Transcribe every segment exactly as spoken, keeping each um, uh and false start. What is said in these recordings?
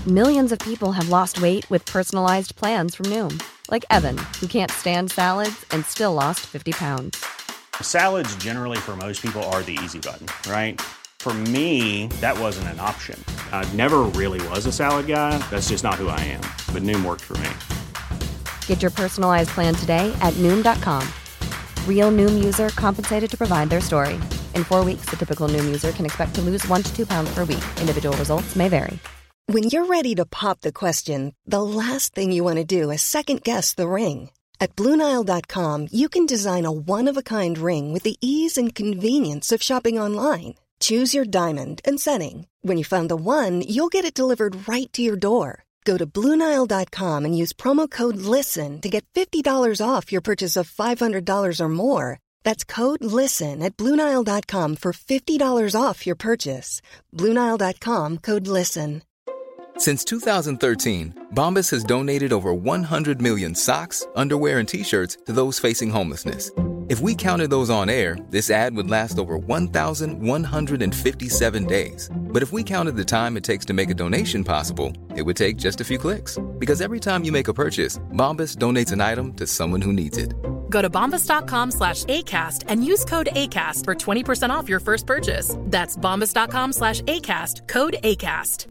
Millions of people have lost weight with personalized plans from Noom. Like Evan, who can't stand salads and still lost fifty pounds. Salads generally for most people are the easy button, right? For me, that wasn't an option. I never really was a salad guy. That's just not who I am. But Noom worked for me. Get your personalized plan today at Noom dot com. Real Noom user compensated to provide their story. In four weeks, the typical Noom user can expect to lose one to two pounds per week. Individual results may vary. When you're ready to pop the question, the last thing you want to do is second-guess the ring. At Blue Nile dot com, you can design a one-of-a-kind ring with the ease and convenience of shopping online. Choose your diamond and setting. When you find the one, you'll get it delivered right to your door. Go to Blue Nile dot com and use promo code LISTEN to get fifty dollars off your purchase of five hundred dollars or more. That's code LISTEN at Blue Nile dot com for fifty dollars off your purchase. Blue Nile dot com, code LISTEN. Since two thousand thirteen, Bombas has donated over one hundred million socks, underwear, and T-shirts to those facing homelessness. If we counted those on air, this ad would last over one thousand one hundred fifty-seven days. But if we counted the time it takes to make a donation possible, it would take just a few clicks. Because every time you make a purchase, Bombas donates an item to someone who needs it. Go to bombas dot com slash ACAST and use code ACAST for twenty percent off your first purchase. That's bombas dot com slash ACAST, code ACAST.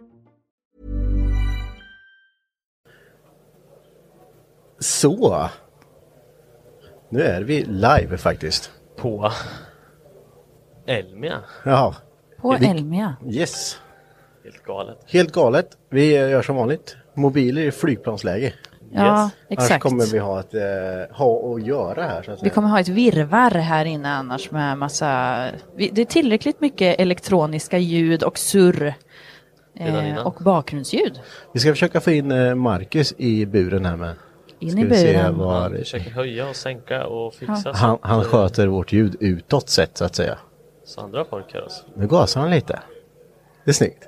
Så, nu är vi live faktiskt. På Elmia. Ja. På vi, Elmia. Yes. Helt galet. Helt galet. Vi gör som vanligt. Mobiler i flygplansläge. Ja, yes. exakt. Annars kommer vi ha ett eh, ha att göra här. Så att vi kommer ha ett virrvarr här inne annars med massa... Vi, det är tillräckligt mycket elektroniska ljud och surr. Eh, och bakgrundsljud. Vi ska försöka få in eh, Marcus i buren här med. In i buren. Var... Han försöker höja och sänka och fixa. Ja. Han, han sköter vårt ljud utåt sett så att säga. Så andra folk här alltså. Nu gasar han lite. Det är snyggt.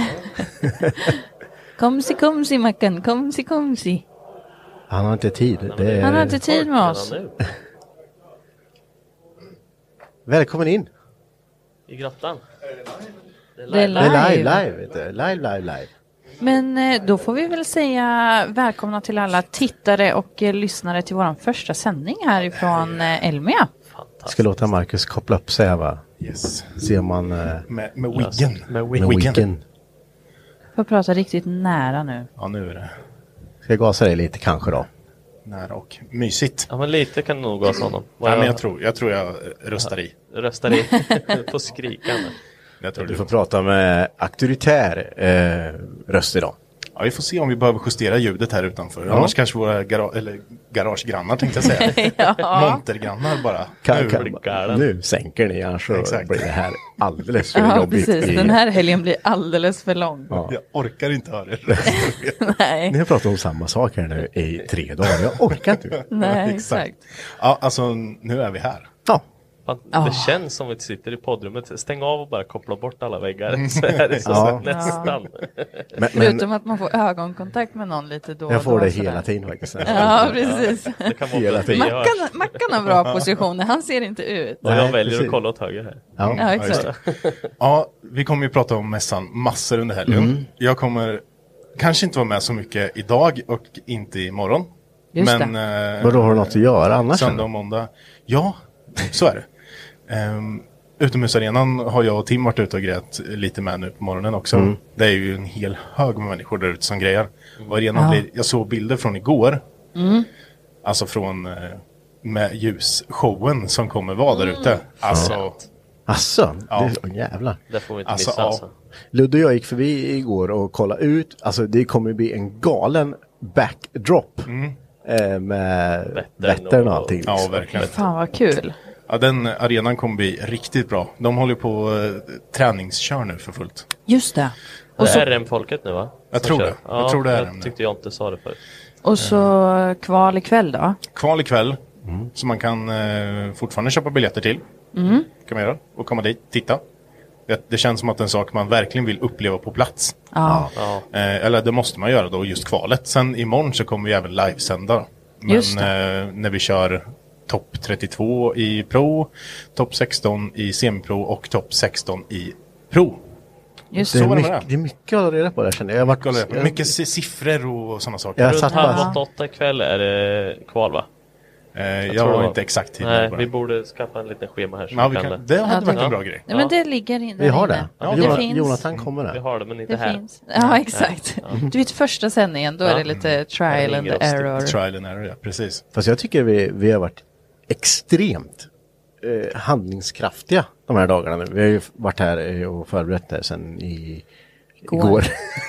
Komsi, komsi, Mackan. Komsi, komsi. Han har inte tid. Nej, det är... Han har inte tid med oss. Välkommen in. I grottan. Det är live. Det är live, live, vet du. Live, live, live. Men då får vi väl säga välkomna till alla tittare och eh, lyssnare till vår första sändning härifrån eh, Elmia. Jag ska låta Marcus koppla upp sig här, va? Yes. Se om man... Eh, med med wiggen. Med wiggen. wiggen. Får prata riktigt nära nu. Ja, nu är det. Ska jag gasa dig lite kanske då? Nära och mysigt. Ja, men lite kan du nog gasa honom. Nej, men jag tror jag, tror jag röstar i. Röstar i på skrikande. Jag tror du du får prata med auktoritär eh, röst idag. Ja, vi får se om vi behöver justera ljudet här utanför. Ja. Annars kanske våra gara- eller garagegrannar tänkte jag säga. Ja. Montergrannar bara. Kan, nu, kan, nu sänker ni, annars så Exakt. blir det här alldeles för Ja, jobbigt. precis. I... Den här helgen blir alldeles för lång. Ja. Jag orkar inte höra det. Nej. Ni har pratat om samma sak här nu i tre dagar. Jag orkar inte. Nej, exakt. Ja, alltså nu är vi här. Ja. Fan, det Oh. känns som att vi sitter i poddrummet. Stäng av och bara koppla bort alla väggar. Så är det så, Ja. så nästan. Men, Förutom men att man får ögonkontakt med någon lite då och jag får då, det sådär. hela tiden faktiskt. Ja, precis. Det kan vara Hela för att vi tiden. gör. Mackan, Mackan har bra positioner. Han ser inte ut. Och jag Nej, väljer precis. att kolla åt höger här. Ja. Ja, just exakt. det. Ja, vi kommer ju prata om mässan massor under helgen. Mm. Jag kommer kanske inte vara med så mycket idag och inte imorgon. Just men eh, Men då har du något att göra annars? söndag och måndag. Ja, så är det. Um, utomhusarenan har jag och Tim varit ute och grejat lite med nu på morgonen också. Mm. Det är ju en hel hög med människor där ute som grejar. Och arenan Ja. blir, jag såg bilder från igår. Mm. Alltså från eh, med ljusshowen som kommer vara där ute. Alltså, Asså, Ja. det, oh, jävlar. Det får vi inte Alltså, missa ja. alltså. Ludde och jag gick förbi igår och kollade ut. Alltså det kommer bli en galen backdrop. Mm. Eh, med Vättern Vättern och och- allting. ja, verkligen. Fan vad kul. Ja, den arenan kommer bli riktigt bra. De håller på eh, träningskör nu för fullt. Just det. Och Och det så, är R M-folket nu, va? Jag Som tror kör. det. Jag tror det är jag R M nu. tyckte jag inte sa det förut. och så kval ikväll då. Kval ikväll. Så man kan eh, fortfarande köpa biljetter till. Mm. Kan man göra. Och komma dit, titta. Det, det känns som att en sak man verkligen vill uppleva på plats. Ja. Ja. Eh, eller det måste man göra då, just kvalet. Sen imorgon så kommer vi även livesända. Men Just eh, när vi kör topp trettiotvå i Pro, topp sexton i Semipro och topp sexton i Pro. Just Det är, Så var det mycket, med det. det är mycket att ha reda på det, känner jag. Jag har varit, jag, Mycket si- siffror och sådana saker. Jag Runt satt halv bara, åtta, åtta ikväll är det kval, va? Eh, jag tror det har var- inte exakt tid. Nej, bara. vi borde skaffa en liten schema här. Så Ja, vi vi kan kan, det. det hade Ja, varit det- en bra grej. Nej, men det ligger in där vi har inne. det. Ja, Jonas, det finns. Jonathan kommer Vi där. har det, men inte Det här. finns. Ja, exakt. Du vet, första sändningen, då är Ja. det lite trial Ja, and det är error. Trial and error, ja, precis. Fast jag tycker vi, vi har varit extremt eh, handlingskraftiga de här dagarna nu. Vi har ju varit här eh, och förberett det sen i Går. igår.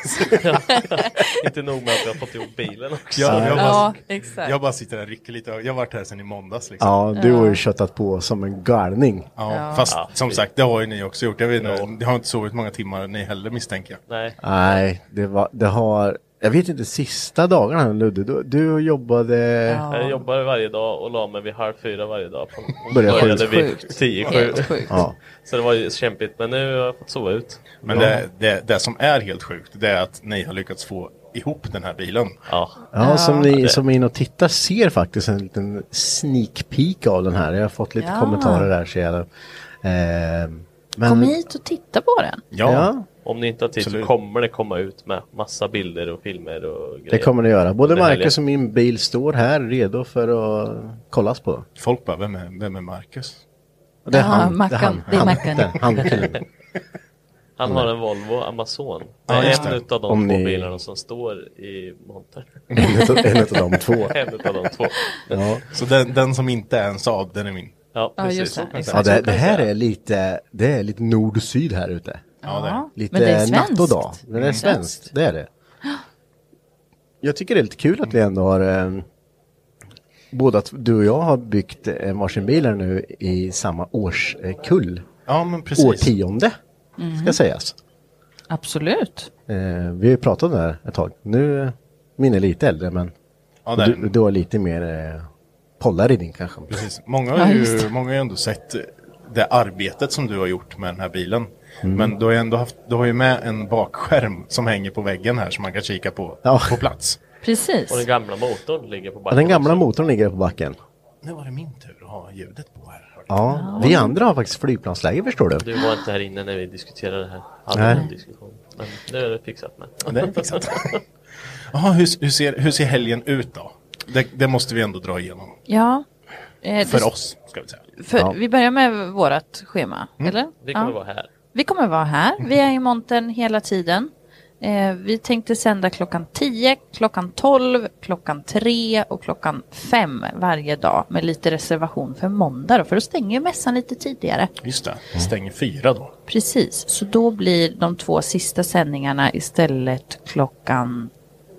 Inte nog med att vi har fått ihop bilen också. Jag, jag, bara, Ja, exakt. jag bara sitter där och rycker lite. Jag har varit här sedan i måndags. Liksom. Ja, du har ju köttat på som en galning. Ja, Ja. fast Ja, som det- sagt, det har ju ni också gjort. Jag vet inte, Ja. det har inte sovit många timmar ni heller, misstänker jag. Nej. Nej, det, var, det har... Jag vet inte, sista dagarna Ludde, du, du jobbade... Ja. Jag jobbade varje dag och la mig vid halv fyra varje dag. Och Började började sjukt. vid Sjukt. tio, sju. Helt sjukt. Ja. Så det var ju kämpigt, men nu har jag fått sova ut. Men det, det, det som är helt sjukt, det är att ni har lyckats få ihop den här bilen. Ja. Ja, som ni det- som är inne och tittar ser faktiskt en liten sneak peek av den här. Jag har fått lite Ja. kommentarer där, ser jag. Eh, men, Kom hit och titta på den. Ja, Ja, Om ni inte har tid Absolut. så kommer det komma ut med massa bilder och filmer och grejer. det kommer det göra. Både Det här Marcus är- och min bil står här redo för att kollas på. folk bara, vem är, vem är Marcus? Och det är Ja, han. Mackan. Det är han, Mackan. den, han killen. Han har en Volvo Amazon. Det Ja, är just en det. utav de Om två ni- bilarna som står i montern. En utav- en utav de två. En utav de två. Ja. Så den, den som inte är en Saab, den är min. Ja, Ja, precis. just det. Så kan jag Exakt. Ja, säga. det, det här är lite, det är lite nord och syd här ute. Ja, det är. Lite men det är natt och svenskt. dag. Det är svenskt, det är det. Jag tycker det är lite kul att vi ändå har eh, både att du och jag har byggt eh, varsin bil här nu i samma årskull. Ja, men precis. Årtionde, ska sägas. Absolut. Eh, vi har ju pratat om det här ett tag. Nu är min är lite äldre, men Ja, det är du, den. du har lite mer eh, pollaridning kanske. Precis. Många Ja, har just ju det. många har ju ändå sett det arbetet som du har gjort med den här bilen. Mm. Men du har ju ändå haft, du har ju med en bakskärm som hänger på väggen här som man kan kika på Ja. på plats. Precis. Och den gamla motorn ligger på Ja, backen den gamla också. motorn ligger på backen. Nu var det min tur att ha ljudet på här. Ja, vi andra har faktiskt flygplansläge, förstår du. Du var inte här inne när vi diskuterade det här. Hade Nej. en diskussion. Men nu är det fixat med. Ja, det är fixat. Jaha, hur, hur, ser, hur ser helgen ut då? Det, det måste vi ändå dra igenom. Ja. Eh, För det- oss, ska vi säga. För, Ja. Vi börjar med vårt schema, eller? Vi kommer Ja. vara här. Vi kommer vara här. Vi är i montern hela tiden. Eh, vi tänkte sända klockan tio, klockan tolv, klockan tre och klockan fem varje dag med lite reservation för måndag då, för då stänger ju mässan lite tidigare. Just det, det stänger fyra då. Precis, så då blir de två sista sändningarna istället klockan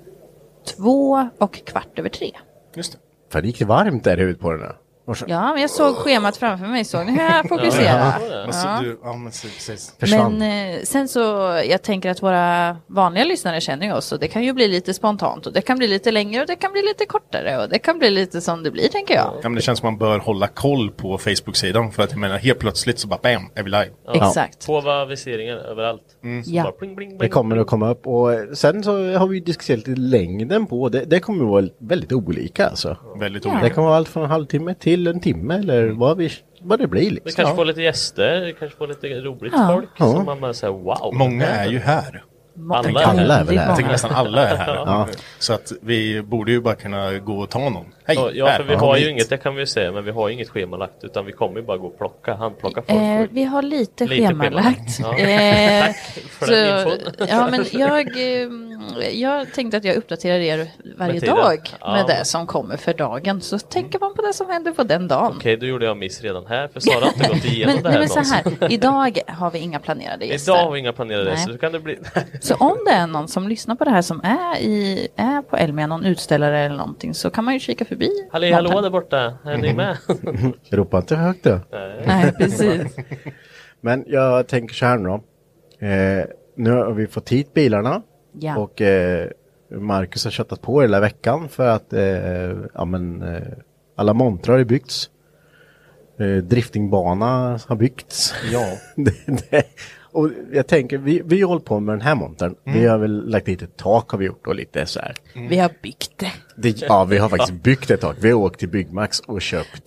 två och kvart över tre. Just det. För det gick varmt där ute på den här. Varsa- Ja, men jag såg schemat framför mig, såg ni hur jag fokuserar? Men så du, ja, men precis. Försvann. Men eh, sen så, jag tänker att våra vanliga lyssnare känner ju oss och det kan ju bli lite spontant och det kan bli lite längre och det kan bli lite kortare och det kan bli lite som det blir, tänker jag. Ja, men det känns som man bör hålla koll på Facebook-sidan för att jag menar helt plötsligt så bara bam, är vi live. Exakt. På aviseringar överallt. Så Ja. bara pling, pling, Det pling, kommer pling. att komma upp och eh, sen så har vi diskuterat lite längden på det. Det kommer att vara väldigt olika alltså. Väldigt Ja. Det olika. kan vara allt från en halvtimme till en timme eller vad, vi, vad det blir Vi liksom. kanske får lite gäster, vi kanske får lite roligt Ja. folk. Ja. Som man bara säger wow. Många är ju här. Alla Alla är väl här. Jag tänker nästan alla är här. Ja. Så att vi borde ju bara kunna gå och ta någon. Hej, Ja, ja, här, för vi kom har ju hit. inget, det kan vi ju säga, men vi har ju inget schemalagt utan vi kommer ju bara gå och plocka, handplocka folk. Eh, vi har lite, Lite schemalagt. schemalagt. Ja. Eh, Tack för den så, infon. ja, men jag, eh, jag tänkte att jag uppdaterar er varje Med tiden. dag Ja. med det som kommer för dagen. Så tänker man på det som händer på den dagen. Okej, då gjorde jag miss redan här, för Sara har inte gått igenom Men, det nej, här men så någonsin. här, idag har vi inga planerade gäster. Idag har vi inga planerade Nej. gäster, så kan det bli... Så om det är någon som lyssnar på det här som är, i, är på Elmia, någon utställare eller någonting, så kan man ju kika förbi. Halli hallå montern. där borta, är ni med? Ropa inte högt då. Nej, precis. Men jag tänker så här nu då. Eh, nu har vi fått hit bilarna. Ja. Och eh, Marcus har köttat på hela veckan för att eh, ja, men, eh, alla montrar har byggts. Eh, driftingbana har byggts. Ja. det, det, och jag tänker, vi, vi har hållit på med den här montern. Vi har väl lagt dit ett tak har vi gjort och lite så här. Vi har byggt det. Det, ja, vi har faktiskt byggt ett tak. Vi har åkt till Byggmax och köpt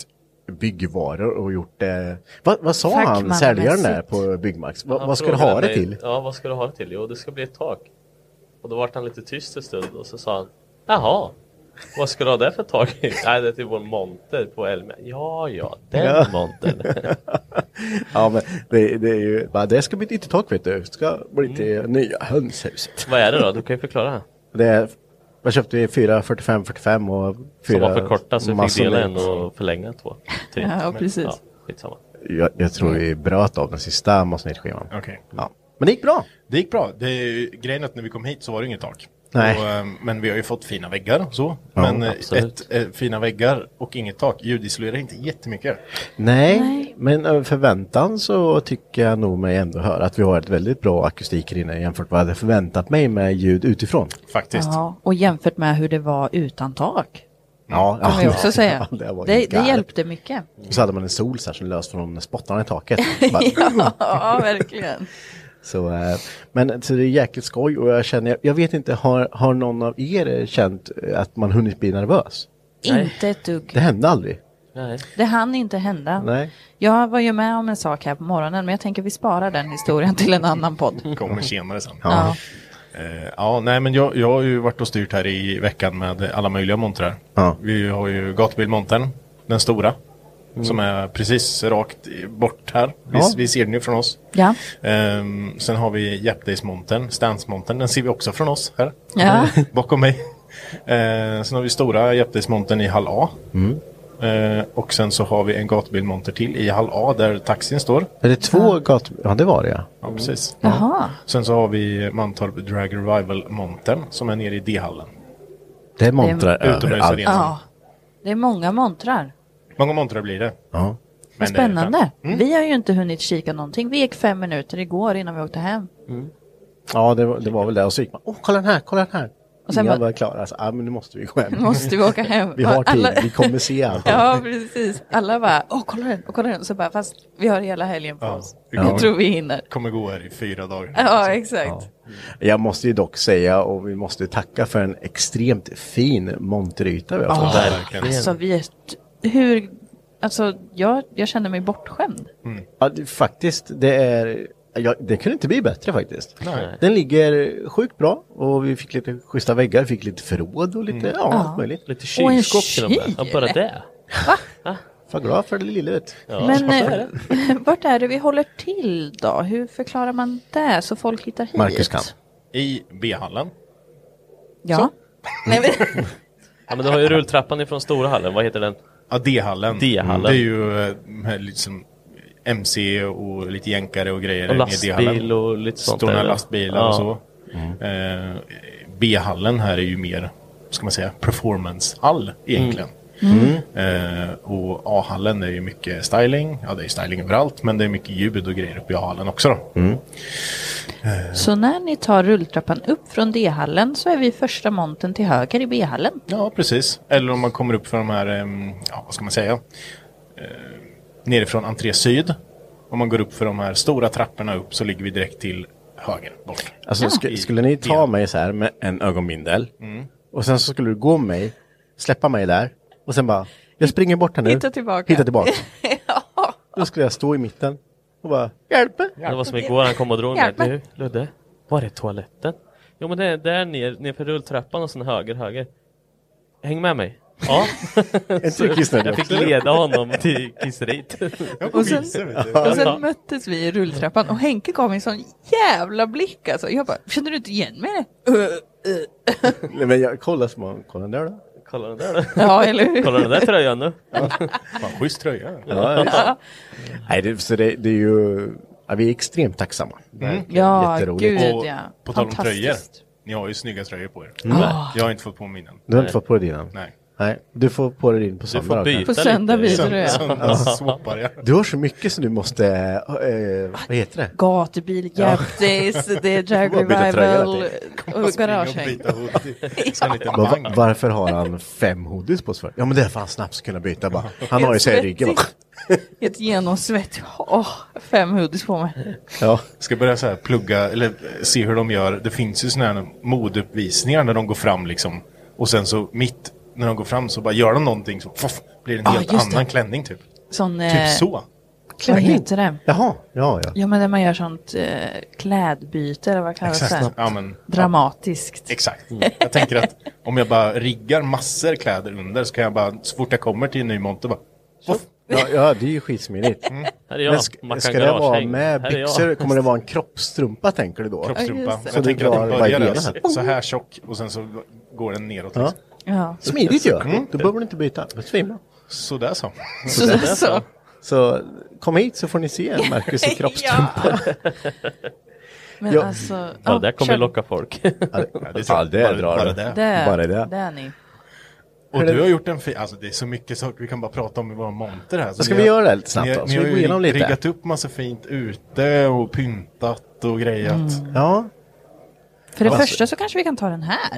byggvaror och gjort det. Vad, vad sa han, säljaren där på Byggmax? Va, vad ska du ha det mig, till? Ja, vad ska du ha det till? Jo, det ska bli ett tak. Och då var han lite tyst en stund och så sa han, jaha, vad ska du ha det för tak? Nej, det är till vår monter på Elmia. Ja, ja, den ja. montern. Ja, men det, det är ju, bara, det ska bli ett yttertak, vet du. Det ska bli till mm. nya hönshuset. Vad är det då? Du kan ju förklara. Det är, jag köpte ju fyra fyrtiofem fyrtiofem och fyra. Som var för korta så fick dela en och förlänga två. Typ. Ja, precis. Ja, skitsamma. Jag, jag tror vi bröt av den sista massnitskivan. Okej. Okay. Ja. Men det gick bra. Det gick bra. Det är grejen att när vi kom hit så var det inget tak. Nej. Och, men vi har ju fått fina väggar så. Ja, men ett, ett, fina väggar och inget tak ljudisolerar inte jättemycket. Nej, Nej, men över förväntan så tycker jag nog mig ändå höra att vi har ett väldigt bra akustik här inne jämfört med vad jag hade förväntat mig med ljud utifrån. Faktiskt. Ja, och jämfört med hur det var utan tak. Ja, kan vi också säga. Ja, det, det, det hjälpte mycket. Så hade man en sol så här som lös från spottarna i taket. Bara, ja, verkligen. Så, äh, men så det är jäkligt skoj och jag känner, jag vet inte, har, har någon av er känt att man hunnit bli nervös? Nej. Inte ett dugg. Det hände aldrig. Nej. Det hann inte hända. Nej. Jag var ju med om en sak här på morgonen, men jag tänker vi sparar den historien till en annan podd. Kommer senare sen. Ja. Ja. Uh, ja, nej men jag, jag har ju varit och styrt här i veckan med alla möjliga montrar. Ja. Vi har ju gatubilmontern, den stora. Mm. Som är precis rakt bort här. Vi, ja. vi ser den ju från oss. Ja. Um, sen har vi Japdays-montern, Stance-montern. Den ser vi också från oss här. Ja. Bakom mig. Uh, sen har vi stora Japdays-montern i hall A. Mm. Uh, och sen så har vi en gatubilmonter till i hall A där taxin står. Är det två ja. gat... Ja, det var det, ja. Ja, precis. Jaha. Ja. Sen så har vi Mantorp Drag Revival-montern som är nere i D-hallen. Det är montrar överallt. Ja. Det är många montrar. Många montrar blir det. Ja. Men spännande. Mm. Vi har ju inte hunnit kika någonting. Vi gick fem minuter igår innan vi åkte hem. Mm. Ja, det var, det var väl det. Och så gick man, åh, kolla den här, kolla den här. Och sen jag bara, var klar. Alltså, ah, men nu måste vi gå hem. Nu måste vi åka hem. Vi har tid, alla... vi kommer se allt. Ja, precis. Alla bara, åh, kolla den, och kolla den. Så bara, fast vi har hela helgen på ja. oss. Ja. Jag tror vi hinner. Kommer gå här i fyra dagar. Ja, exakt. Ja. Jag måste ju dock säga, och vi måste tacka för en extremt fin monteryta vi har fått. Ja, verkligen. Alltså, vi är... Hur... Alltså, jag, jag känner mig bortskämd. Mm. Ja, det, faktiskt, det är... Ja, det kunde inte bli bättre faktiskt. Nej. Den ligger sjukt bra och vi fick lite schyssta väggar, fick lite förråd och lite, mm. ja, ja. allt möjligt. Lite kylskåp till och med. Ja, bara det. Va? Va? För glad för det lilla, vet. Ja. Men eh, vart är det vi håller till då? Hur förklarar man det så folk hittar hit? Marcus kan. I B-hallen. Ja. Nej, men... ja, men du har ju rulltrappan ifrån stora hallen. Vad heter den? Ja, D-hallen. D-hallen. Det är ju äh, liksom M C och lite jänkare och grejer. Och lastbil och lite sånt. Stora lastbilar ja. och så. Mm. Eh, B-hallen här är ju mer, ska man säga, performance-hall egentligen. Mm. Mm. Eh, och A-hallen är ju mycket styling. Ja, det är styling överallt, men det är mycket ljud och grejer uppe i A-hallen också då. Mm. Eh. Så när ni tar rulltrappan upp från D-hallen så är vi första monten till höger i B-hallen? Ja, precis. Eller om man kommer upp från de här, eh, ja, vad ska man säga? Eh, nerifrån entré syd. Om man går upp för de här stora trapporna upp så ligger vi direkt till höger bort. Alltså, ja. sk- skulle ni ta ja. mig så här med en ögonbindel mm. och sen så skulle du gå mig, släppa mig där och sen bara, jag springer bort här nu. Hitta tillbaka. Hitta tillbaka. ja. Då skulle jag stå i mitten och bara, hjälp mig. Det var som igår han kom och drog ner. Du, Ludde, var är toaletten? Jo, men det är där ner, ner för rulltrappan och sen höger, höger. Häng med mig. Ja. Jag fick leda honom till kisseriet. Och sen, och sen möttes vi i rulltrappan och Henke gav mig en sån jävla blick. Alltså. Jag bara, känner du inte igen mig? Uh, uh. Nej, men jag kollar små, kolla där då. Kolla den där då. Ja, eller hur? Kolla den där tröjan nu. Ja. Fan, schysst tröja. Ja, ja. Nej, det, så det, det är ju, ja, vi är extremt tacksamma. Mm. Ja, gud och, ja. På tal om tröjor. Ni har ju snygga tröjor på er. Mm. Jag har inte fått på mina. Du har inte fått på dig dina? Nej. Nej, du får på dig din på söndag. Du får byta på söndag byter du, ja. Söndag swappar jag. Du har så mycket som du måste, äh, vad heter det? Gatubil, Japdays, det är Drag Revival och garage. Var, varför har han fem hoodies på sig? Ja, men det är för han snabbt ska kunna byta bara. Han har ju sig i ryggen. Ett genomsvett. Åh, fem hoodies på mig. Ja. Ska börja så här plugga, eller se hur de gör. Det finns ju såna här modeuppvisningar när de går fram liksom. Och sen så mitt när de går fram så bara gör de någonting så poff, blir det en helt ah, annan klänning typ. Sån, typ eh, så. Vad heter det? Jaha, ja, ja. Ja, men när man gör sånt eh, klädbyte, eller vad kallas det? Ja, men, Dramatiskt. Ja, exakt. Mm. Jag tänker att om jag bara riggar massor kläder under så kan jag bara, så fort jag kommer till en ny monter bara... Ja, ja, det är ju skitsmidigt. Mm. Här är jag. Men ska, Man kan ska det vara garagehäng. med Här är jag. byxor? Kommer det vara en kroppstrumpa, tänker du då? Kroppstrumpa. Ja, just det. jag Så tänker du att den drar börjar bara där, benen. så här tjock och sen så går den neråt. Ja. Liksom. Ja. Smidigt ju. Mm. Då behöver du inte byta. Det är svinbra. Så där så. Så, så. så. Så kom hit så får ni se Marcus i kroppstrumpa. Men Ja. alltså... Ja, där kommer kör. locka folk. Ja, det, är Ja, det bara, drar bara det. det. Där, Bara det. där ni. Och du har gjort en fin, alltså det är så mycket saker vi kan bara prata om i våra monter här. Så Ska ni vi har- göra det lite snabbt ni, då? Ni Så har vi går ju igenom lite. riggat upp massa fint ute och pyntat och grejat. Ja, För det Alltså- första så kanske vi kan ta den här.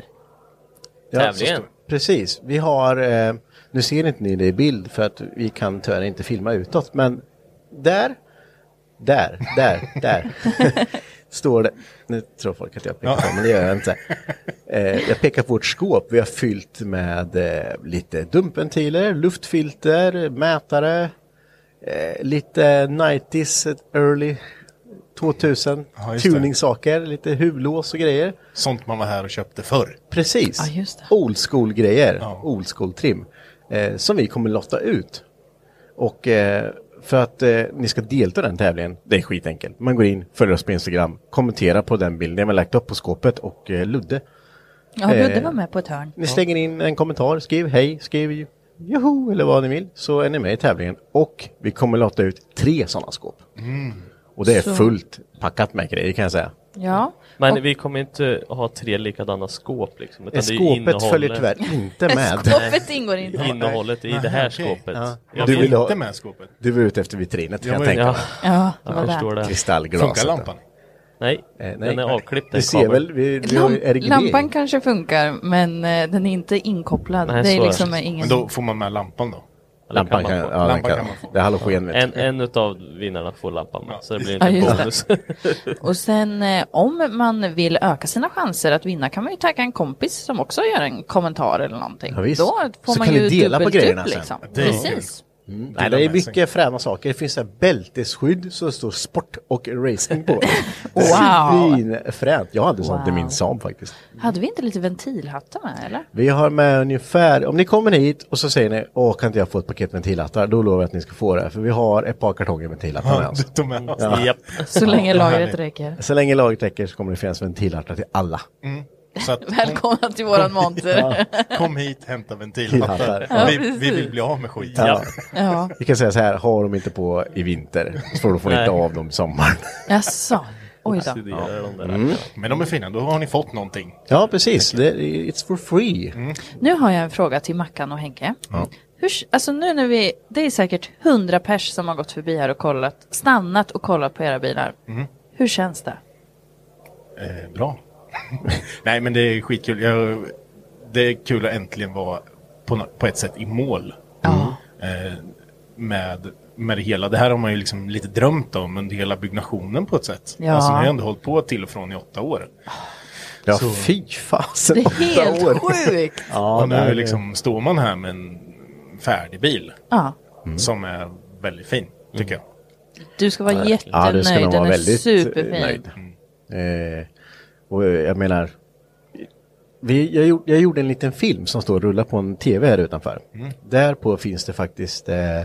ja Tävlingen. precis. Vi har, eh, nu ser inte ni det i bild för att vi kan tyvärr inte filma utåt, men där, där, där, där står det, nu tror folk att jag pekar på, men det gör jag inte. Eh, jag pekar på vårt skåp, vi har fyllt med eh, lite dumpventiler, luftfilter, mätare, eh, lite nittio early tvåtusen, Ja, just det. tuningssaker, lite huvudlås och grejer. Sånt man var här och köpte förr. Precis. Ja, just det. Old school grejer, Ja. old school trim, eh, som vi kommer lotta ut. Och eh, för att eh, ni ska delta i den tävlingen, det är skitenkelt. Man går in, följer oss på Instagram, kommenterar på den bilden jag har lagt upp på skåpet och eh, Ludde. Ja, Ludde Eh, var med på ett hörn. Ni slänger in en kommentar, skriv hej, skriv joho eller vad ni vill, så är ni med i tävlingen. Och vi kommer lotta ut tre sådana skåp. Och det är Så- fullt packat med grejer kan jag säga. Ja. Men vi kommer inte ha tre likadana skåp liksom. Utan det är Skåpet innehållet, följer tyvärr inte med. Skåpet ingår inte. innehållet i Nej, det här okej. skåpet. Ja. Jag Du vet- vill ha- Inte med skåpet. Du var ute efter vitrinet kan Ja, jag men- tänka Ja, mig. Ja, det var jag förstår det. det. Kristallglaset. Funkar lampan? Nej, Eh, nej. den är avklippt. Du en ser kabel. väl, vi, vi har ju R G B. Lampan kanske funkar, men eh, den är inte inkopplad. Nej, det så är är liksom det. ingen... Men då får man med lampan då? Eller Lampan kan, man få. ja, den Lampan kan, kan man få. det är halogen vet En, du. en utav vinnarna får lampan med, så det blir inte Ja, en just bonus. Och sen eh, om man vill öka sina chanser att vinna kan man ju tagga en kompis som också gör en kommentar eller någonting. Ja, visst. Då får Så man kan ju ni dela på dubbelt grejerna upp sen. liksom. Det är Precis. Mm. Nej, det är mycket fräna saker. Det finns så här bältesskydd så det står sport och racing på. Wow. Svinfränt. Jag hade sånt i Wow. min Saab faktiskt. Hade vi inte lite ventilhattar med eller? Vi har med ungefär, om ni kommer hit och så säger ni, åh kan inte jag få ett paket ventilhattar? Då lovar jag att ni ska få det. För vi har ett par kartonger ventilhattar med Ja, oss. du tog med oss. Ja. Japp. Så länge lagret härligt. räcker. Så länge laget räcker så kommer det finnas ventilhattar till alla. Så att, Välkomna till våran monter. kom hit, hämta ventilhattar. Ventilhattar. Vi, vi vill bli av med skit. Ja. Ja. Vi kan säga så här, har de inte på i vinter så får de få Nej. inte av dem i sommaren. Jaså. Oj då. Studerar de där. Mm. Men de är fina, då har ni fått någonting. Ja, precis. Det, it's for free. Nu har jag en fråga till Mackan och Henke. Hur, alltså nu när vi, det är säkert hundra pers som har gått förbi här och kollat, stannat och kollat på era bilar. Hur känns det? Eh, bra. Nej, men det är skitkul. Jag, det är kul att äntligen vara på, nå- på ett sätt i mål. Ja. Eh, med, med det hela. Det här har man ju liksom lite drömt om under hela byggnationen på ett sätt. Ja. Alltså, ni har ju ändå hållit på till och från i åtta år. Ja, Så- fy fasen. Det är åtta helt år. sjukt. Ja, och nu det är- liksom står man här med en färdig bil Ja. som är väldigt fin, tycker jag. Du ska vara Ja, jättenöjd. det ska nog Den vara är väldigt eh, superfin. nöjd. Eh, och jag menar, vi, jag, gjorde, jag gjorde en liten film som står och rullar på en tv här utanför. Därpå finns det faktiskt eh,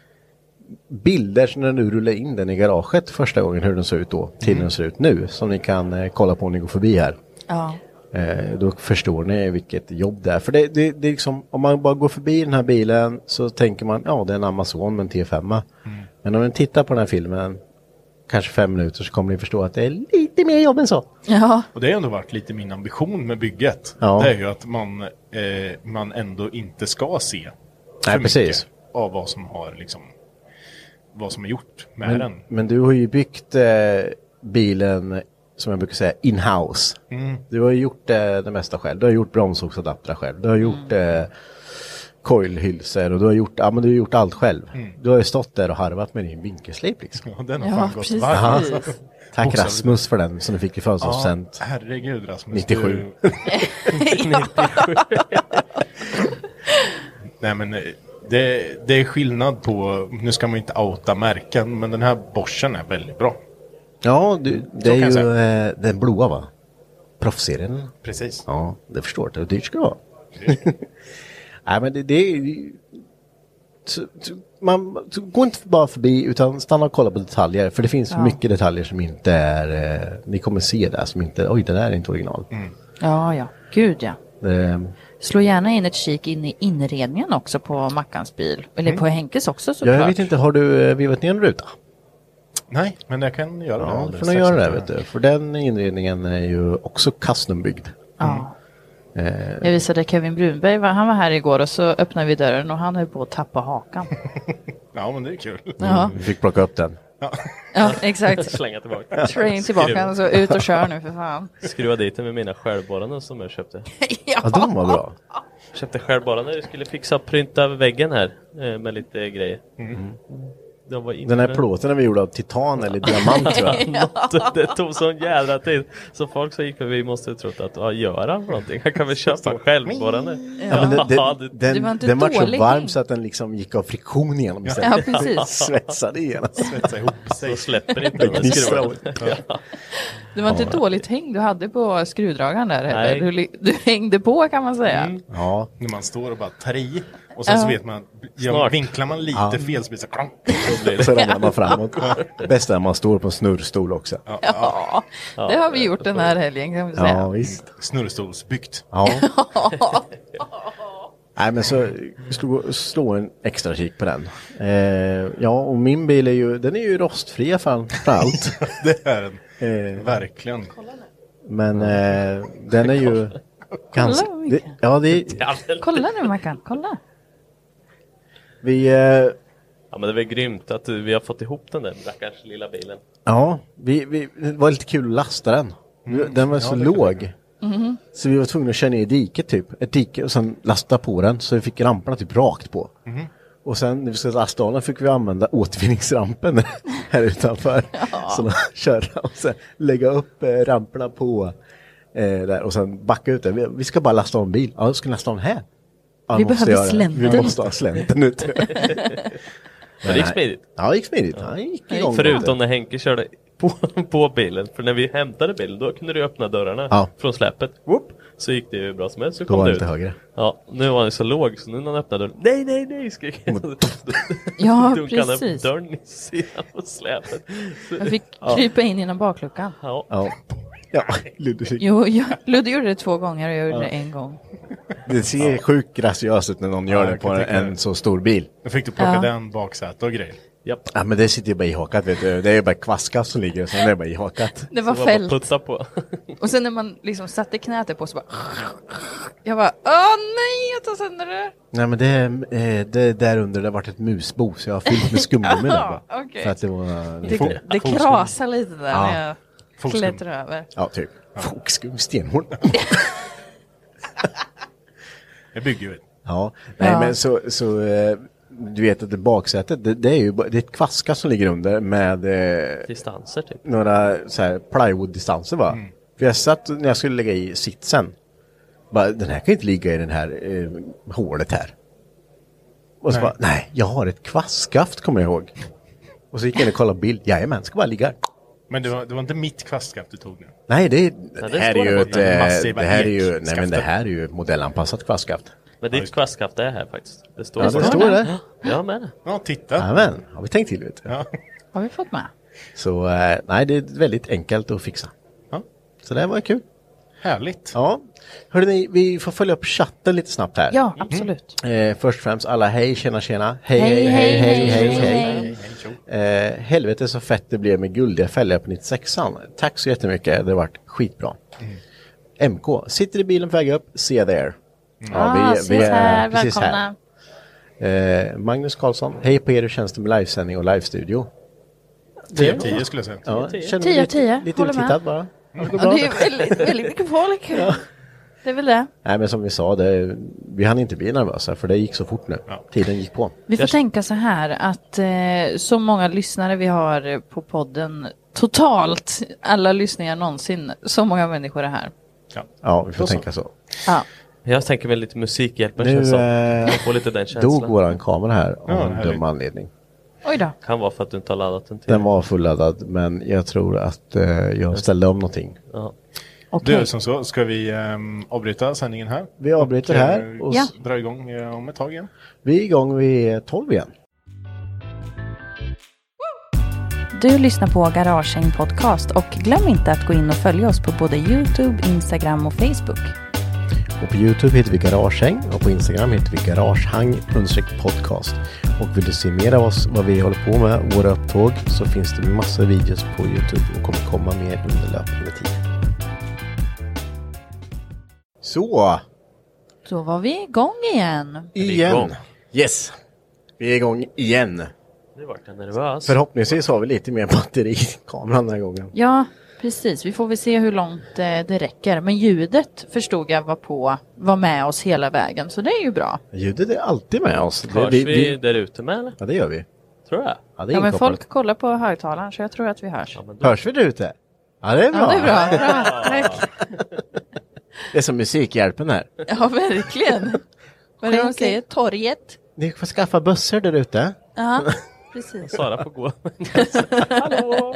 bilder som när du rullar in den i garaget första gången hur den ser ut då till den ser ut nu. Som ni kan eh, kolla på om ni går förbi här. Ja. Eh, då förstår ni vilket jobb det är. För det, det, det är liksom, om man bara går förbi den här bilen så tänker man, ja det är en Amazon med en T fem. Mm. Men om ni tittar på den här filmen, kanske fem minuter, så kommer ni förstå att det är lite mer jobb än så. Ja. Och det har ändå varit lite min ambition med bygget. Ja. Det är ju att man, eh, man ändå inte ska se för Nej, mycket precis. av vad som har liksom vad som är gjort med Men, den. men du har ju byggt eh, bilen, som jag brukar säga, in-house. Mm. Du har ju gjort eh, det mesta själv. Du har gjort bromsåksadaptrar själv. Du har gjort eh, coilhylsor och du har gjort, ja, men du har gjort allt själv. Du har ju stått där och harvat med din vinkelslip liksom. Ja, den har Ja, fan gått precis. varm. Aha. Alltså. Tack Bokstavligt. Rasmus för den som du fick i födelsedagspresent. Ja, herregud Rasmus. nittiosju. Du... Nej men eh, Det, det är skillnad på, nu ska man inte outa märken, men den här Boschen är väldigt bra. Ja, du, det är ju eh, den blåa va? Proffserien. Precis. Ja, det förstår jag. Det dyrt ska det vara. Nej, men det, det är ju... Så, så, man så, gå inte bara förbi utan stanna och kolla på detaljer. För det finns ja. mycket detaljer som inte är... Eh, ni kommer se där som inte... Oj, det där är inte original. Mm. Ja, ja. Gud, ja. Det, Slå gärna in ett kik in i inredningen också på Mackans bil. Eller mm. på Henkes också såklart. Jag vet inte, har du eh, vivat ner en ruta? Nej, men jag kan göra ja, det. Ja, får göra det, vet du. För den inredningen är ju också custombyggd. Ja. Mm. Eh. Jag visade Kevin Brunberg, han var här igår och så öppnade vi dörren och han höll på att tappa hakan. Ja, men det är kul. Ja. Vi fick plocka upp den. Ja, ja exakt. Slänga tillbaka. Train tillbaka och så ut och kör nu för fan. Skruva dit med mina självborrande som jag köpte. Ja, ja de var bra. Jag köpte självborrande, jag skulle fixa och printa väggen här med lite grejer. Mm. Mm. Den här plåten är vi gjorde av titan eller diamant tror jag. Ja. Det tog sån jävla tid. Så folk så gick vi måste trott att vad gör han för någonting? Han kan väl köpa självborrande. Ja. Ja, men det, det, den, det var, den var så varm så att den liksom gick av friktion igenom sig. Ja, precis. Svetsade igenom. Svetsade ihop sig. Så släpper inte den skruven. Ja. Det var inte ett dåligt häng du hade på skruvdragaren där heller. Du, du hängde på kan man säga. Mm. Ja. När man står och bara tar i. Och sen uh. så vet man, ja, vinklar man lite ja. fel så blir det så krank. Så ramlar man framåt. Bäst är man står på en snurrstol också. Ja, ja. ja, det har vi gjort den här helgen kan vi säga. Ja, visst. Snurrstolsbyggt. Ja. Nej, men så slå, slå en extra kik på den. Eh, ja, och min bil är ju, den är ju rostfri för allt. Det är den. Eh, Verkligen. Men eh, den är ju ganska... Det, ja, det är... Kolla nu, Mackan. Kolla. Vi... Eh, ja, men det var grymt att vi har fått ihop den där stackars lilla bilen. Ja, vi, vi, det var lite kul att lasta den. Mm. Den var så ja, låg. Mm-hmm. Så vi var tvungna att köra ner i diket typ. Ett dike och sen lasta på den. Så vi fick ramparna typ rakt på. Mm-hmm. Och sen när vi skulle lasta av den fick vi använda återvinningsrampen här utanför. Ja. Så då köra och sen lägga upp eh, ramperna på eh, där och sen backa ut den. Vi, vi ska bara lasta av en bil. Ja, vi ska lasta av den här. Ja, vi behöver slänten. Vi måste ha slänten ut. Men det gick smidigt. Ja, det gick smidigt. Ja, det gick igång. Förutom när Henke körde på, på bilen. För när vi hämtade bilen, då kunde du öppna dörrarna ja. från släpet. Whoop, så gick det ju bra som helst. Så då kom var det inte ut. Högre. Ja, nu var han så låg så nu när han öppnade dörren. Nej, nej, nej, skrek han. Ja, precis. Dörren i sidan på släpet. Jag fick krypa in genom bakluckan. Ja. Ja. Ja, Ludde. Jo, ja, Ludde gjorde det två gånger och jag gjorde ja. det en gång. Det ser ja. sjukt graciöst ut när någon ja, gör det på en, en så stor bil. Då fick du plocka ja. den baksätet och grejer. Japp. Ja, men det sitter ju bara i hakat, vet du. Det är ju bara kvaskast som ligger och sen är det bara i hakat. Det var fält. Putsa på. Och sen när man liksom satte knätet på så bara... Jag bara, åh nej, jag tar sönder det. Nej, men det, det där under det har varit ett musbo så jag har fyllt med skumgummi där bara. Okay. För att det var... Det, det, det krasar lite där ja. när jag klättrar över. Ja, typ. Ja. Fogskum, stenhård. Jag bygger ju. Ja, nej ja. men så... så du vet att det baksätet, det, det är ju det är ett kvaska som ligger under med eh, distanser typ. Några så här plywood-distanser va? Mm. För jag satt när jag skulle lägga i sitsen. Bara, den här kan inte ligga i den här eh, hålet här. Och så nej. bara, nej, jag har ett kvastskaft kommer jag ihåg. Och så gick jag in och kollade bild. Jajamän, ska bara ligga. Men det var, det var inte mitt kvastskaft du tog nu? Nej, det, är, ja, det, det här är ju ett, eh, det här är ju, nej men det här är ju ett modellanpassat kvastskaft. Men ditt kvastskaft är här faktiskt. Det står, ja, det står det. Ja, men. Ja, titta. Ja, men. Har vi tänkt till vet du. Ja. Har vi fått med? Så, eh, nej, det är väldigt enkelt att fixa. Ja. Så det var kul. Härligt. Ja. Hörrni, vi får följa upp chatten lite snabbt här. Ja, absolut. Mm. Eh, först och främst alla hej, tjena, tjena. Hej, hej, hej, hej, hej, hej. hej. Eh, helvete så fett det blev med guldiga fälgar på nittiosexan. Tack så jättemycket, det har varit skitbra. Mm. M K, sitter i bilen på väg upp, see you there. Mm. Ja, ah, vi, vi är här, precis välkomna. Här. Eh, Magnus Karlsson, hej på er, hur känns det med livesändning och livestudio? tio av tio skulle jag säga. Ja, tio av tio, lite uttittad bara. Ja, det är väldigt, väldigt mycket folk. Ja. Det är väl det. Nej, men som vi sa, det, vi hann inte bli nervösa för det gick så fort nu. Ja. Tiden gick på. Vi får jag... tänka så här att eh, så många lyssnare vi har på podden totalt, alla lyssningar någonsin, så många människor är här. Ja, ja vi får så tänka så. Ja. Jag tänker väl lite musikhjälpen. Nu känns som. eh, Jag får lite den känslan. dog våran kamera här av Ja, en härligt. dum anledning. Oj då. Kan vara för att du inte har laddat den till. Den var fulladdad, men jag tror att eh, jag ställde om någonting. Ja. Okej. Du, som så, ska vi um, avbryta sändningen här? Vi avbryter och, här eh, och Ja. s- dra igång eh, om ett tag igen. vi är igång vid tolv igen. Du lyssnar på Garagehäng podcast och glöm inte att gå in och följa oss på både YouTube, Instagram och Facebook. Och på YouTube heter vi Garagehäng och på Instagram heter vi Garagehang understreck podcast. Och vill du se mer av oss, vad vi håller på med, våra upptåg, så finns det massor videos på YouTube och kommer komma mer under löpande tid. Så, Då var vi igång igen. igen. igång. Yes, vi är igång igen. Nu vart jag nervös. Förhoppningsvis har vi lite mer batteri i kameran den här gången. Ja, precis. Vi får väl se hur långt eh, det räcker. Men ljudet förstod jag var på, var med oss hela vägen. Så det är ju bra. Ljudet är alltid med oss. Det- Hörs vi, vi, vi, där ute med eller? ja, det gör vi. Tror jag. Ja, det är Ja, men inkopplat. folk kollar på högtalaren så jag tror att vi hörs. Ja, men då... Hörs vi där ute? Ja, det är bra. Ja, det är bra. bra. Tack. Det är som musikhjälpen här. Ja, verkligen. Vad är det de säger? Torget? Ni får skaffa bussar där ute. Ja, precis. Sara får gå. Hallå!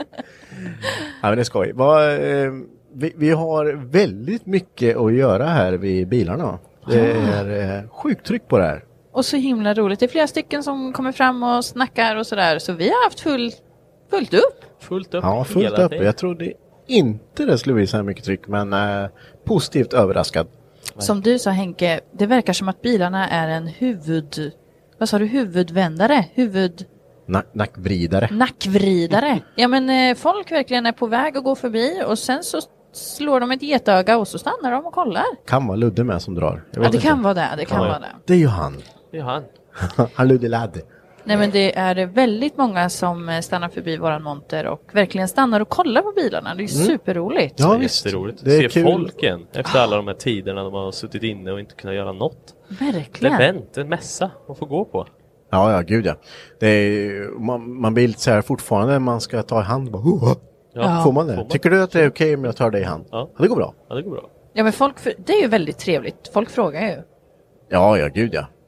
Ja, men det är skoj. Vad, eh, vi, vi har väldigt mycket att göra här vid bilarna. Det är eh, sjukt tryck på det här. Och så himla roligt. Det är flera stycken som kommer fram och snackar och sådär. Så vi har haft full, fullt upp. Fullt upp Ja, fullt hela upp. tiden. Jag trodde inte det skulle bli så här mycket tryck, men eh, positivt överraskad. Som du sa Henke, det verkar som att bilarna är en huvud... Vad sa du? Huvudvändare? Huvud... Na- nackvridare. Nackvridare. Ja men eh, folk verkligen är på väg att gå förbi och sen så slår de ett getöga och så stannar de och kollar. Kan vara Ludde med som drar. Jag Ja vet det inte. kan vara det, det kan Ja. vara det. Det är ju han. Det är han. Han Ludde ladd. Nej men det är väldigt många som eh, stannar förbi våran monter och verkligen stannar och kollar på bilarna. Det är superroligt. Ja, Det är visst. jätteroligt. Det är Se kul. folken efter alla de här tiderna de har suttit inne och inte kunnat göra något. Det är Verkligen. event, en mässa man får gå på. Ja, ja, gud ja. Det är, man, man blir lite så här fortfarande, man ska ta i hand. Bara, oh, Ja. får man det? Får man? Tycker du att det är okej om jag tar dig i hand? Ja. Det går bra. Ja, det går bra. Ja men folk, det är ju väldigt trevligt. Folk frågar ju. Ja, ja, gud ja.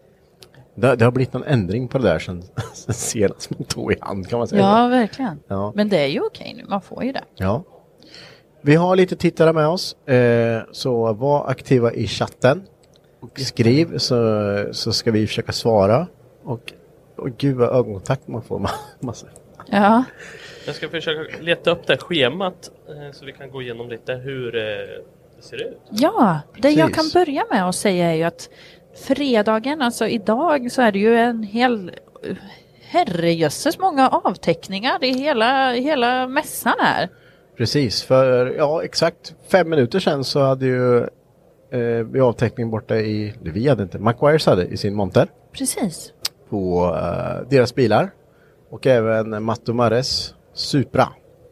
Det, det har blivit någon ändring på det där sen, sen senast man tog i hand, kan man säga. Ja verkligen. Ja. Men det är ju okej nu, man får ju det. Ja. Vi har lite tittare med oss, eh, så var aktiva i chatten. Och skriv så, så ska vi försöka svara. Och, och gud vad ögonkontakt man får. Massa. Ja. Jag ska försöka leta upp det här schemat eh, så vi kan gå igenom lite hur eh, det ser ut. Ja, det jag kan Precis. börja med att säga är ju att fredagen, alltså idag så är det ju en hel herrejösses många avteckningar i hela, hela mässan här. Precis, för ja exakt fem minuter sedan så hade ju eh, vi avteckning borta i, vi hade inte, Macquaries hade i sin monter Precis. på eh, deras bilar. Och även Matto Mares Supra.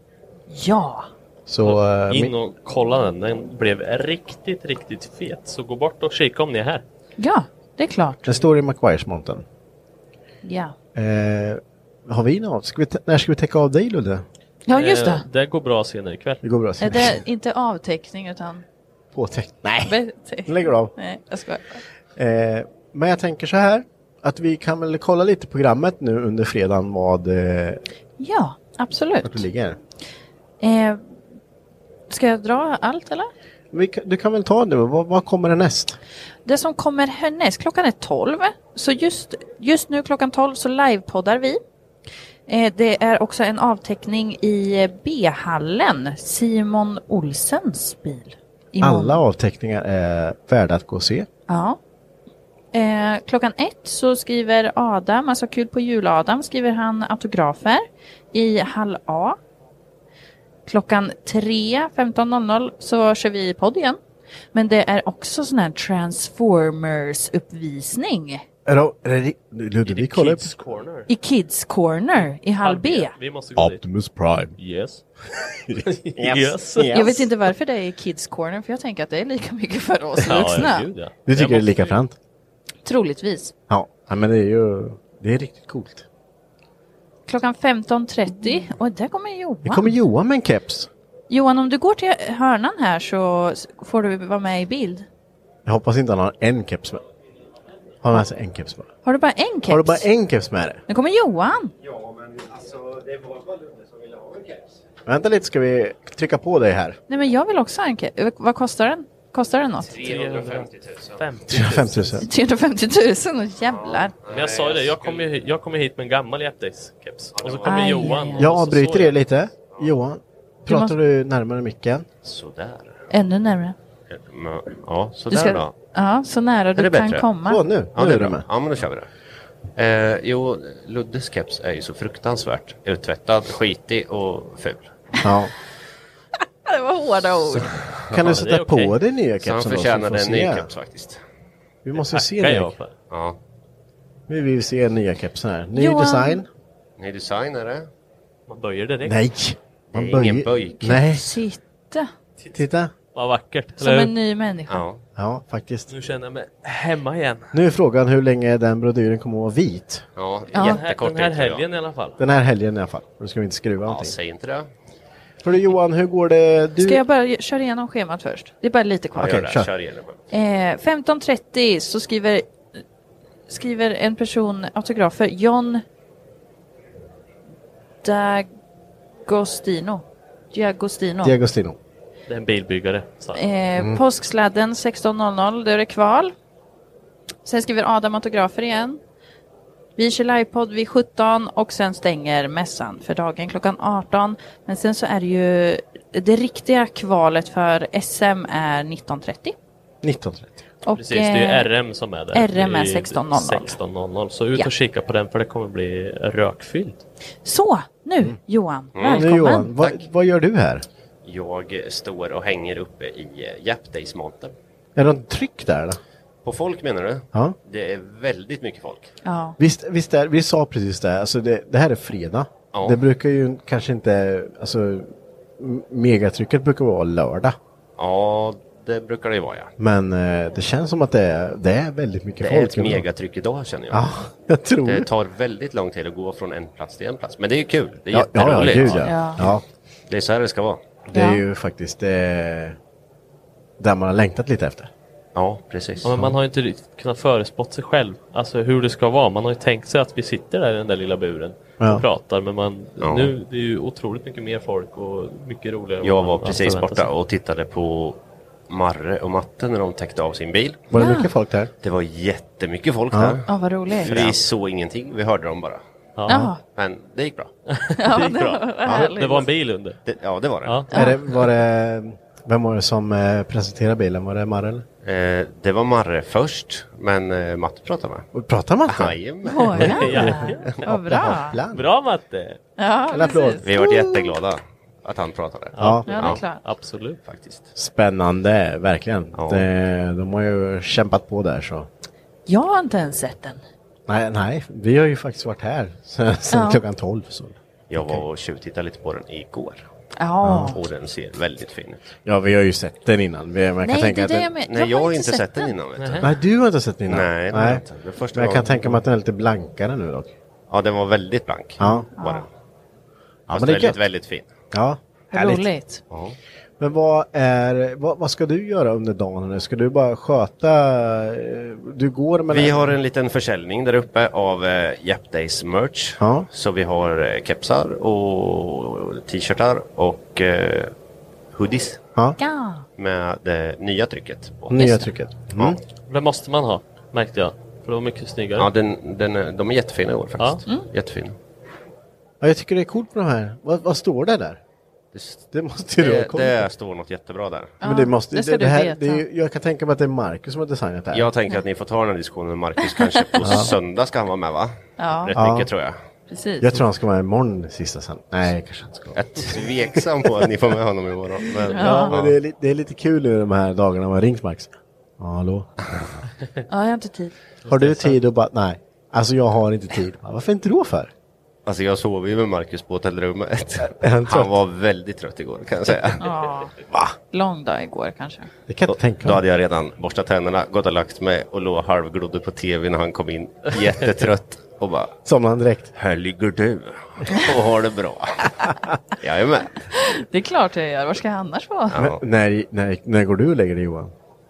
Ja. Så eh, In min, och kolla den, den blev riktigt, riktigt fet. Så gå bort och kika om ni är här. Ja, det är klart. den står i Macquaries montern. Ja. Eh, har vi något? Ska vi t- när ska vi täcka av dig Ludde? Ja, just det. Eh, det går bra senare ikväll. Det går bra. Är det inte avteckning utan Påtäckt. Nej, beteckning? lägger av. Nej, jag skojar. Eh, men jag tänker så här. Att vi kan väl kolla lite programmet nu under fredagen vad eh, Ja, absolut. vart det ligger. Eh, ska jag dra allt eller? Vi, kan- du kan väl ta det. Vad, vad kommer det näst? Det som kommer härnäst, klockan är tolv. Så just, just nu klockan tolv så livepoddar vi. Eh, det är också en avteckning i B-hallen. Simon Olsens bil. Imorgon. Alla avteckningar är värda att gå och se. Ja. Eh, klockan ett så skriver Adam, alltså kul på jul-Adam, skriver han autografer i hall A. Klockan tre, femton noll noll så kör vi podd igen. Men det är också sån här Transformers-uppvisning Är det, är det, Ludde, vi kollar Kids på Corner. i Kids Corner i hall B. Vi måste gå dit. Optimus Prime. Yes. Yes. Jag vet inte varför det är i Kids Corner, för jag tänker att det är lika mycket för oss Ja, vuxna. ja, gud, ja. Du tycker det är måste lika vi- fränt? Troligtvis. Ja, ja, men det är ju det är riktigt coolt. Klockan femton trettio, och där kommer Johan. Det kommer Johan med en keps. Johan, om du går till hörnan här så s- får du vara med i bild. Jag hoppas inte han har en keps med. Har han alltså en keps med? Har du bara en keps? Har du bara en keps med det? Nu kommer Johan. Ja, men alltså det var bara Lunde som ville ha en keps. Vänta lite, ska vi trycka på dig här. Nej, men jag vill också ha en keps. Vad kostar den? Kostar den något? trehundrafemtio tusen. trehundrafemtio tusen. trehundrafemtio tusen, och jävlar. Men jag sa ju det, jag kommer ju jag kommer hit med en gammal Japdays-keps. Och så kommer Aj, Johan. aj, aj. Jag och så avbryter så er lite. Johan, pratar måste- du närmare micken? Sådär. Ännu närmare. Men, ja, Du sådär ska, då. ja, så nära du det kan bättre? komma. Så, nu. Ja, nu det är är du bra. med. Ja, men då kör vi det. Eh, jo, Luddes keps är ju så fruktansvärt uttvättad, skitig och ful. Ja. Det var hårda ord. Kan du det sätta är okej. på dig nya Så han kepsen då? förtjänade så en vi ny får se? keps faktiskt. Vi måste se Tackar nya. jag för. Ja. Vi vill se nya kepsen här. Ny Johan. design. Ny design är det. Man böjer direkt. Nej. Det är ingen böjkeps. Nej. Sitta. Titta. Vad vackert. Som Eller? en ny människa. Ja. Ja, faktiskt. Nu känner jag mig hemma igen. Nu är frågan hur länge den brodyren kommer att vara vit. Ja, Ja. Den här, jättekort den här tid, tror jag. helgen i alla fall. Den här helgen i alla fall. Då ska vi inte skruva Ja, någonting. säg inte det. För Johan, hur går det? Du... Ska jag bara köra igenom schemat först? Det är bara lite kvar. Ja, Okej, gör det. kör. Kör igenom det. Eh, femton trettio så skriver, skriver en person autografer. John D'Agostino. D'Agostino. Diagostino. Det är en bilbyggare. Så. Eh, Påsksladden sexton noll noll, då är det kval. Sen skriver Adam autografer igen. Vi kör livepodd vid sjutton och sen stänger mässan för dagen klockan arton. Men sen så är det ju det riktiga kvalet för S M är nitton trettio. nitton trettio. Och, Precis, det är ju eh, R M som är där. R M är I sexton noll noll. sexton noll noll. Så ut Ja. och kika på den för det kommer bli rökfyllt. Så, nu Johan, Nu välkommen. Johan, vad, Tack. vad gör du här? Jag står och hänger uppe i eh, Japdays-montern. Är det något tryck där då? På folk menar du? Ja. Det är väldigt mycket folk. Ja. Visst, visst är, vi sa precis det, alltså det, det här är fredag. Ja. Det brukar ju kanske inte, alltså m- megatrycket brukar vara lördag. Ja, det brukar det ju vara, ja. Men eh, det känns som att det är, det är väldigt mycket Det är folk. ett ändå. megatryck idag, känner jag. Ja, jag tror Det det. tar väldigt lång tid att gå från en plats till en plats. Men det är ju kul. Det är Ja, ja, ja, jätteroligt. gud ja. Ja. ja. Det är så här det ska vara. Det är Ja. ju faktiskt det där man har längtat lite efter. Ja, precis. Ja, men man har ju inte riktigt kunnat förespått sig själv. Alltså hur det ska vara. Man har ju tänkt sig att vi sitter där i den där lilla buren Ja. och pratar. Men man, Ja. nu det är ju otroligt mycket mer folk och mycket roligare. än Jag vad var man precis förväntat borta sig. och tittade på Marre och Matte när de täckte av sin bil. Var det Ja. mycket folk där? Det var jättemycket folk Ja. där. Ja, vad roligt. Vi såg ingenting, vi hörde dem bara. Ja. Ja, Men det gick bra. ja, Det gick bra. var Ja, härligt. det var en bil under. Det, ja, det var det. Ja. Är det, var det, vem var det som eh, presenterade bilen? Var det Marrel? Eh, det var Marre först, men eh, Matte pratade med. Och pratar man inte? Jajamän. Oj, ja. Ja. Vad bra. Ibland. Bra Matte! Ja, En applåd. precis. Vi var jätteglada att han pratade. Ja. Ja, det är klart. Absolut. Faktiskt. Spännande, verkligen. Ja. Det, de har ju kämpat på där så. Jag har inte ens sett den. Nej, nej, vi har ju faktiskt varit här sen, sen Ja. klockan tolv. Så. Jag var och tjuvtittade lite på den igår. Ja. Och den ser väldigt fin ut. Ja, vi har ju sett den innan. Vi, man kan Nej, det tänka är att det den... jag menar. Nej, jag har har inte sett den innan, vet du. Nej, du har inte sett den innan? Nej, det har jag inte. Det första Men jag kan var- tänka mig att den är lite blankare nu dock. Ja, den var väldigt blank. Ja. Var den. Ja, Fast men det är väldigt, gött. väldigt fin. Ja, Vad härligt. roligt. Ja. Men vad är, vad, vad ska du göra under dagen nu? Ska du bara sköta, eh, du går med Vi har en liten försäljning där uppe av eh, Japdays merch. Ja. Så vi har eh, kepsar och t-shirtar och eh, hoodies Ja, Ja. med det nya trycket på. nya trycket. Mm. Ja. Det måste man ha, märkte jag. För det var mycket snyggare. Ja, den, den, är- de är jättefina i år faktiskt. Mm. Jättefina. Ja, jag tycker det är coolt med de här. Vad, vad står det där? Det, Det måste ju du ha det, koll på. det står något jättebra där. Men det måste, det ska det, du det här, veta. det är, ju- jag kan tänka mig att det är Marcus som har designat det här. Jag tänker att ni får ta den här diskussionen med Marcus kanske på söndag ska han vara med, va? Ja, Rätt Ja. mycket tror jag. precis. Jag tror han ska vara imorgon sista sen. Nej, kanske han ska vara. Jag är tveksam på att ni får med honom imorgon. Men, Ja, men det är, li- det är lite kul nu de här dagarna man ringt Max. Ja, hallå? Ja, jag har inte tid. Har du tid att bara, nej. Alltså jag har inte tid. Varför inte då för? Alltså jag sov ju med Marcus på hotellrummet. Är han trött? Han var väldigt trött igår kan jag säga. Ja. Lång dag igår kanske. Det kan jag Då, inte tänka då mig. hade jag redan borstat tänderna, gått och lagt mig och låg halvglodd på tv när han kom in. Jättetrött och bara, Somnade han direkt? här ligger du och har det bra. Jajamän. Det är klart jag gör. Var ska jag annars vara? Ja. Men, när, när, när går du och lägger dig Johan?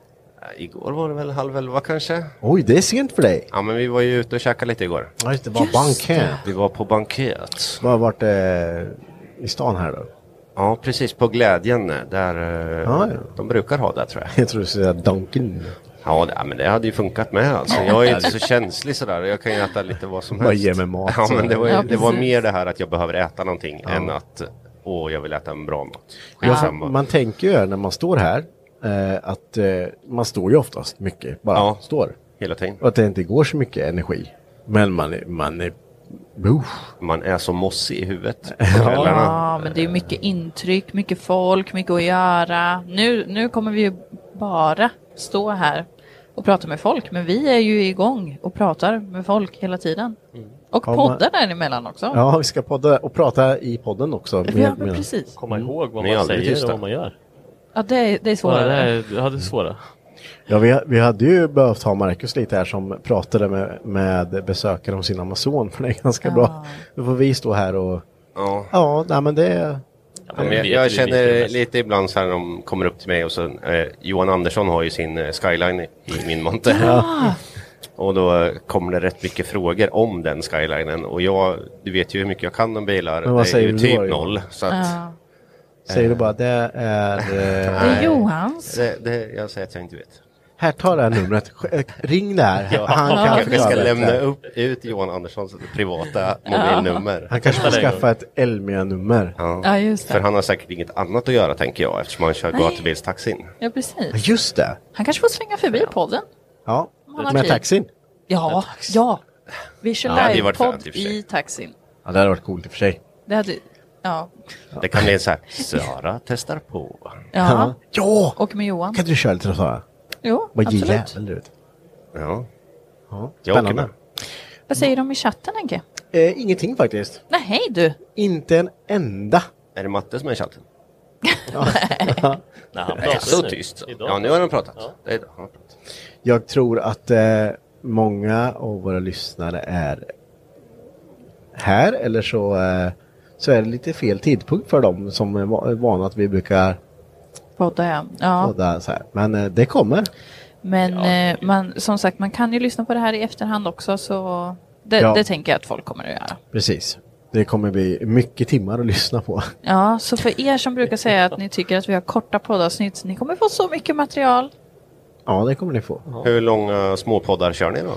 Igår var det väl halv elva kanske. Oj, det är sent för dig. Ja, men vi var ju ute och käkade lite igår. Ja, just det var bankett. Vi var på bankett. Vad har varit eh, i stan här då? Ja, precis på Glädjen. Där eh, Ah, ja. de brukar ha det, tror jag. Jag tror du skulle säga Dunkin. Ja, det, men det hade ju funkat med alltså. Jag är inte så känslig sådär. Jag kan ju äta lite vad som helst. Bara ge mig mat. Ja, men det var, Ja, det var precis. mer det här att jag behöver äta någonting än att åh, jag vill äta en bra mat. Ja, Skitsamma. man tänker ju när man står här eh, att eh, man står ju oftast mycket. Bara Ja. står. Hela tiden. Och att det inte går så mycket energi. Men man är... Man är uh. Man är så mossig i huvudet på Ja. kvällarna. Ja, men det är mycket intryck, mycket folk, mycket att göra. Nu, nu kommer vi ju bara stå här och prata med folk, men vi är ju igång och pratar med folk hela tiden. Och Ja, poddar däremellan också. Ja, vi ska podda och prata i podden också. Ja, Med, men med. precis. Komma ihåg vad Ni är man aldrig säger tysta. och vad man gör. Ja, det är, det är Ja, det svårare. är, ja, det är svåra. Ja, vi, vi hade ju behövt ha Marcus lite här som pratade med, med besökare om sin Amazon. För det är ganska Ja. bra. Då får vi stå här och... Ja. Ja, nej, men det är... Ja, men jag, jag känner lite ibland så här när de kommer upp till mig och så eh, Johan Andersson har ju sin eh, Skyline i, i min monter. Ja. Och då eh, kommer det rätt mycket frågor om den Skylinen. Och jag, du vet ju hur mycket jag kan om bilar. Men vad det är säger ju du typ då, noll. Så att, Ja. Säger du bara, det är... Eh, Det är Johans. det, det, jag säger att jag inte vet. här, ta det här numret. Sk-Ring det här. Ja, Han jag kanske kanske ska bättre. lämna upp ut Johan Anderssons privata mobilnummer. Han kanske får skaffa ett Elmia-nummer. Ja. Ja, just det. För han har säkert inget annat att göra, tänker jag, eftersom han kör Nej. gatubilstaxin. Ja, precis. Just det. Han kanske får svänga förbi podden. Ja, Han har med tid. taxin. Ja, ja. Vi kör Ja, det hade ju varit livepodd fränt i och för sig. i taxin. Ja, det hade varit coolt i och för sig. Det hade... Ja. Det kan bli så här, Sara testar på. Ja. Ja! Och med Johan. Kan du köra lite då, Sara? Jo, Vad absolut. jävel du vet. Ja, Ja, jag åker spännande. med. Vad säger de i chatten, Henke? Eh, ingenting faktiskt. Nej, hej du. Inte en enda. Är det Matte som är i chatten? Nej, han Nej, pratar så nu. tyst. Idag. Ja, nu har de pratat. Ja. Det är idag. Han har pratat. Jag tror att eh, många av våra lyssnare är här, eller så, eh, så är det lite fel tidpunkt för dem som är va- vana att vi brukar Podda, ja. ja. podda så här. Men eh, det kommer. Men eh, man, som sagt, man kan ju lyssna på det här i efterhand också, så det, Ja. det tänker jag att folk kommer att göra. Precis. Det kommer bli mycket timmar att lyssna på. Ja, så för er som brukar säga att ni tycker att vi har korta poddavsnitt, ni kommer få så mycket material. Ja, det kommer ni få. Hur långa småpoddar kör ni då?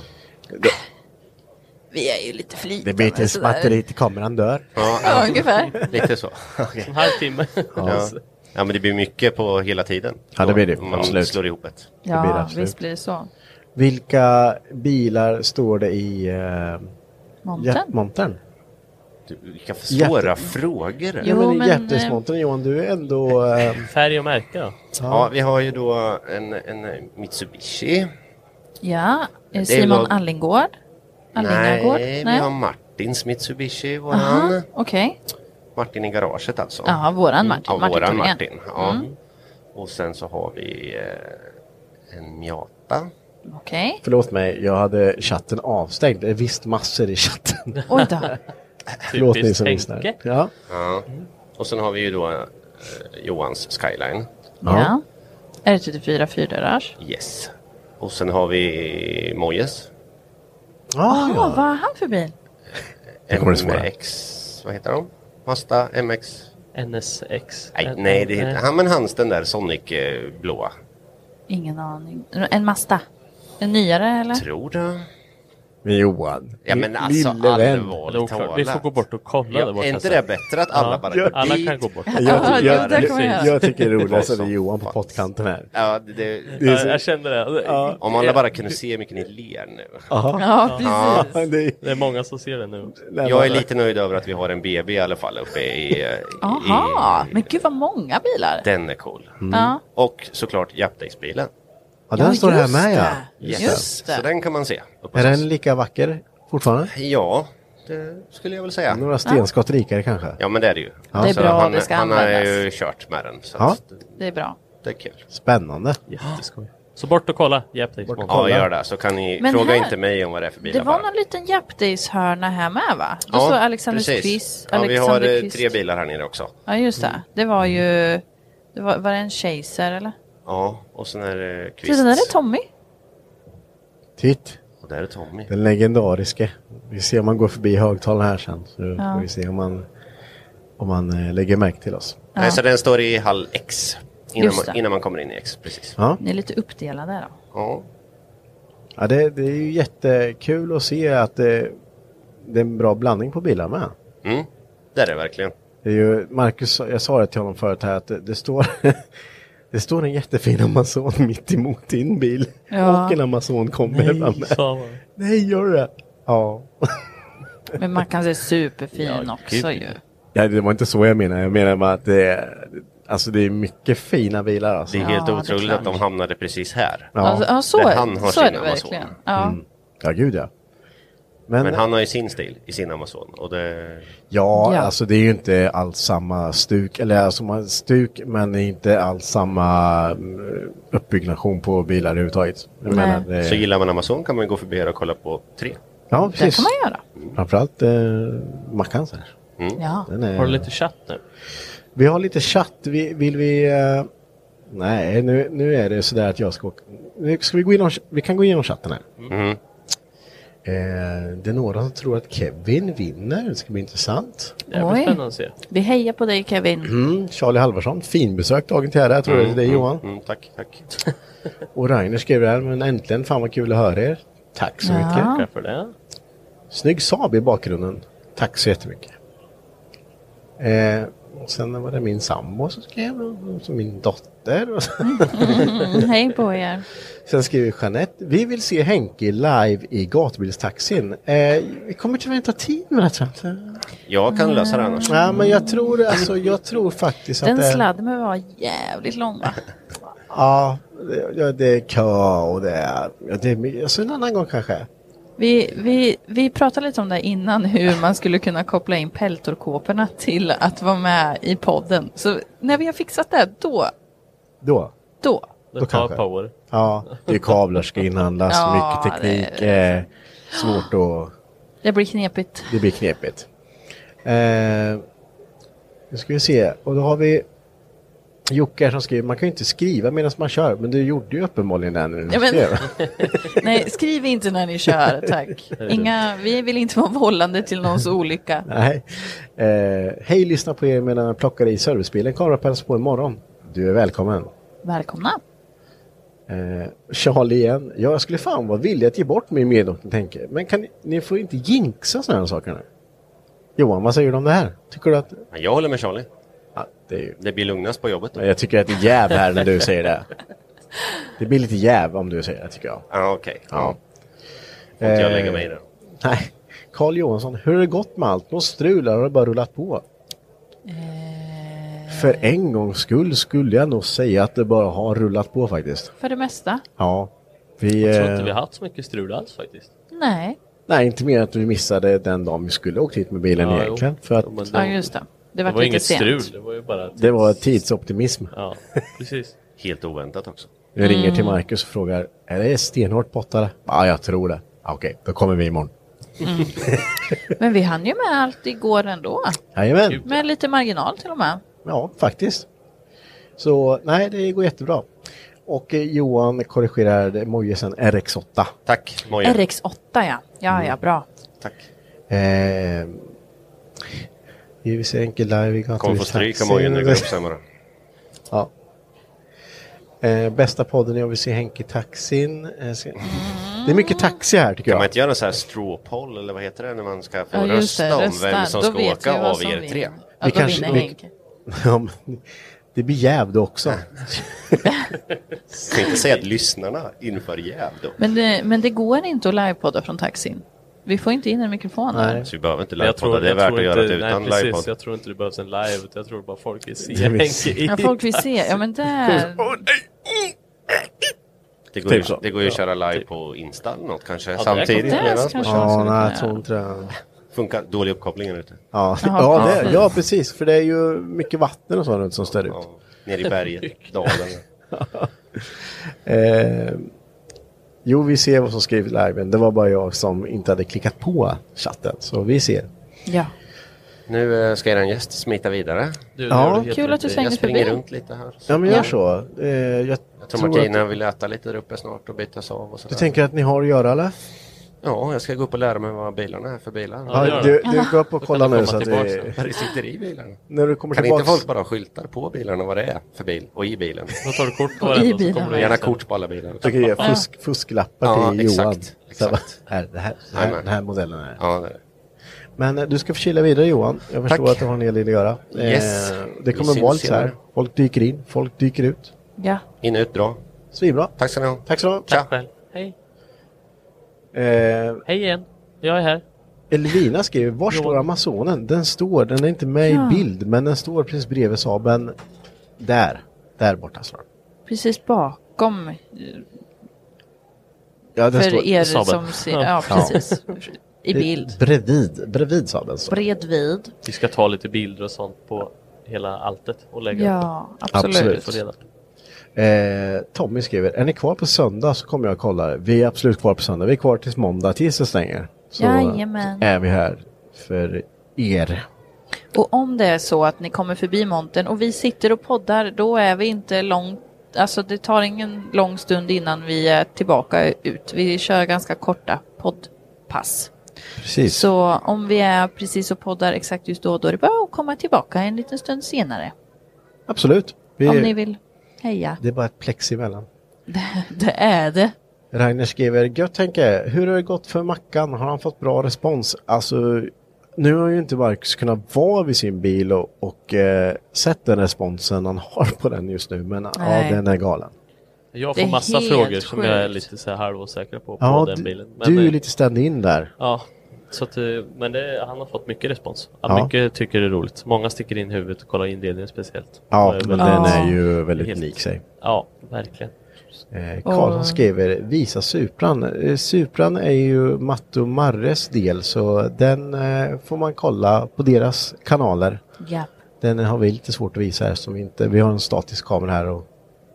Vi är ju lite flitiga. Det blir till men sådär. smatteri till kameran dör. Ja, Ja, ungefär. lite så. Okej. En halvtimme. Ja. Ja, men det blir mycket på hela tiden. Ja, det blir det. Om man Absolut. slår ihop ett. blir det Ja, absolut. visst blir det så. Vilka bilar står det i uh, Montern? montern? Du, vilka svåra Jätte- frågor. Jo, Ja, men, men, Jättesmontern, Johan, du är ändå... eh, Färg och märke då? Ja, vi har ju då en, en Mitsubishi. Ja, är Simon väl- Allingård. Allingagård? Nej, vi har Martins Mitsubishi, våran. Aha, okej. Martin i garaget alltså. Ja, våran Martin. Ja, Martin våran Thorén. Martin. Ja. Mm. Och sen så har vi eh, en Miata. Okej. Förlåt mig, jag hade chatten avstängd. Det är visst massor i chatten. Oj då. Förlåt ni Typiskt som Henke. lyssnar. Ja. Ja. Och sen har vi ju då eh, Johans Skyline. Ja. R trettiofyra fyrdörrars. Yes. Och sen har vi Mojes. Ah, Jaha, ja. vad har han för bil? Det kommer det svåra. M X, vad heter de? Mazda M X? N S X. Nej, nej det heter han, men hans den där Sonic eh, blåa. Ingen aning. En Mazda. En nyare eller? Tror du? Men Johan. Ja, men alltså lille vän. allvarligt Det är oklart. Vi får talat. gå bort och kolla Ja, där borta är inte sen. det bättre att alla Ja. bara Ja, går Alla dit? kan gå bort. Jag, Ja, jag, det jag, kan man göra. jag tycker det är roligast att Det det var är så Johan på fan. pottkanten här. Ja, det, det, Det är Ja, så- jag kände det. Ja. om alla bara kunde se hur mycket ni ler nu. Aha. Ja, precis. Ja, det, Det är många som ser det nu. Jag är lite nöjd över att vi har en B B i alla fall uppe i... i Aha, i, men gud vad många bilar. Den är cool. Ja, Och såklart Japdays-bilen. ja, den står här just med, ja. det. Yes. Just Så det. den kan man se. uppe Är hos oss. den lika vacker fortfarande? Ja, det skulle jag väl säga. Några stenskott rikare kanske? Ja, men det är det ju. Det är Så bra, han, det ska han har användas. ju kört med den. Så Ja. att det, Det är bra. det är kul. Spännande. Jätteskoj. Så bort och kolla. Japdays. Bort och Ja, kolla. gör det. Så kan ni Men fråga här- inte mig om vad det är för bilar Det var bara. någon liten Japdays-hörna här med, va? Då Ja, står Alexander precis. Quiz. Ja, vi har Alexander eh, Quist. tre bilar här nere också. Ja, just det. Det var ju... Det var, var det en Chaser, eller? Ja, och sen är det Kvist. Så den där är Tommy. Titt. Och där är Tommy. Den legendariska. Vi ser om man går förbi högtalaren här sen. Så Ja. får vi se om man, om man eh, lägger märke till oss. Ja. Nej, så den står i hall X. Innan Just man, det. innan man kommer in i X, precis. Ja. Ni är lite uppdelade då. Ja. Ja, det, det är ju jättekul att se att det, det är en bra blandning på bilar med. Mm, det är det verkligen. Det är ju, Marcus, jag sa det till honom förut här att det, det står det står en jättefin Amazon mitt emot din bil. Ja. Och en Amazon kommer Nej, med. sa man. Nej, gör det. Ja. Men man kan se superfin Ja, också gud. ju. Ja, det var inte så jag menar. Jag menar bara att det är, alltså det är mycket fina bilar alltså. Det är Ja, helt det är otroligt klart. att de hamnade precis här. Ja. Alltså, ja, så, Där är, han har så är sin det Amazon. verkligen. Ja. Mm. Ja, gud ja. Men, Men han har ju sin stil i sin Amazon. Och det... ja, Ja. alltså det är ju inte alls samma stuk, eller alltså man stuk, men det är inte alls samma mm, uppbyggnation på bilar överhuvudtaget. Jag Nej. menar, det, Så gillar man Amazon kan man gå förbi här och kolla på tre. ja, Det precis. kan man göra. Framförallt eh, Mackans här. Ja. Den är, Har du lite chatt nu? Vi har lite chatt. Vi, vill vi... eh, nej, nu, nu är det sådär att jag ska åka. Nu ska vi gå igenom, vi kan gå igenom chatten här. Mm. Eh, det är några som tror att Kevin vinner. Det ska bli intressant. Det blir Oj. spännande att se. Vi hejar på dig Kevin. Mm, Charlie Halvarsson, finbesök dagen till ära. Jag tror det är det Johan. Mm, tack, tack. Och Rainer skrev det här, men äntligen, fan vad kul att höra er. Tack så Ja. mycket. Tackar för det. Snygg Saab i bakgrunden. Tack så jättemycket. Eh, och sen var det min sambo som skrev, och så min dotter. Och så. Mm, hej på er. Sen skriver Jeanette, vi vill se Henke live i gatubilstaxin. Eh, vi kommer tyvärr inte ha tid med det, tror jag. Jag kan lösa det annars. Nej, men jag tror, alltså, jag tror faktiskt att Den det, sladden med var jävligt lång va? ja, det, ja, det är kö och det är, ja, det är alltså en annan gång kanske. Vi, vi, vi pratade lite om det innan hur man skulle kunna koppla in peltorkåporna till att vara med i podden. Så när vi har fixat det, då, Då. då. Det Då tar kanske. power. Ja, det är kablar ska inhandlas, Ja, mycket teknik, det är- eh, svårt och Det blir knepigt. det blir knepigt. Eh, nu ska vi se, och då har vi Jocke som skriver, man kan ju inte skriva medan man kör, men du gjorde ju uppenbarligen det när du Ja, men- skrev. Nej, skriv inte när ni kör, tack. Inga, vi vill inte vara vållande till någons olycka. Nej. Eh, hej, lyssna på er medan jag plockar i servicebilen. Kamera på på imorgon. Du är välkommen. Välkomna. Eh, Charlie igen. Ja, jag skulle fan vara villig att ge bort min medåkning, tänker. Men kan ni, ni får inte jinxa sådana här saker nu. Johan, vad säger du om det här? Tycker du att... Jag håller med Charlie. Ja, det, är ju... Det blir lugnast på jobbet då. Jag tycker att det är jäv här när du säger det. Det blir lite jäv om du säger det, tycker jag. Ja, okej. Ja. Får inte jag Eh, lägga mig i det? Nej. Carl Johansson, hur har det gått med allt? Någon strul har det bara rullat på? För en gångs skull skulle jag nog säga att det bara har rullat på faktiskt. För det mesta. Ja. Vi, Jag tror eh, inte vi har haft så mycket strul alls faktiskt. Nej. Nej, inte mer att vi missade den dagen vi skulle åkt hit med bilen Ja, egentligen. jo. För att Ja, men Ja, just det. Det Det var, var lite inget sent. strul, det var ju bara... det var tidsoptimism. Ja, precis. Helt oväntat också. Jag ringer till Marcus och frågar, är det stenhårt pottare? Ja, jag tror det. Ja, okej, då kommer vi imorgon. Men vi hann ju med allt igår ändå. Jajamän. Med lite marginal till och med. Ja, faktiskt. Så nej, det går jättebra. Och eh, Johan korrigerar Mojesen R X åtta. Tack, Moja. R X åtta ja. Ja, ja, bra. Tack. Eh, vi ser enkel live. Vi kan Kommer få stryk av Moja när det går upp sen bara. Ja. Eh, bästa podden jag vill se Henke i taxin. Eh, ska... Det är mycket taxi här tycker Kan jag. man inte göra en sån här straw poll eller vad heter det när man ska få Ja, just det, rösta om rösta. vem som Då ska vet vi åka vad av som er vinner. tre? Ja, Vi då kanske- vinner vi- Henke. Ja, men det blir jäv då också. Kan inte säga att lyssnarna inför jäv då. Men det, men det går inte att livepodda från taxin. Vi får inte in en mikrofon där. Nej. Så vi behöver inte Men jag livepodda. tror, Det är jag värt tror att göra inte, det utan nej, precis, livepodd. jag tror inte det behövs en live. Jag tror bara folk vill se Det vill Henke se. i. Ja, folk vill se. Ja, men där. Det går, ju, Typ så. det går ju att köra live på Insta eller något kanske det samtidigt kan- medan det man kanske- kör. Ja, skulle nej, kunna jag tror inte det. Funkar dålig uppkoppling här ute. Ja, Jaha, ja, det, precis. ja, precis. För det är ju mycket vatten och så runt som stör ut. Ja, nere i berget, dalen. Eh, jo, vi ser vad som skrivit liven. Det var bara jag som inte hade klickat på chatten. Så vi ser. Ja. Nu eh, ska er en gäst smita vidare. Du, Ja. du Kul att du svängde Jag springer förbi. runt lite här. Ja, men gör så. Eh, jag Jag tror tror Martina att, vill äta lite där uppe snart och bytas av. Och du tänker att ni har att göra, eller? Ja, jag ska gå upp och lära mig vad bilarna är för bilar. Ja, Ja, du, du går upp och kollar nu komma så att tillbaka vi, sen. Vad det sitter i bilarna. när du kommer Kan tillbaka. inte folk bara skyltar på bilarna vad det är för bil och i bilen? Då tar du kort på Och den i och så bilen. kommer du Gärna in sen. kort på alla bilar. Jag ge fusk, fusklappar Ja, till exakt, Johan. Så exakt. här, det här, det här, Jajamän. den här modellen är. Ja, det är det. Men eh, du ska få chilla vidare Johan. Jag förstår Tack. att du har en hel del att göra. Yes. Eh, det Vi kommer syns vara lite så här. senare. Folk dyker in, folk dyker ut. Ja. In ut bra. Svinbra. Tack ska ni ha. Tack så mycket. Tack själv. Hej. Eh, Hej igen. Jag är här. Elvina skriver, var Jo. står Amazonen? Den står, den är inte med Ja. i bild, men den står precis bredvid Saaben. Där, där borta står den. Precis bakom. Ja, den För står er Saaben. som ser. Ja, Ja. precis. I bild. bredvid, bredvid Saaben. står den. Bredvid. Vi ska ta lite bilder och sånt på hela alltet och lägga upp. Ja, absolut. Absolut. Få reda på. Eh, Tommy skriver, är ni kvar på söndag så kommer jag och kollar. Vi är absolut kvar på söndag. Vi är kvar tills måndag, tills det stänger. Så Jajamän. är vi här för er. Och om det är så att ni kommer förbi montern och vi sitter och poddar, då är vi inte långt. Alltså det tar ingen lång stund innan vi är tillbaka ut. Vi kör ganska korta poddpass. Precis. Så om vi är precis och poddar exakt just då, då är det bara att komma tillbaka en liten stund senare. Absolut. Vi, Om ni vill heja. Det är bara ett plex emellan. Det är det. Ragnar skriver, gött tänke, hur har det gått för Mackan? Har han fått bra respons? Alltså, nu har ju inte Marcus kunnat vara vid sin bil och, och eh, sett den responsen han har på den just nu. Men Nej. ja, den är galen. Jag Det är får massa helt frågor som jag är sjukt. lite så här halvosäker på, på Ja, den du, bilen. Men, du är ju eh, lite stand-in där. Ja, så att, eh, men det, han har fått mycket respons. Att Ja. Mycket tycker det är roligt. Många sticker in huvudet och kollar indelningen speciellt. Ja, Och är men väldigt- den Ja. är ju väldigt Helt- lik sig. Ja, verkligen. Eh, Karlsson Och- skriver, visa Supran. Eh, Supran är ju Matte och Marres del, så den eh, får man kolla på deras kanaler. Ja. Den har vi lite svårt att visa här som vi inte, vi har en statisk kamera här och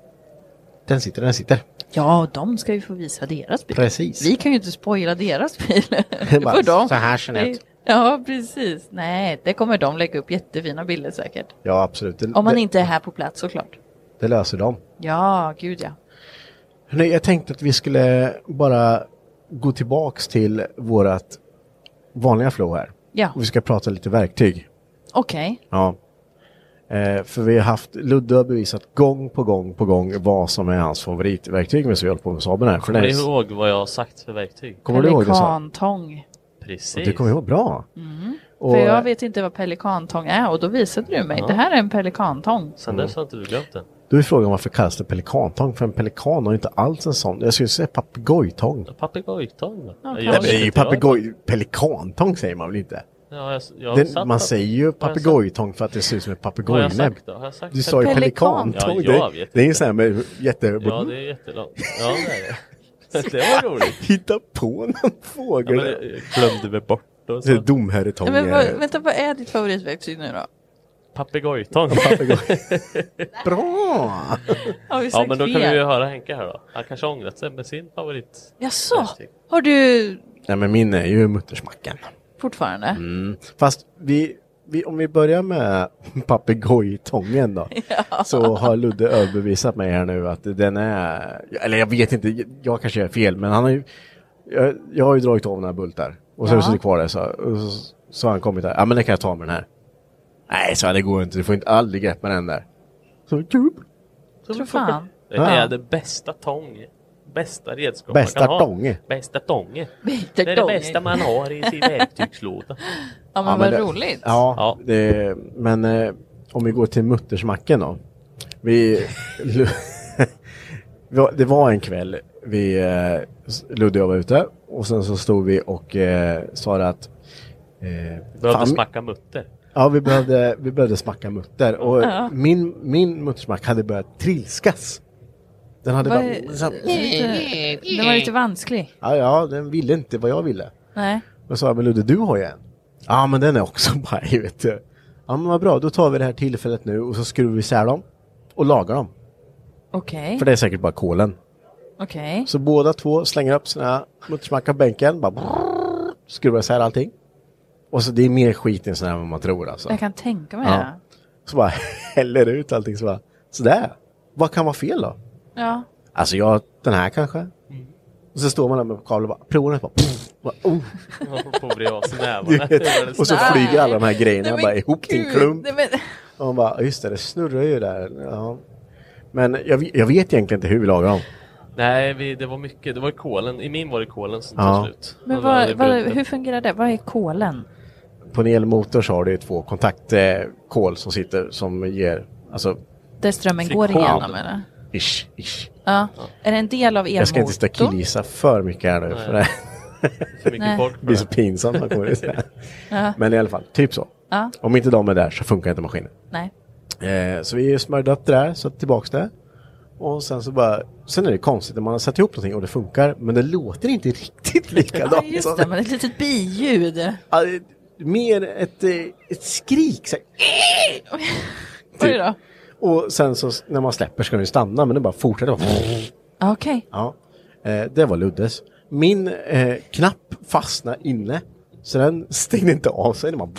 den sitter, den sitter. Ja, de ska ju få visa deras bil. Precis. Vi kan ju inte spoila deras bil. Det Bara, får de. så här ser det ut. Ja, precis. Nej, det kommer de lägga upp jättefina bilder säkert. Ja, absolut. Det, Om man det, inte är här på plats såklart. det löser de. Ja, gud ja. Hörrni, jag tänkte att vi skulle bara gå tillbaks till vårat vanliga flow här. Ja, Och vi ska prata lite verktyg. okej. Ja. Eh, för vi har haft, Ludde har bevisat gång på gång på gång vad som är hans favoritverktyg med så vi håller på med Saaben här. För Kommer det du är- ihåg vad jag har sagt för verktyg? Kommer du ihåg det så? Pelikantång. Precis. Du kommer ihåg bra. Och, För jag vet inte vad pelikantång är och då visade du mig. Ja. Det här är en pelikantång. Sen dess har inte du glömt den. då är frågan varför kallas det pelikantång? För en pelikan har ju inte alls en sån. Jag skulle säga papegojtång. Papegojtång då? Ja, Jag Nej, vet men det är ju inte, jag- papegoj... Pelikantång säger man väl inte? Ja, jag, jag har Den, satt man pap- säger ju Har jag papegojtång för att det ser ut som ett Vad har jag papegojnäbb. sagt då? Har jag sagt Du det? sa ju Pelikan. pelikantång. Ja, jag det, vet det är ju inte. så här med jätte... Ja, det är jättelångt. Ja, det är det. Det var roligt. Hitta på någon Ja, fågel. men jag glömde vi bort och det är så. domherretång. Nej, men vad, vänta, vad är ditt favoritverktyg nu då? Papegojtång. Bra! Har vi Ja, sagt men då kan fel? vi ju höra Henke här då. Han kanske har ångrat sig med sin favorit. Jaså? verktyg. Har du Nej, men min är ju muttersmacken. fortfarande? Mm. Fast vi, vi, om vi börjar med papegojtången då. Så har Ludde överbevisat mig här nu att den är, eller jag vet inte, jag kanske är fel, men han har ju, jag, jag har ju dragit av den här bultar. Och så Ja. har jag suttit kvar där så, och så, så har han kommit här, ja men det kan jag ta med den här. Nej, så det går inte, du får inte aldrig grepp med den där. Så, tjup. Tror fan. Det är det bästa tång. Bästa redskap Bästa man kan ha. tånge. Bästa tånge. Bästa Det är det tånge. bästa man har i sin verktygslåda. Ja, men Ja, men vad det- roligt. Ja, Ja. Det, men eh, om vi går till muttersmacken då. Vi, det var en kväll vi, eh, Ludde och jag var ute och sen så stod vi och eh, sa att eh, Behövde fan, smacka mutter. ja, vi behövde, vi behövde smacka mutter och Ja. min, min muttersmack hade börjat trilskas. Den hade Vad bara, är- så, Lite, den var lite vansklig. ja, ja, den ville inte vad jag ville. Nej. Och sa jag, men Ludde, du har ju en. Ja, men den är också bara, vet du. Ja, men vad bra, då tar vi det här tillfället nu och så skruvar vi isär dem och lagar dem. Okej. För det är säkert bara kolen. Okej. Så båda två slänger upp sina muttersmackar på bänken, bara brrr, skruvar isär allting. Och så det är mer skit än sån här än vad man tror alltså. Jag kan tänka mig ja. det. Så bara häller ut allting så bara, sådär. Vad kan vara fel då? Ja. Alltså jag, den här kanske. Mm. Och så står man där med kabel och bara, provar den bara, pff, bara oh. Man får vrida av sig nävarna. Och så flyger alla de här grejerna nej, bara ihop till en klump. Nej, men... Och man bara, just det, det snurrar ju där. Ja. Men jag, jag vet egentligen inte hur vi lagar dem. Nej, vi, det var mycket. Det var i kolen. I min var det kolen som ja. tog slut. Men vad, vad, hur fungerar det? Vad är kolen? På en elmotor så har det två kontaktkol som sitter som ger... Alltså, där strömmen går igenom eller? Ish, ish. Ja. Ja. Är det en del av elmotorn? Jag ska inte stakilisa för mycket här nu. För det. För mycket folk. Det blir så pinsamt. Ja. Men i alla fall, typ så. Ja. Om inte de är där så funkar inte maskinen. Nej. Eh, så vi smörjde upp det där, så tillbaks det. Och sen så bara, sen är det konstigt när man har satt ihop någonting och det funkar, men det låter inte riktigt likadant. Ja, just det, men ett litet biljud. Ja, mer ett, ett skrik. Så här. Vad är det då? Och sen så när man släpper ska den stanna, men det bara fortsätter. Okej. Okay. Ja, eh, det var Luddes. Min eh, knapp fastnade inne, så den stängde inte av sig. Man...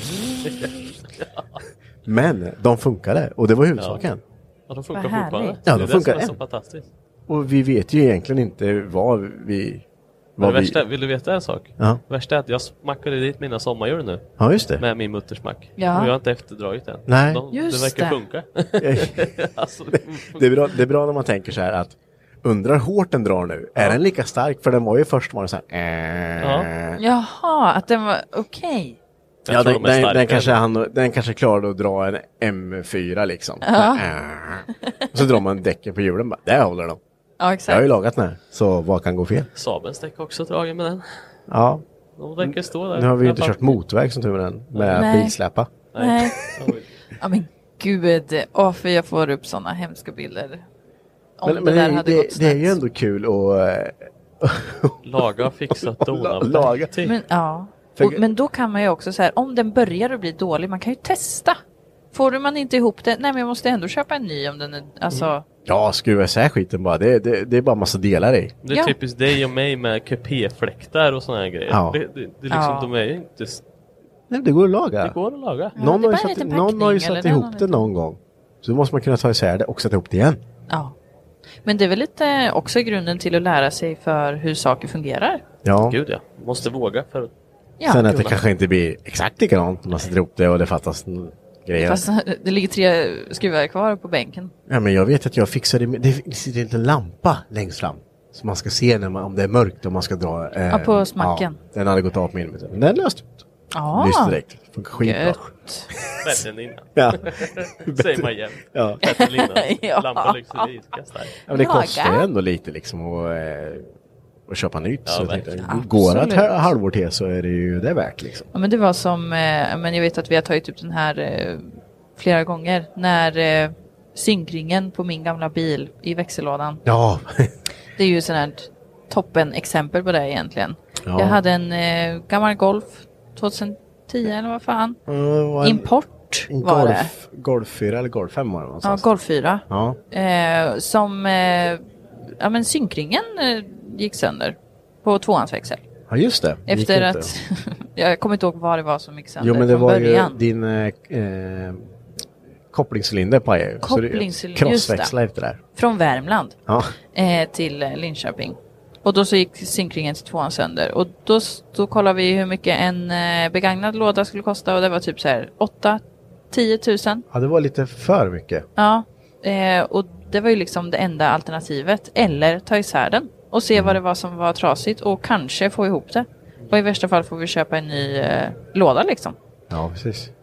Men de funkade, och det var huvudsaken. Ja. Ja, de funkar fortfarande. Ja, de det funkar. är så fantastiskt. Och vi vet ju egentligen inte vad vi... Vad det vi... värsta, vill du veta en sak? Ja. Det värsta är att jag smackade dit mina sommarhjul nu. Ja, just det. Med min muttersmack. Ja. Och jag har inte efterdragit än. Nej. De, just det verkar det. funka. alltså, det, det, är bra, det är bra när man tänker så här att undrar hårt den drar nu. Ja. Är den lika stark? För den var ju först var den så här... Äh... Ja. Jaha, att den var okej. Okay. Ja, den, de den, den, kanske han, den kanske klarade att dra en M fyra liksom. Ja. Och så drar man däcken på hjulen. Bara, där håller de. Ja, exakt. Jag har ju lagat den här. Så vad kan gå fel? Sabens däck också dragen med den. Ja. De verkar stå där. Nu har vi inte kört motorväg som tur med den. Med Nej. bilsläpa. Nej. Ja men gud. Åh, för jag får upp sådana hemska bilder. Om men, det men där det, hade det, gått det är ju ändå kul att... laga, fixa, dona. Laga. Men, ja. Och, men då kan man ju också så här, om den börjar att bli dålig, man kan ju testa. Får man inte ihop det, nej men jag måste ändå köpa en ny om den är, alltså... Mm. Ja, skruva isär skiten bara, det, det, det är bara massa delar i. Det är ja. typiskt dig och mig med kupéfläktar och såna här grejer. Ja. Det, det, det är liksom, ja. de är ju inte... Nej, det går att laga. Det går att laga. Ja, någon, har satt, någon har ju satt ihop det någon gång. Så då måste man kunna ta isär det och sätta ihop det igen. Ja. Men det är väl lite också grunden till att lära sig för hur saker fungerar. Ja. Gud ja, måste våga för ja. Sen att det kanske inte blir exakt likadant när man sätter ihop det och det fattas grejer. Fast det ligger tre skruvar kvar på bänken. Ja, men jag vet att jag fixade, det sitter inte en lampa längst fram. Så man ska se när man, om det är mörkt och man ska dra. Eh, ja, på smacken. Ja, den hade gått av på millimeter. Men den löste ut. Ja. Lyste direkt. Funkar skitbra. Bättre än innan. Ja. Säger man jämt. Ja. Bättre än innan. Ja. Lampa liksom i kastar. Ja, men det kostar ju ändå lite liksom att, eh, att köpa nytt. Ja, så tänkte, går det ett halvår till så är det ju det värt liksom. Ja, men det var som, eh, men jag vet att vi har tagit upp den här eh, flera gånger. När eh, synkringen på min gamla bil i växellådan. Ja. Det är ju sån här toppen exempel på det egentligen. Ja. Jag hade en eh, gammal Golf tjugohundratio eller vad fan. Uh, Import en var golf, det. Golf fyra eller Golf fem var det någonstans. Ja, Golf fyra. Ja. Eh, som, eh, ja men synkringen eh, gick sönder på tvåhandsväxel. Ja, just det. Efter att, jag kommer inte ihåg vad det var som gick sönder. Jo, men det från var början. ju din eh, kopplingscylinder på er. Kopplingscylinder, krossväxla efter det där. Från Värmland ja. eh, till Linköping. Och då så gick synkringen till tvåan sönder. Och då, då kollade vi hur mycket en eh, begagnad låda skulle kosta. Och det var typ så här åtta till tio tusen. Ja, det var lite för mycket. Ja, eh, och det var ju liksom det enda alternativet. Eller ta isär den och se mm. vad det var som var trasigt. Och kanske få ihop det. Och i värsta fall får vi köpa en ny eh, låda liksom. Ja, precis.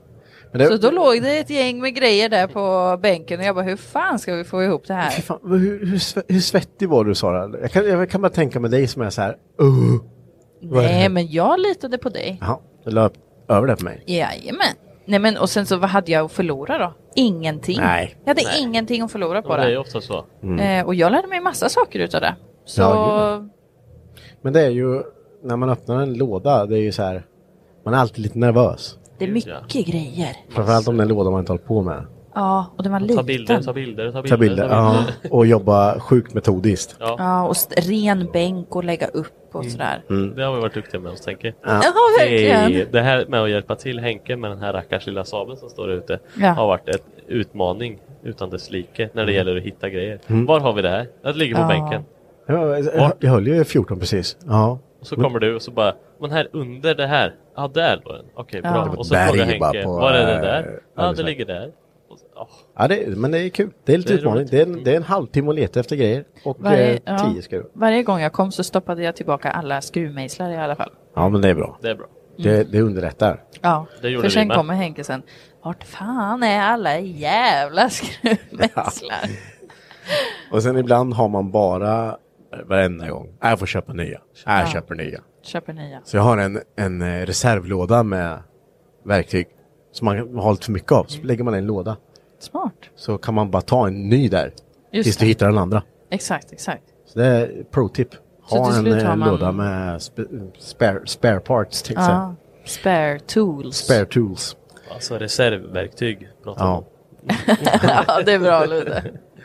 Men det, så då låg det ett gäng med grejer där på bänken och jag bara, hur fan ska vi få ihop det här? Fan, hur, hur, hur svettig var du, Sara? Jag kan, jag kan bara tänka med dig som är så här. Uh, Nej, men jag litade på dig. Ja, du löp över det på mig. Jajamän. Nej, men och sen så vad hade jag att förlora då? Ingenting. Nej. Jag hade Nej. ingenting att förlora på ja, det. Det är ofta så. Mm. Eh, och jag lärde mig massa saker utav det. Så... Ja, men det är ju, när man öppnar en låda, det är ju så här, man är alltid lite nervös. Det är mycket ja. grejer. Framförallt om den låda man inte håller på med. Ja, och den var liten. Ta bilder, ta bilder, ta bilder. Ta bilder, ja. Och jobba sjukt metodiskt. Ja, ja och st- ren bänk och lägga upp och mm. sådär. Mm. Det har vi varit duktiga med oss, tänker ja. Ja, verkligen. Det, det här med att hjälpa till Henke med den här rackars lilla sabeln som står ute ja. har varit ett utmaning utan dess like när det gäller att hitta grejer. Mm. Var har vi det här? Det ligger på ja. bänken. Ja, jag, jag höll ju fjorton precis. Ja. Och så kommer du och så bara, men här under det här. Ja, där då. Okej, ja. bra. Och så frågar Henke, på, var är det där? Ja, det ligger där. Oh. Ja, det, men det är kul. Det är lite det är utmaning. Det är, en, det är en halvtimme att leta efter grejer. Och varje, eh, ja. tio skruv. Varje gång jag kom så stoppade jag tillbaka alla skruvmejslar i alla fall. Ja, men det är bra. Det är bra. Mm. Det, det underlättar. Ja, det gjorde för sen med. kommer Henke sen. Vart fan är alla jävla skruvmejslar? Ja. Och sen ibland har man bara varenda gång. Jag får köpa nya. Jag ja. köper nya. Köper nya. Så jag har en, en reservlåda med verktyg som man har lite för mycket av. Så lägger man i en låda. Smart. Så kan man bara ta en ny där. Just tills det. du hittar den andra. Exakt, exakt. Så det är pro-tip. Ha en man... låda med sp- spare, spare parts. Till ja. Spare tools. Spare tools. Alltså reservverktyg. Ja. Ja, det är bra, Ludde.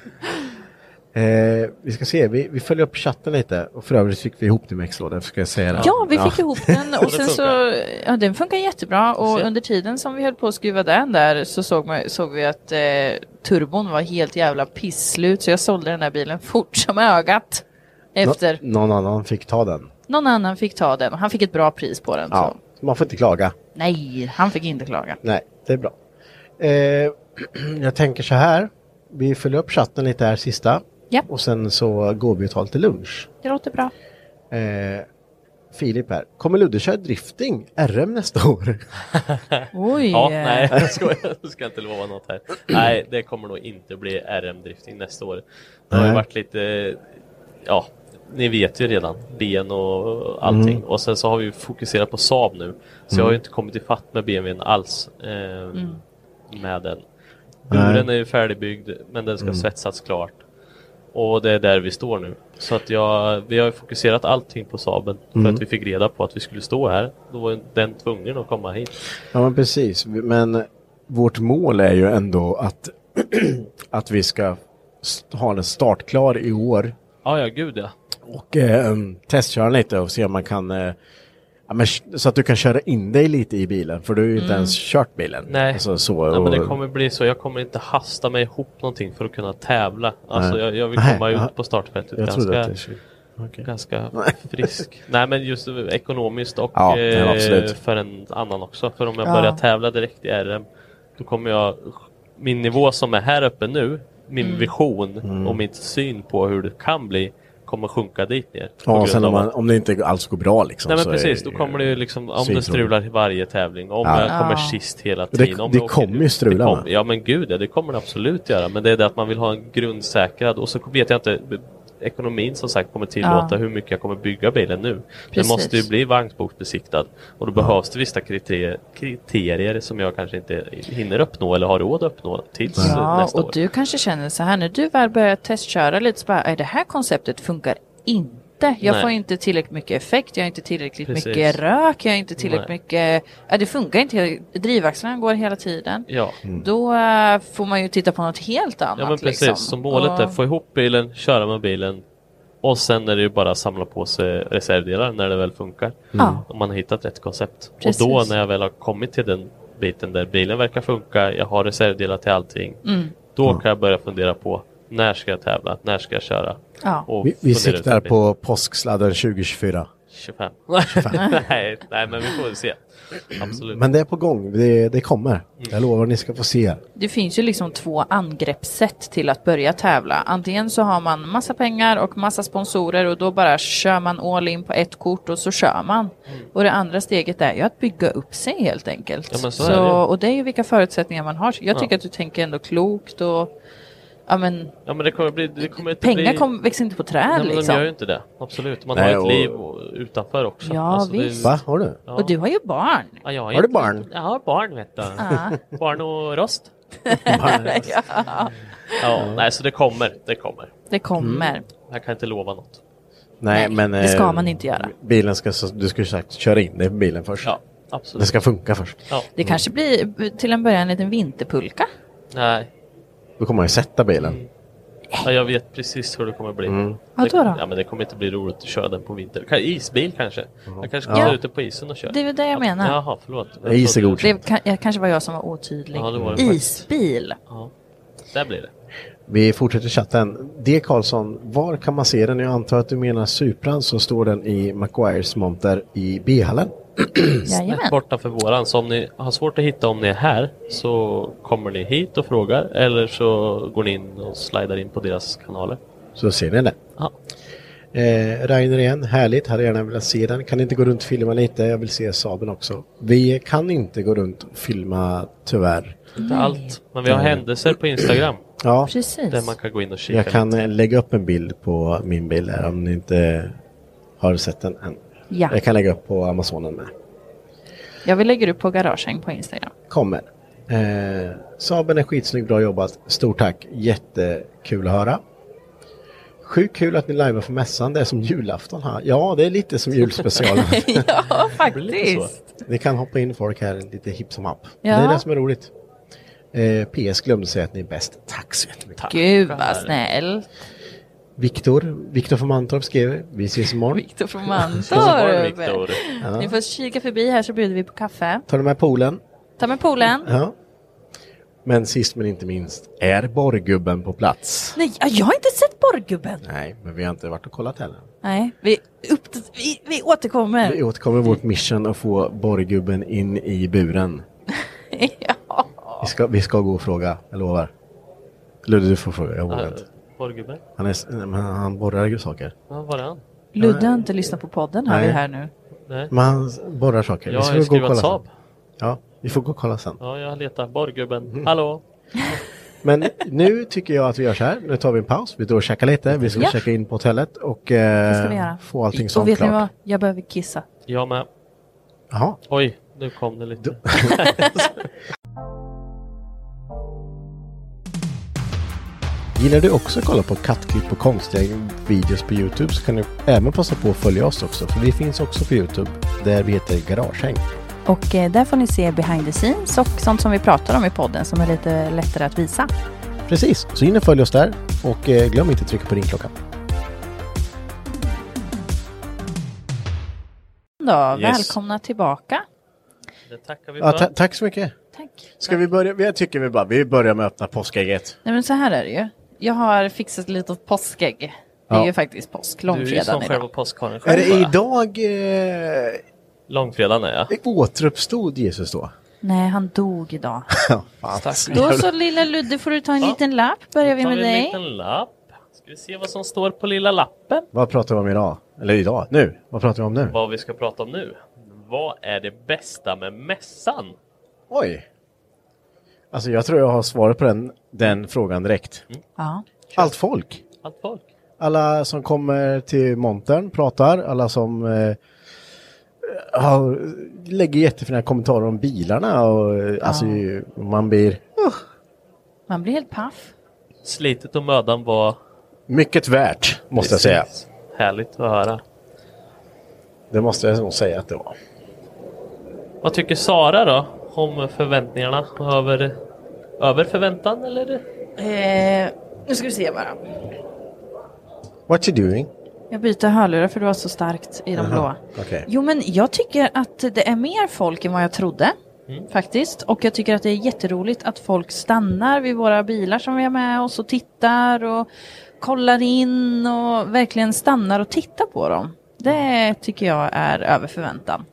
Eh, vi ska se, vi, vi följer upp chatten lite. Och för övrigt fick vi ihop det med X-lådan, ska jag säga det. Ja, vi fick ja. ihop den. Och sen så, ja, den funkar jättebra. Och under tiden som vi höll på att skruva den där så såg, man, såg vi att eh, turbon var helt jävla pisslut. Så jag sålde den här bilen fort som ögat. Efter. Nå- någon annan fick ta den. Någon annan fick ta den. Han fick ett bra pris på den. Ja, så. Man får inte klaga. Nej, han fick inte klaga. Nej, det är bra. Eh, jag tänker så här. Vi följer upp chatten lite här sista. Ja. Och sen så går vi och tar lite lunch. Det låter bra. Eh, Filip här. Kommer Ludde köra drifting R M nästa år? Oj. Ja, nej, jag ska, jag ska inte lova något här. Nej, det kommer nog inte bli R M-drifting nästa år. Det har ju varit lite, ja, ni vet ju redan, ben och allting. Mm. Och sen så har vi fokuserat på Saab nu. Så mm. jag har ju inte kommit i fatt med B M W:n alls eh, mm. med den. Buren är ju färdigbyggd, men den ska mm. svetsas klart. Och det är där vi står nu. Så att jag, vi har fokuserat allting på Saaben. Mm. För att vi fick reda på att vi skulle stå här. Då var den tvungen att komma hit. Ja, men precis. Men vårt mål är ju ändå att, att vi ska ha den startklar i år. Ja, ja, gud ja. Och eh, testköra lite och se om man kan... Eh, ja, men, så att du kan köra in dig lite i bilen. För du har ju inte mm. ens kört bilen. Nej, alltså, så, ja, och... men det kommer bli så. Jag kommer inte hasta mig ihop någonting för att kunna tävla. Alltså jag, jag vill komma Nej, ut jag... på startfältet jag ganska, att det okay. ganska frisk. Nej, men just ekonomiskt och ja, eh, för en annan också. För om jag ja. börjar tävla direkt i R M, då kommer jag... Min nivå som är här uppe nu, min mm. vision mm. och min syn på hur det kan bli, kommer sjunka dit ner. Ja, sen om, man, om det inte alls går bra liksom. Nej, men så precis, är, då kommer det ju liksom, om det strular i varje tävling, om ja. jag kommer sist hela tiden. Det, om det kommer ju strula. Kom, ja, men gud, ja, det kommer det absolut göra. Men det är det att man vill ha en grundsäkrad, och så vet jag inte, ekonomin som sagt kommer tillåta ja. hur mycket jag kommer bygga bilen nu. Precis. Det måste ju bli vagnsboksbesiktad. Och då behövs det vissa kriterier, kriterier som jag kanske inte hinner uppnå eller har råd att uppnå tills ja, nästa och år. Och du kanske känner så här, när du väl börjar testköra lite så bara, det här konceptet funkar inte. Jag Nej. får inte tillräckligt mycket effekt, jag har inte tillräckligt Precis. mycket rök, jag har inte tillräckligt Nej. mycket... Ja, det funkar inte, drivaxlarna går hela tiden. Ja. Mm. Då uh, får man ju titta på något helt annat. Ja, men precis. Liksom. Så målet och... är att få ihop bilen, köra med bilen, och sen är det ju bara att samla på sig reservdelar när det väl funkar. Mm. Om man har hittat rätt koncept. Precis. Och då när jag väl har kommit till den biten där bilen verkar funka, jag har reservdelar till allting, mm. då kan jag börja fundera på när ska jag tävla, när ska jag köra. Ja. Och vi vi siktar på påsksladden tjugo tjugofyra. tjugofem. nej, nej, men vi får väl se. Absolut. Men det är på gång, det, det kommer. Mm. Jag lovar att ni ska få se. Det finns ju liksom två angreppssätt till att börja tävla. Antingen så har man massa pengar och massa sponsorer och då bara kör man all in på ett kort och så kör man. Mm. Och det andra steget är ju att bygga upp sig helt enkelt. Ja, men så så, är det. Och det är ju vilka förutsättningar man har. Jag tycker ja. att du tänker ändå klokt och ja, men, ja, men det kommer bli, det kommer inte pengar bli... kom, växer inte på träd. Nej, men liksom. de gör ju inte det. Absolut. Man Nej, har ett och... liv utanför också. Ja, alltså, visst. Det... Va? Har du? Ja. Och du har ju barn. Ja, jag har, har du inte... barn? Jag har barn, vet du. Ah. Barn och rost. Barn. ja. ja, nej, så det kommer. Det kommer. Det kommer. Mm. Jag kan inte lova något. Nej, nej men... det ska man inte göra. Bilen ska, du ska ju sagt köra in det i bilen först. Ja, absolut. Det ska funka först. Ja. Det kanske blir till en början en liten vinterpulka. Nej. Då kommer man ju sätta bilen. Mm. Ja, jag vet precis hur det kommer bli. Mm. Ja, då då? Ja, men det kommer inte bli roligt att köra den på vinter. Kan- Isbil kanske. Mm. Jag kanske ska Ja. ja. ute på isen och köra. Det är väl det jag menar. Jaha, förlåt. Jag Is är trodde- godkänt. Det kan, jag, kanske var jag som var otydlig. Ja, det var det faktiskt. Isbil. Ja, där blir det. Vi fortsätter chatten. D. Karlsson, var kan man se den? Jag antar att du menar Supran, så står den i Maguires monter i B-hallen. Jajamän. Snett borta för våran. Så om ni har svårt att hitta om ni är här så kommer ni hit och frågar. Eller så går ni in och slidar in på deras kanaler. Så ser ni det. Ja. Eh, Rainer igen, härligt, hade gärna velat se den. Kan inte gå runt och filma lite, jag vill se Saben också. Vi kan inte gå runt och filma, tyvärr. Inte allt. Men vi har händelser på Instagram. Ja, Precis. Där man kan gå in och kika. jag kan lite. eh, lägga upp en bild på min bild här om ni inte har sett den än. Ja. Jag kan lägga upp på Amazonen med. Jag vill lägga upp på Garagehäng på Instagram. Kommer. Eh, Saben är skitsnygg, bra jobbat. Stort tack, jättekul att höra. Sjukt kul att ni livear för mässan, det är som julafton här. Ja, det är lite som julspecial. Ja, lite så. faktiskt. Ni kan hoppa in folk här lite hipp som happ. Ja. Det är det som är roligt. Eh, P S glömde säga att ni är bäst. Tack så jättemycket. Gud vad snällt. Viktor, Viktor från Mantorp skrev, vi ses imorgon. Viktor från Så var det, Mantorp. Viktor. Ja. Ni får kika förbi här så bjuder vi på kaffe. Tar du med poolen? Ta med poolen. Ja. Men sist men inte minst, är borrgubben på plats? Nej, jag har inte sett borrgubben. Nej, men vi har inte varit och kollat heller. Nej, vi, upp, vi, vi återkommer. Vi återkommer vårt mission att få borrgubben in i buren. Ja. Vi ska, vi ska gå och fråga, jag lovar. Ludde, du får fråga, jag vågar inte. Borgubben. Han, är, men han borrar ju saker. Ja, var är han? Ludde har inte lyssnat på podden här, Nej. vi här nu. Nej. Men han borrar saker. Jag Vi ska har ju gå och kolla skrivit sen. Saab. Ja, vi får gå och kolla sen. Ja, jag letar Borgubben. Mm. Hallå? Men nu tycker jag att vi gör så här. Nu tar vi en paus. Vi går och käkar lite. Vi ska Ja. checka in på hotellet och Det ska vi eh, göra. få allting Och sånt vet ni vad? klart. Jag behöver kissa. Jag med. Jaha. Oj, nu kom det lite. Gillar du också att kolla på kattklipp och konstiga videos på YouTube, så kan du även passa på att följa oss också. För vi finns också på YouTube där vi heter Garagehäng. Och eh, där får ni se behind the scenes och sånt som vi pratar om i podden som är lite lättare att visa. Precis, så in och följ oss där. Och eh, glöm inte att trycka på ringklockan. Då, Yes. välkomna tillbaka. Det tackar vi Ja, för. ta- tack så mycket. Tack. Ska vi börja? Jag tycker vi bara vi börjar med att öppna påskägget. Nej men så här är det ju. Jag har fixat lite påskägg. Det är Ja. ju faktiskt påsk, Du är ju som långfredagen själva idag. påskharen Är själv. det bara. idag eh, Långfredagen är jag. återuppstod Jesus då? Nej, han dog idag. Ja, fan. Stackare. Då så lilla Ludde får du ta en Ja. liten lapp. Börjar vi Tar med vi en dig. liten lapp. Ska vi se vad som står på lilla lappen? Vad pratar vi om idag? Eller idag? Nu? Vad pratar vi om nu? Vad vi ska prata om nu. Vad är det bästa med mässan? Oj. Alltså jag tror jag har svaret på den, den frågan direkt. Ja. Allt folk. Allt folk. Alla som kommer till montern pratar. Alla som eh, har, lägger jättefina kommentarer om bilarna. Och, eh, alltså ju- man blir uh, Man blir helt paff. Slitet och mödan var mycket värt, måste jag säga. precis härligt att höra. Det måste jag nog säga att det var. Vad tycker Sara då om förväntningarna? Över, över förväntan eller? Eh, nu ska vi se bara. What you doing? Jag byter hörlurar för det var så starkt i de Aha, blåa. okej. Jo men jag tycker att det är mer folk än vad jag trodde. Faktiskt. Och jag tycker att det är jätteroligt att folk stannar vid våra bilar som vi har med oss och tittar och kollar in och verkligen stannar och tittar på dem. Det tycker jag är över förväntan.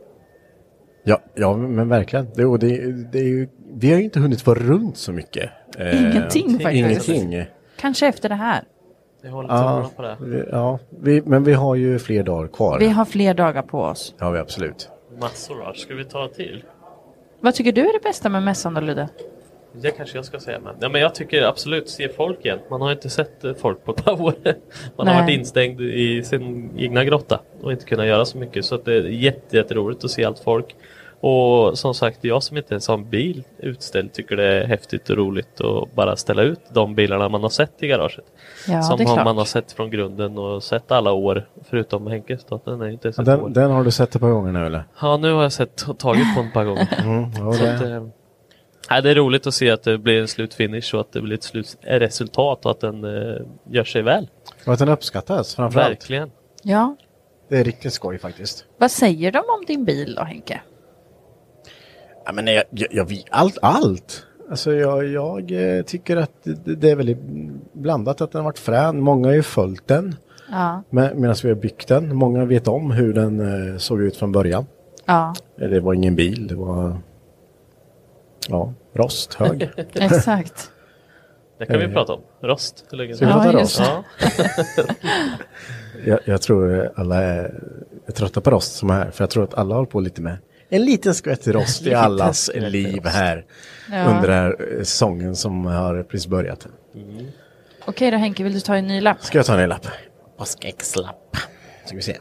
Ja, ja men verkligen. Det, och det, det är ju, vi har ju inte hunnit vara runt så mycket. Eh, Ingenting faktiskt. Ingenting. Kanske efter det här. Jag håller tummarna Ja, på det. vi, ja vi, men vi har ju fler dagar kvar. Vi har fler dagar på oss. Det har vi absolut. Massor då. Ska vi ta till? Vad tycker du är det bästa med mässan då, Ludde? Det kanske jag ska säga. Men, ja, men jag tycker absolut se folk igen. Man har inte sett eh, folk på ett par år. Man Nej. har varit instängd i sin egna grotta och inte kunnat göra så mycket. Så att det är jätte, jätteroligt att se allt folk. Och som sagt, jag som inte ens har en bil utställd tycker det är häftigt och roligt att bara ställa ut de bilarna man har sett i garaget. Ja, som det är har, klart. man har sett från grunden och sett alla år, förutom Henkes då. Den är inte Ja, sett år. den, den har du sett ett par gånger nu eller? Ja, nu har jag sett och tagit på en par gånger. Mm, ja, Så det. att, eh, Nej, det är roligt att se att det blir en slutfinish och att det blir ett slutresultat och att den eh, gör sig väl. Och att den uppskattas framförallt. Verkligen. Ja. Det är riktigt skoj faktiskt. Vad säger de om din bil då, Henke? Ja, men jag, jag, jag vet allt, allt. Alltså jag, jag tycker att det, det är väldigt blandat att den har varit frän. Många har ju följt den. Ja. Med, medan vi har byggt den. Många vet om hur den eh, såg ut från början. Ja. Det var ingen bil, det var ja, rost, hög. Exakt. Det kan vi prata om. Rost. Hur länge? Ska vi prata Ja, rost? just Ja. jag, jag tror alla är, är trötta på rost som är här. För jag tror att alla håller på lite med en liten skvätt rost i allas liv här. Ja. Under den här säsongen som har precis börjat. Mm. Okej då, Henke, vill du ta en ny lapp? Ska jag ta en ny lapp? Påskäggslapp. Ska vi se.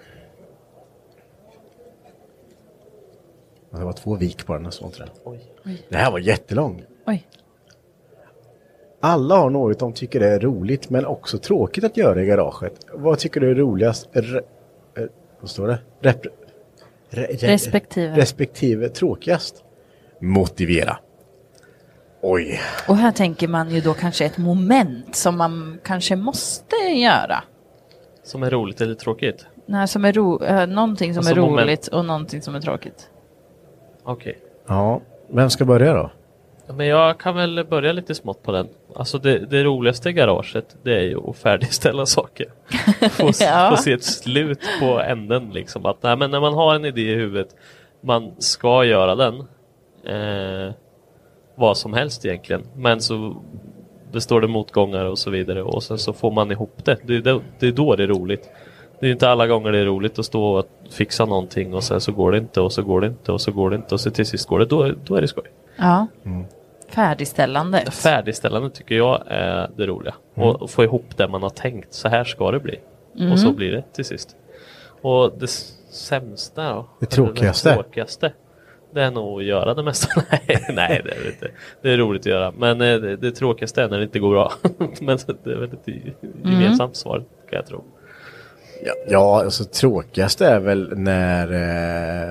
Det var två vik på den. Så tror jag. Oj. Det här var jättelång. Oj. Alla har något de tycker det är roligt men också tråkigt att göra i garaget. Vad tycker du är roligast? R- r- vad står det? Rep- re- re- Respektive. Respektive tråkigast. Motivera. Oj. Och här tänker man ju då kanske ett moment som man kanske måste göra. Som är roligt eller tråkigt? Nej, som är ro- äh, någonting som Alltså är moment. roligt och någonting som är tråkigt. Okej. Okay. Ja, vem ska börja då? Men jag kan väl börja lite smått på den. Alltså det, det roligaste i garaget, det är ju att färdigställa saker. Få, Ja. få se ett slut på änden liksom. Att nej, men när man har en idé i huvudet, man ska göra den. Eh, vad som helst egentligen. Men så består det motgångar och så vidare. Och sen så får man ihop det. Det, det, det är då det är roligt. Det är inte alla gånger det är roligt att stå och fixa någonting och sen så går det inte och så går det inte och så går det inte och så till sist går det. Då, då är det skoj. Ja. Mm. Färdigställandet. Färdigställandet tycker jag är det roliga. Mm. Och, och få ihop det man har tänkt. Så här ska det bli. Mm. Och så blir det till sist. Och det s- sämsta då? Det tråkigaste? Det tråkigaste. Det är nog att göra det mesta. nej, nej, det är det inte. Det är roligt att göra. Men eh, det, det tråkigaste är när det inte går bra. Men det är väl ett gemensamt mm. svar, kan jag tro. Ja, ja, alltså tråkigaste är väl när... Eh,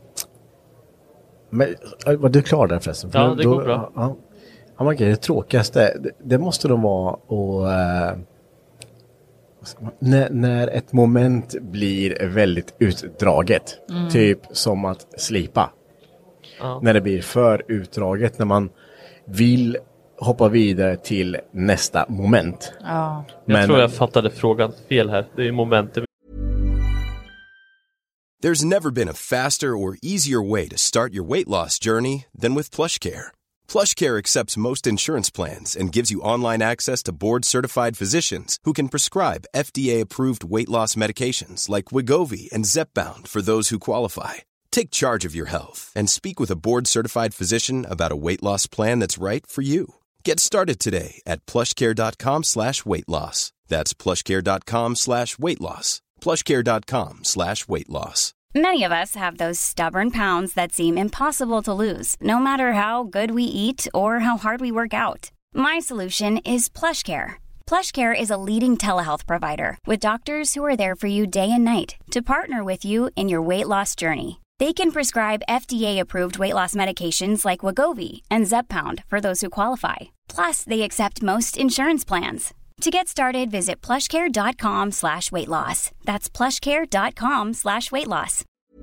men, var du klar där förresten? Ja, För det då, går bra. Ja, ja, man kan, det tråkigaste, det, det måste nog vara att... Eh, när, när ett moment blir väldigt utdraget. Mm. Typ som att slipa. Ja. När det blir för utdraget, när man vill hoppa vidare till nästa moment. Ja. Jag Men, tror jag fattade frågan fel här. Det är momentet. There's never been a faster or easier way to start your weight loss journey than with PlushCare. PlushCare accepts most insurance plans and gives you online access to board-certified physicians who can prescribe F D A-approved weight loss medications like Wegovy and Zepbound for those who qualify. Take charge of your health and speak with a board-certified physician about a weight loss plan that's right for you. Get started today at plushcare.com slash weight loss. That's plushcare.com slash weight loss. plushcare.com slash weight loss. Many of us have those stubborn pounds that seem impossible to lose, no matter how good we eat or how hard we work out. My solution is PlushCare. PlushCare is a leading telehealth provider with doctors who are there for you day and night to partner with you in your weight loss journey. They can prescribe F D A-approved weight loss medications like Wegovy and Zepbound for those who qualify. Plus, they accept most insurance plans. To get started, visit plushcare.com slash weight loss. That's plushcare.com slash weight loss.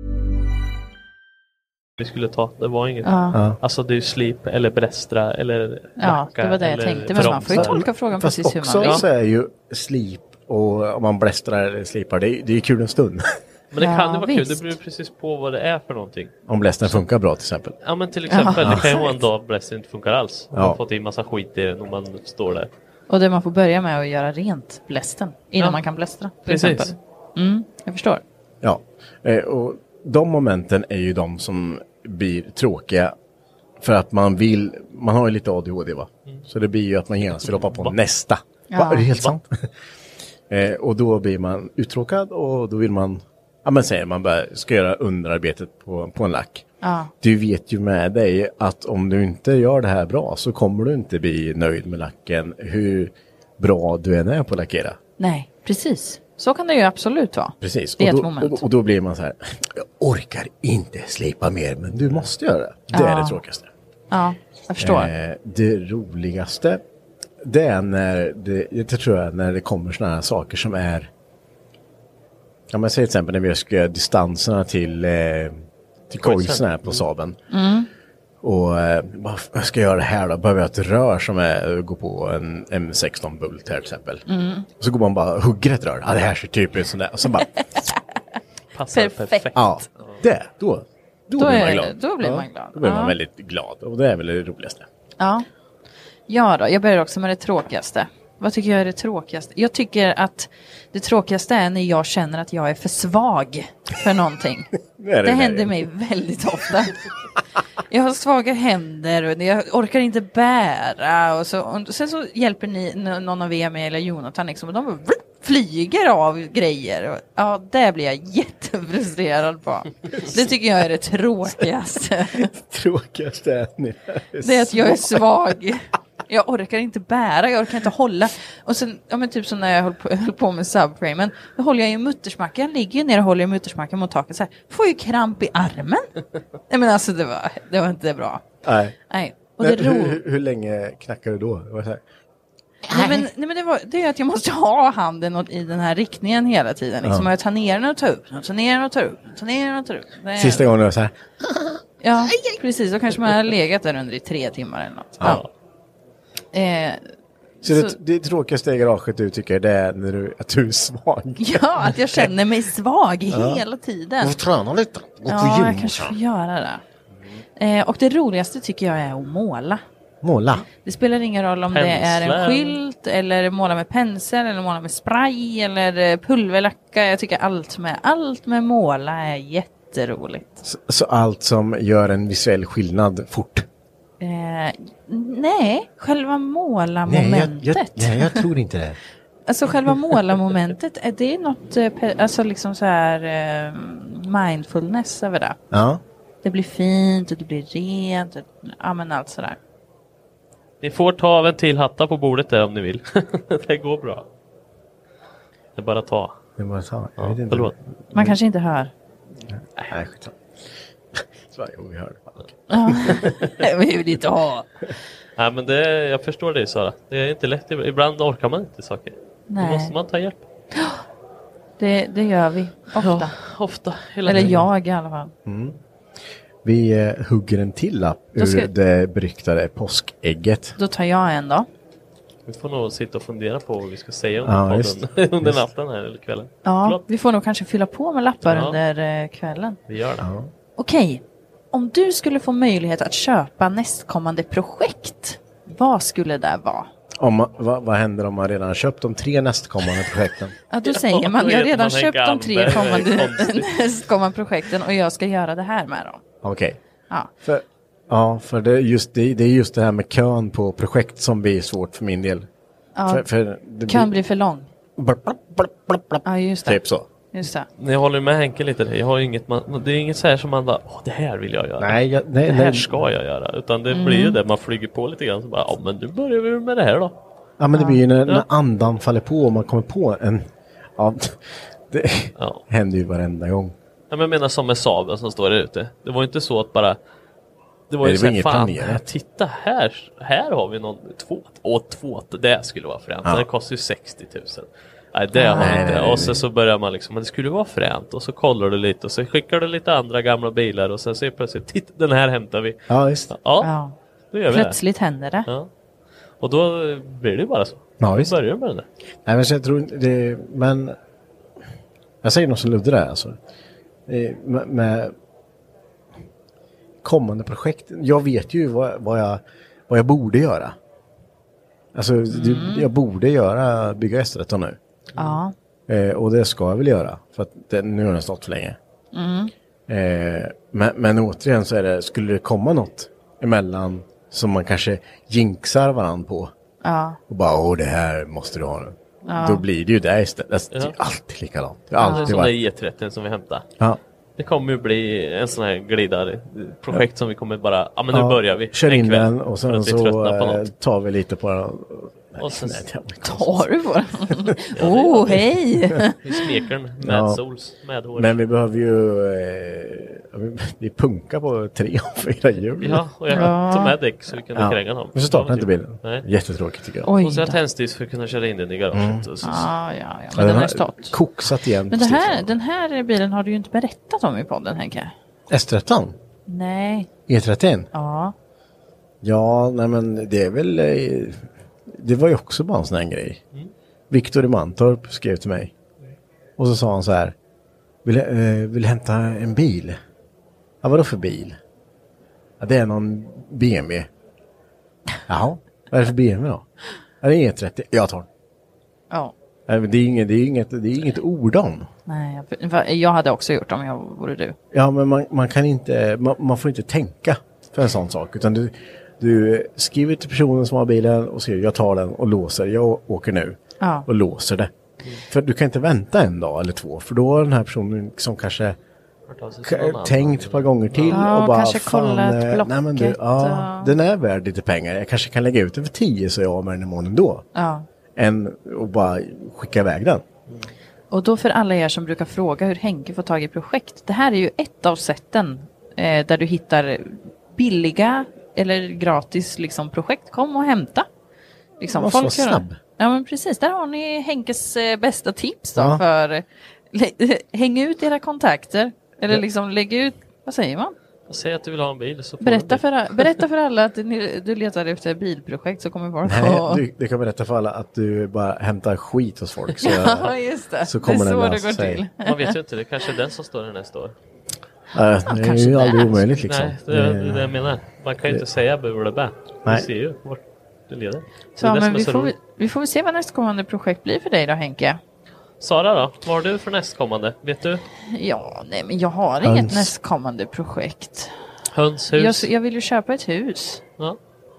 Vi skulle ta, det var inget. Ja. Alltså det är slip eller brästra eller Ja, det var det jag tänkte. Men man får ju tolka frågan Fast precis hur man vill. också så är ju slip och om man blästrar eller slipar, det är, det är ju kul en stund. Men det kan Ja, ju vara visst. kul, det beror precis på vad det är för någonting. Om blästern funkar bra till exempel. Ja men till exempel, Ja. det kan ju vara en dag blästern inte funkar alls. Man Ja. har fått in massa skit i den och man står där. Och det man får börja med att göra rent blästen innan Ja. man kan blästra. Till Precis. exempel. Mm, jag förstår. Ja, eh, och de momenten är ju de som blir tråkiga för att man vill, man har ju lite A D H D va? Mm. Så det blir ju att man genast vill hoppa på Va? nästa. Ja. Va? Är det helt sant? eh, och då blir man uttråkad och då vill man, ja men säger man bara ska göra underarbetet på, på en lack. Ja. Du vet ju med dig att om du inte gör det här bra så kommer du inte bli nöjd med lacken hur bra du än är på att lackera. Nej, precis. Så kan det ju absolut vara. Precis. Det är och, ett då, moment. och, och då blir man så här, jag orkar inte slipa mer, men du måste göra det. Det Ja. är det tråkigaste. Ja, jag förstår. Eh, det roligaste, det är när det, jag tror jag, när det kommer såna här saker som är, ja men säg till exempel när vi ska göra distanserna till, eh, till coilsen här på Saaben. Mm. Och eh, vad ska jag göra det här då? Behöver jag ett rör som är, går på en M sexton Bult här till exempel. Mm. Och så går man bara och hugger ett rör. Ja, det här ser typ ut som det. Och så bara... Passar perfekt. Ja, det, då, då, Då blir är- man glad. då blir ja, man glad. Då blir man Ja. väldigt glad. Och det är väl det roligaste. Ja. Ja då, jag börjar också med det tråkigaste. Vad tycker jag är det tråkigaste? Jag tycker att det tråkigaste är när jag känner att jag är för svag för någonting. Det är det det där händer igen. mig väldigt ofta. Jag har svaga händer och jag orkar inte bära. Och, så, och sen så hjälper ni n- någon av er med eller Jonathan liksom, och de bara flyger av grejer. Och, ja, det blir jag jättefrustrerad på. Det tycker jag är det tråkigaste. Tråkigaste är ni. Det är att jag är svag. Jag orkar inte bära, jag orkar inte hålla. Och sen, ja men typ som när jag höll på, höll på med subframen. Då håller jag i muttersmackan. Jag ligger ju ner och håller i muttersmackan mot taket så här. Får ju kramp i armen. Nej men alltså det var, det var inte bra. Nej. Nej. Och Nej, det ro... hur, hur länge knackar du då? Vad säger? Nej men, nej, men det, var, det är att jag måste ha handen åt, i den här riktningen hela tiden. Liksom. Ja. Jag tar ner den och tar upp den. Tar ner den och tar upp den. Tar ner den och tar upp den. Sista gången du var så här. Ja, precis. Då kanske man har legat där under i tre timmar eller något. Ja. Eh, Så, så det, det tråkigaste i garaget du tycker det är när du, att du är svag. Ja, att jag känner mig svag Ja. hela tiden. Och träna lite. Gå på Ja, gym jag och kanske så. får göra det. Eh, och det roligaste tycker jag är att måla. Måla. Det spelar ingen roll om det är en Penslar. skylt eller måla med pensel eller måla med spray eller eh, pulverlacka. Jag tycker allt med, allt med måla är jätteroligt. Så, så allt som gör en visuell skillnad fort. Eh, nej, själva Nej, måla-momentet. jag, jag, nej, jag tror inte det. Alltså själva måla-momentet, är det något, eh, pe- alltså liksom så här eh, mindfulness över det? Ja. Det blir fint och det blir rent, och, ja men allt sådär. Ni får ta av en till hatta på bordet där om ni vill. Det går bra. Det är bara att ta. Det är bara så. Jag Ja, vet inte. förlåt. Man kanske inte hör. Nej, skitsamma. Så varje gång vi hör det. Ja, det vill inte ha. Nej, men det, jag förstår det, Sara. Det är inte lätt. Ibland orkar man inte saker. Nej. Då måste man ta hjälp. Det, det gör vi ofta. Ja, ofta. Hela Eller tiden. jag i alla fall. Mm. Vi eh, hugger en till lapp ur Då ska- det beryktade påskägget. Då tar jag en då. Vi får nog sitta och fundera på vad vi ska säga Ja, under, just. podden, under Just. natten här eller kvällen. Ja, Förlåt. vi får nog kanske fylla på med lappar Ja. under eh, kvällen. Vi gör det. Ja. Okej, om du skulle få möjlighet att köpa nästkommande projekt, vad skulle det vara? Om, man- vad, vad händer om man redan har köpt de tre nästkommande projekten? Ja, då säger man, då jag har vet redan man en köpt de tre gammal, kommande, konstigt. nästkommande projekten och jag ska göra det här med dem. Okej. Ja. För, ja, för det är, just, det, det är just det här med kön på projekt som blir svårt för min del. Ja, För, för det kan bli för lång. Blapp, blapp, blapp, blapp, blapp. Ja, just det. Typ så. Just det. Jag håller med Henke lite där. Jag har ju inget, man, det är inget så här som man bara, åh det här vill jag göra. Nej, jag, nej, det här nej. ska jag göra. Utan det Mm. blir ju det, man flyger på lite grann. Så bara, ja men nu börjar vi med det här då. Ja, men det blir ju när, Ja. när andan faller på och man kommer på en... Ja, det Ja. händer ju varenda gång. Ja, men jag menar som med Saaben som står där ute. Det var ju inte så att bara... Det var Nej, ju det så var här, inget fan, planerat. titta här, här har vi någon tvåt. Åh, tvåt, det skulle vara fränt. Ja. Det kostar ju sextio tusen. Nej, det har Nej, vi inte. nej, nej, Och sen så börjar man liksom, men det skulle vara fränt. Och så kollar du lite och så skickar du lite andra gamla bilar och sen så är det plötsligt, titta, den här hämtar vi. Ja, just. Ja, Ja. då gör vi det. Plötsligt händer det. Ja. Och då blir det ju bara så. Ja, Då visst. börjar med det där. Nej, men så jag tror det... Men... Jag säger något som Ludde där, alltså. Eh, Med, med kommande projekt. Jag vet ju vad, vad, jag, vad jag borde göra. Alltså, du, jag borde göra bygga S tretton nu. Ja. Eh, och det ska jag väl göra. För att det, nu har den stått för länge. Mm. Eh, men, men återigen så är det, skulle det komma något emellan som man kanske jinxar varann på. Ja. Och bara, åh det här måste du ha nu. Ja. Då blir det ju det istället. Alltså, det är Ja. alltid likadant. Det har Alltid alltid som det varit. E trettio som vi hämtar. Ja. Det kommer ju bli en sån här glidare projekt ja. som vi kommer bara, ja men nu Ja, börjar vi. Kör en in kväll den och för sen att vi så tröttnar på eh, något. tar vi lite på den. Och så tar du på den. Oh, hej! Vi smeker den med ja. sols, med hår. Men vi behöver ju eh, vi punkar på tre och fyra hjul. Ja, och jag ja. tog med däck så vi kunde ja. kränga dem. Men så startar inte bilen. Nej. Jättetråkigt tycker jag. Oj, och så har jag tändstift för att kunna köra in den i garaget. Mm. Och så, ah, ja, ja. Men ja, den har stått. Koksat igen. Men det här, den här bilen har du ju inte berättat om i podden, Henke. S tretton? Nej. E trettio? Ja. Ja, nej men det är väl... Det var ju också bara en sån här grej. Mm. Viktor i Mantorp skrev till mig. Och så sa han så här. Vill, äh, vill hämta en bil? Ja, vadå för bil? Ja, det är någon B M W. Jaha, vad är det för B M W då? Ja, det är E trettio. Jag tar den. Ja. Det är inget, det är inget, det är inget ord om. Nej, jag hade också gjort om jag vore du. Ja, men man, man kan inte, man, man får inte tänka för en sån sak. Utan du, du skriver till personen som har bilen och säger jag tar den och låser. Jag åker nu ja. och låser det. Mm. För du kan inte vänta en dag eller två. För då har den här personen som kanske k- tänkt ett par gånger till. Ja, och bara, kanske kollat blocket. Nej, men du, ja, och... Den är värd lite pengar. Jag kanske kan lägga ut den för tio så jag har med den i månaden då. Ja. Än att bara skicka iväg den. Mm. Och då för alla er som brukar fråga hur Henke får tag i projekt. Det här är ju ett av sätten eh, där du hittar billiga eller gratis liksom, projekt. Kom och hämta. Liksom, folk så snabb. Ja, men precis. Där har ni Henkes eh, bästa tips då, ja. för eh, häng ut era kontakter. Eller ja. liksom lägg ut, vad säger man? Säg att du vill ha en bil. Så berätta, för, berätta för alla att ni, du letar efter bilprojekt så kommer folk Nej, på... du, du kan berätta för alla att du bara hämtar skit hos folk. Så, ja, just det. Så kommer det är så det det går sig. till. Man vet ju inte, det är kanske den som står här nästa år. Äh, det är ju aldrig omöjligt liksom. Nej, det är det, det jag menar. Man kan ju inte säga bubblebä. Vi ser ju vart det leder. Så, det men vi, så får, vi, vi får se vad nästkommande projekt blir för dig då, Henke. Sara då? Vad har du för nästkommande? Vet du? Ja, nej men jag har Höns. inget nästkommande projekt. Hönshus? Jag, jag vill ju köpa ett hus. Ja.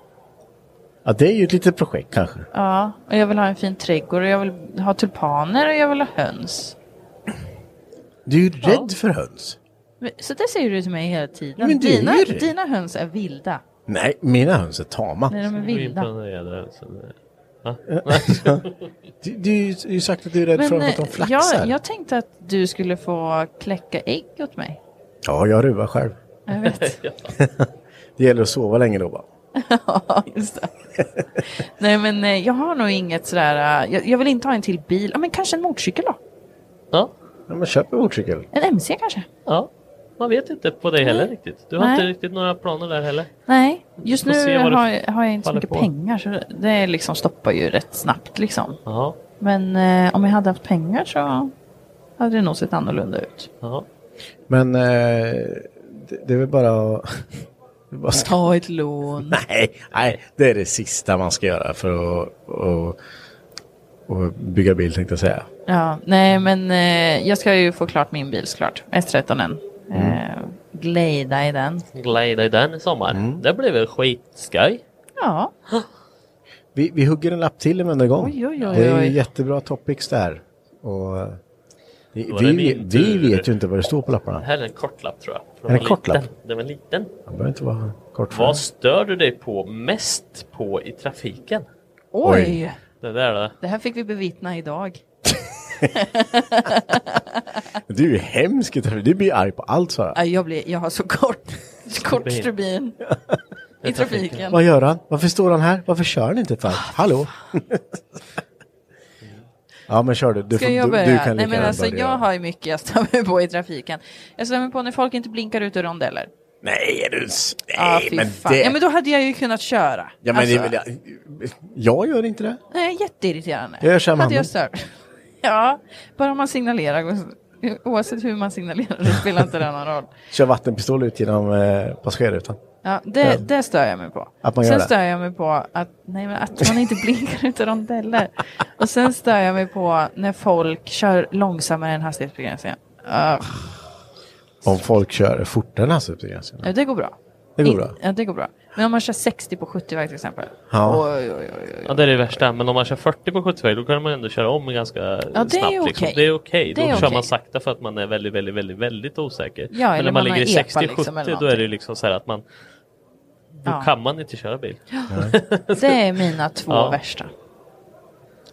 Ja, det är ju ett litet projekt kanske. Ja, och jag vill ha en fin trädgård och jag vill ha tulpaner och jag vill ha höns. Du är ju rädd ja. för höns. Så det säger du till mig hela tiden. Men dina, dina höns är vilda. Nej, mina höns är tama. Nej, de är vilda. du, du har ju sagt att du är rädd men, för att de flaxar. Jag, jag tänkte att du skulle få kläcka ägg åt mig. Ja, jag ruvar själv. Jag vet. Det gäller att sova länge då bara. Ja, just det. Nej, men jag har nog inget sådär... Jag, jag vill inte ha en till bil. Ja, men kanske en motorcykel då. Ja. Ja, men köp en motorcykel. En M C kanske. Ja. Man vet inte på dig heller riktigt. Du har Nej. inte riktigt några planer där heller. Nej, just nu har jag, har jag inte så mycket på. pengar. Så det liksom stoppar ju rätt snabbt liksom. Aha. Men eh, om jag hade haft pengar så hade det nog sett annorlunda ut. Aha. Men eh, det, det är väl bara att... bara ta ett lån. Nej, nej, det är det sista man ska göra för att och, och bygga bil, tänkte jag säga. Ja, nej men eh, jag ska ju få klart min bil såklart. S tretton. Mm. Eh, glida i den. Glida i den i sommar. Mm. Det blir väl skitskoj. Ja. Vi, vi hugger en lapp till en gång. Oj, oj, oj, det är jättebra topics där. Och vi, vi, vi vet ju inte vad det står på lapparna. Det här är en kort lapp tror jag. Är en kort lapp? Det var en liten. Det behöver inte vara kort. Vad stör du dig på mest på i trafiken? Oj. Oj. Det där då. Det här fick vi bevittna idag. Du är hemsk. Du blir arg på allt, Sara. Jag, blir, jag har så kort, kort stubin i trafiken. Vad gör han? Varför står han här? Varför kör han inte för? Hallå? Ja, men kör du. Du, Ska får, jag börja? du, du kan Nej, men alltså, jag har ju mycket jag stör mig på i trafiken. Jag stör mig på när folk inte blinkar ut ur rondeller. Nej, du... Nej, ah, men det... Ja, men då hade jag ju kunnat köra. Ja, men alltså... det, jag, jag gör inte det. Nej, jätteirriterande. Jag gör samma hade jag stört. Ja, bara om man signalerar. Oavsett hur man signalerar så spelar inte det någon roll. Kör vattenpistol ut genom eh, passagerarrutan. Ja, det, det stör jag mig på. Att man sen gör det. stör jag mig på att, nej, men att man inte blinkar ut i rondeller. Och sen stör jag mig på när folk kör långsammare än hastighetsbegränsningen. Uh. Om folk kör fortare än hastighetsbegränsningen? Ja, det går bra. Det går bra. Ja, det går bra. Men om man kör sextio på sjuttio-väg till exempel. Ja. Oj, oj, oj, oj. Ja, det är det värsta. Men om man kör fyrtio på sjuttio-väg då kan man ändå köra om ganska ja, det snabbt. Är liksom. okay. Det är okej. Okay. Då är kör okay. man sakta för att man är väldigt, väldigt, väldigt, väldigt osäker. Ja, men när man, man ligger i sextio sjuttio liksom, då är det ju liksom så här att man då ja. kan man inte köra bil. Ja. Det är mina två ja. värsta.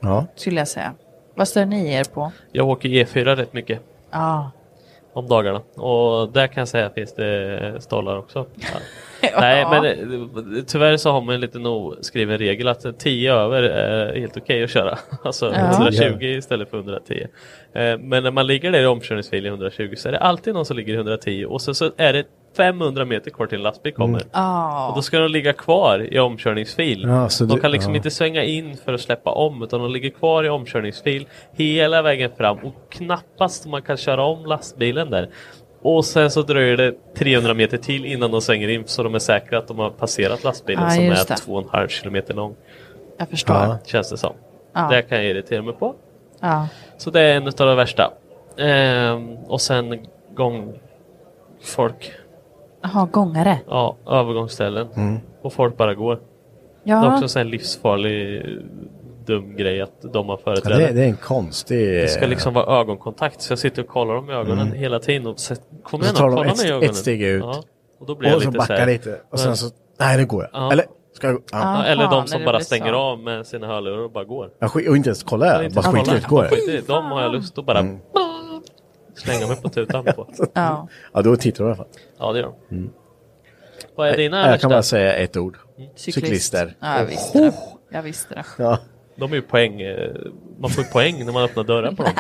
Ja. Skulle jag säga. Vad stör ni er på? Jag åker E fyra rätt mycket. Ja. Om dagarna. Och där kan jag säga finns det stollar också. Ja. Nej, men tyvärr så har man en liten oskriven regel att tio över är helt okej okay att köra. Alltså ja. hundratjugo istället för hundratio. Men när man ligger där i omkörningsfil i hundratjugo så är det alltid någon som ligger i hundratio. Och så, så är det femhundra meter kvar till en lastbil kommer. Mm. Oh. Och då ska de ligga kvar i omkörningsfil. Ja, så de det, kan liksom ja. inte svänga in för att släppa om, utan de ligger kvar i omkörningsfil hela vägen fram. Och knappast man kan köra om lastbilen där. Och sen så dröjer det trehundra meter till innan de svänger in, så de är säkra att de har passerat lastbilen ah, som är två och en halv kilometer lång. Jag förstår. Ja. Känns det som. Ja. Det kan jag irritera mig på. Ja. Så det är en av de värsta. Ehm, och sen gång folk. Jaha, gångare. Ja, övergångsställen. Mm. Och folk bara går. Ja. Det är också en sån här livsfarlig dum grej att de har företrädare. Ja, det, det är en konstig... Det ska liksom vara ögonkontakt. Så jag sitter och kollar dem i ögonen mm. hela tiden. Och så kommer jag tar och kolla ett, mig i ögonen. ett steg ut. Ja. Och då blir och jag så lite backar så här, lite. Och sen så... Nej, nu går jag. Ja. Eller... Ska jag gå? Ja. Ja, eller de som bara stänger så. av med sina hörlurar och bara går. Jag sk- och inte ens kollar. Jag bara skiter ut. Går jag? De har jag lust att bara mm. slänga mig på tutan på. Ja. Ja, då tittar de i alla fall. Ja, det gör de. Mm. Vad är dina Jag, jag värsta? kan bara säga ett ord. Mm. Cyklist. Cyklister. Ja, jag visste det. Jag visste det. Ja. De är ju poäng. Man får ju poäng när man öppnar dörrar på dem.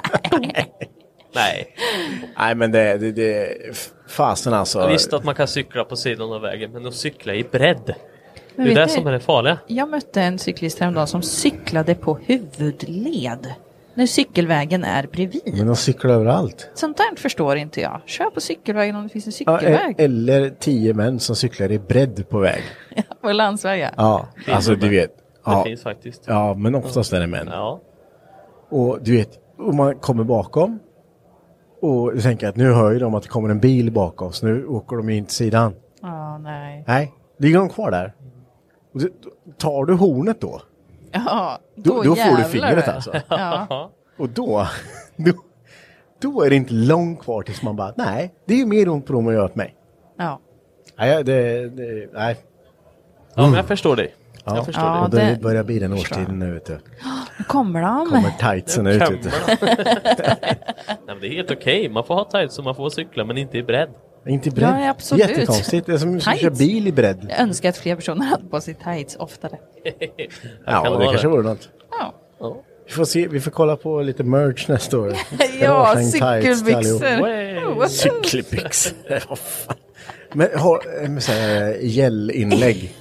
Nej. Nej, men det, det, det fasen alltså. Jag visste att man kan cykla på sidan av vägen, men att cykla i bredd. Men det är det du, som är det farliga. Jag mötte en cyklist häromdagen som cyklade på huvudled. När cykelvägen är bredvid. Men de cyklar överallt. Sånt där förstår inte jag. Kör på cykelvägen om det finns en Ja, cykelväg. eller tio män som cyklar i bredd på väg. På landsvägar. Ja, alltså du vet. Det Ja, finns faktiskt. ja, men oftast är det män. Ja. Och du vet, om man kommer bakom och du tänker att nu hör ju de att det kommer en bil bakom oss. Nu åker de in till sidan. Ja, nej. Nej, ligger de kvar där. Och du, tar du hornet då? Ja, då, då, då får du jävlar. fingret alltså. Ja. Och då, då, då är det inte långt kvar tills man bara, nej, det är ju mer ont på dem att göra åt mig. Ja. Nej, det, det, nej. Ja, men jag förstår dig. Ja, jag förstår ja, dig. och då det- börjar bli den årstiden nu, vet du. Nu kommer de. Kommer tightsen ut, vet du. Nej, men det är helt okej. Man får ha tights så man får cykla, men inte i bredd. Inte i bredd. Ja, absolut. Jättekonstigt. Det är som att Tights. köra bil i bredd. Jag önskar att fler personer hade på sig tights oftare. Ja, kan det ha kanske det. vore något. Ja, Ja. Vi får se, vi får kolla på lite merch nästa år. ja Råsang tights till allihop. cykelbyxor. Cykelbyxor. Vad fan. Men har, med så här gällinlägg.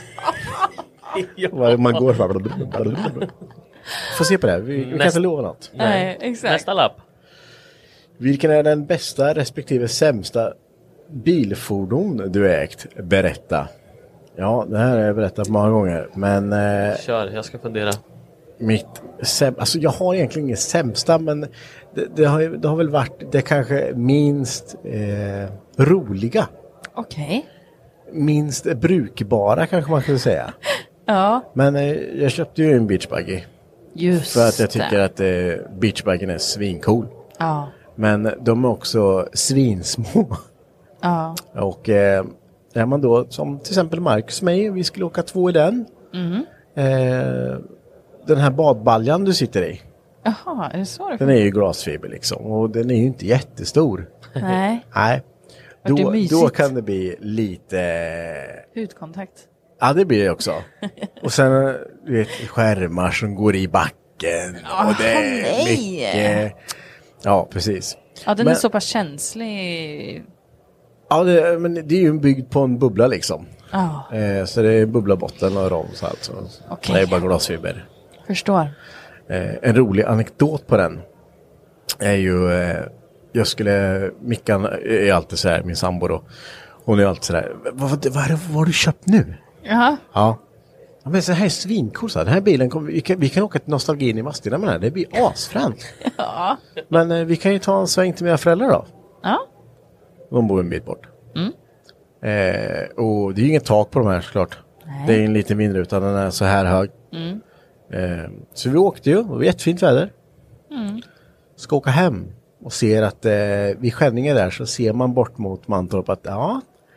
Var man går för. Får se på det här. Vi, vi kan Näst- inte lova något. Nej, exakt. Nästa lapp. Vilken är den bästa respektive sämsta bilfordon du ägt? Berätta. Ja, det här har jag berättat många gånger. Men eh, Kör, jag ska fundera. mitt säm- alltså jag har egentligen inget sämsta, men det, det, har, ju- det har väl varit det kanske minst eh, roliga. Okej. Minst brukbara kanske man skulle säga. Ja, Men eh, jag köpte ju en beachbuggy. just För att jag tycker det. att eh, beachbuggen är svincool. Ja, Men de är också svinsmå. ja. Och eh, är man då, som till exempel Marcus och mig, vi skulle åka två i den. Mm. Eh, den här badbaljan du sitter i, Jaha, är det så det den är ju glasfiber liksom. Och den är ju inte jättestor. Nej, Nej. Vart det Då, mysigt? då kan det bli lite... hudkontakt. Ja, det blir det också. Och sen du vet, skärmar som går i backen. Och det är nej. mycket... Ja, precis. Ja, den Men- är så pass känslig. Ja, det, men det är ju byggd på en bubbla liksom. Ja, Eh, så det är bubbla botten och roms alltså. Okej. Det är bara glasfiber. förstår. Eh, en rolig anekdot på den är ju, eh, jag skulle, Mickan är alltid så här, min sambo då. Hon är alltid så här, vad, vad, vad, vad har du köpt nu? Jaha, Ja. Ja, men så här är svincool, så här. Den här bilen, kommer, vi, kan, vi kan åka till Nostalgin i Mastina med den här, det blir asfränt. ja. Men eh, vi kan ju ta en sväng till mina föräldrar då. Ja, De bor en bit bort. Mm. Eh, och det är ju inget tak på de här såklart. Nej. Det är en lite mindre, utan den är så här hög. Mm. Eh, så vi åkte ju, och det var jättefint väder. Mm. Ska åka hem och ser att eh, vid Skänninge där så ser man bort mot Mantorp att ja,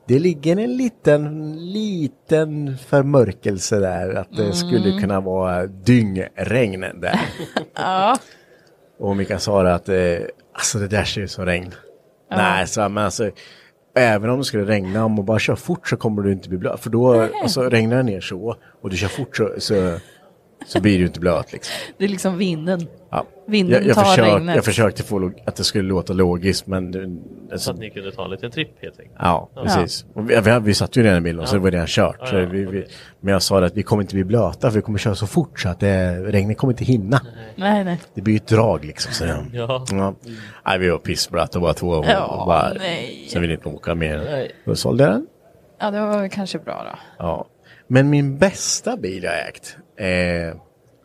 det ligger en liten, liten förmörkelse där. Att det Mm. skulle kunna vara dyngregn där. Ja. Och Mikael sa att eh, alltså det där ser ut som regn. Ja. Nej, så, men alltså även om det skulle regna, om man bara kör fort så kommer du inte bli blöt. För då alltså, regnar det ner så och du kör fort så, så, så blir du inte blöt liksom. Det är liksom vinden. Ja. Vinden jag, jag, tar försök, regnet. jag försökte få log- att det skulle låta logiskt, men det, alltså, Så att ni kunde ta en liten tripp helt enkelt. ja, precis. Och vi, vi, vi satt ju redan i bilen, Ja. så det var redan kört. Ja, så ja, vi, vi, okej. men jag sa att vi kommer inte bli blöta, för vi kommer köra så fort så att det, regnet kommer inte hinna. Nej, nej. Det blir ju ett drag liksom. Så det, Ja. ja. Nej, vi var pissblöta bara två och, Ja, och bara, nej. så vill inte åka mer. Nej. Då sålde jag den. Ja, det var väl kanske bra då. Ja. Men min bästa bil jag ägt, eh,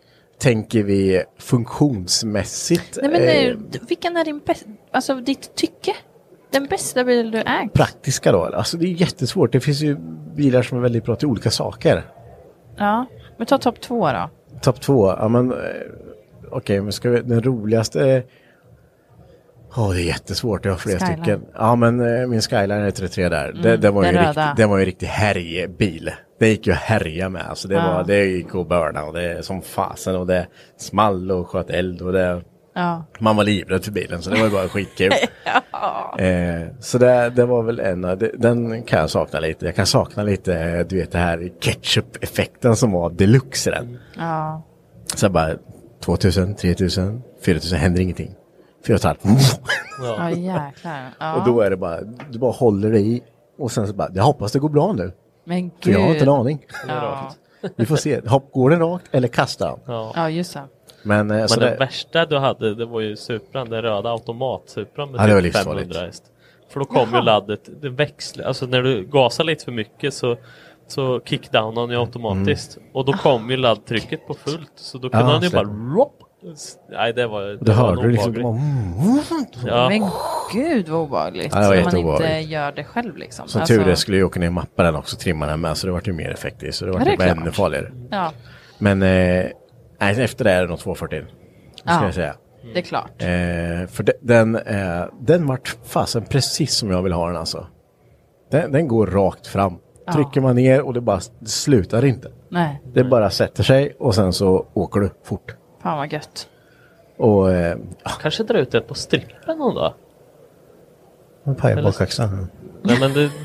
tänker vi funktionsmässigt. Nej, men eh, eh, vilken är din bästa, alltså ditt tycke? Den bästa bil du ägt? praktiska då? Alltså det är jättesvårt. Det finns ju bilar som är väldigt bra till olika saker. Ja, men ta topp två då. Topp två, ja men eh, okej, okay, men ska vi, den roligaste. Åh, oh, det är jättesvårt, jag har flera Skyline. stycken. Ja, men eh, min Skyline är trettiotre där. Mm, den, den, var ju den en röda. riktig, den var ju en riktig härjebil. Det gick ju att härja med. Alltså det, Ja. var, det gick att börna och det som fasen och det small och sköt eld och det. Ja. Man var livrädd för bilen, så det var ju bara skitkul. Ja. eh, så det, det var väl en av, det, den kan jag sakna lite. Jag kan sakna lite, eh, du vet det här ketchup-effekten som var deluxe i den. Ja. Så bara tvåtusen, tretusen, fyratusen händer ingenting. Fyra och ett halvt. Ja, jäklar. Ja. Och då är det bara, du bara håller dig i och sen så bara, jag hoppas det går bra nu. Men För jag har inte en gud. aning. Ja. Vi får se, Hopp, går den rakt eller kastar han? Ja. Ja, just det. Men, eh, Men så den det, värsta du hade, det var ju Supran, den röda automat-Supran med Ja, det var typ livsfarligt. femhundra häst. För då kom ju laddet, det växlar, alltså när du gasar lite för mycket så, så kickdownar han ju automatiskt. Mm. Och då kom ju laddtrycket på fullt, så då kunde Ja, han ju så- bara ropp. Nej, det var, det då var hörde du liksom, obehagligt. det var, Ja. Men gud vad obehagligt. Ja, det var om man inte jätteobehagligt. gör det själv liksom. som Alltså- tur är skulle jag åka ner och mappa den också, trimma den med, så det var ju mer effektivt. Så det var Ja, det är typ klart. ännu farligare. Ja, Men eh, nej, efter det är det nog tvåhundrafyrtio. Ska Ja. jag säga. det är klart. Eh, för de, den, eh, den vart fasen precis som jag vill ha den alltså. Den, den går rakt fram. Ja. Trycker man ner och det bara det slutar inte. Nej, Det bara sätter sig och sen så åker du fort. fan vad gött. Och eh, Kanske dra ut det på strippen någon dag. man pajar Eller- bakaxeln. Nej, men det...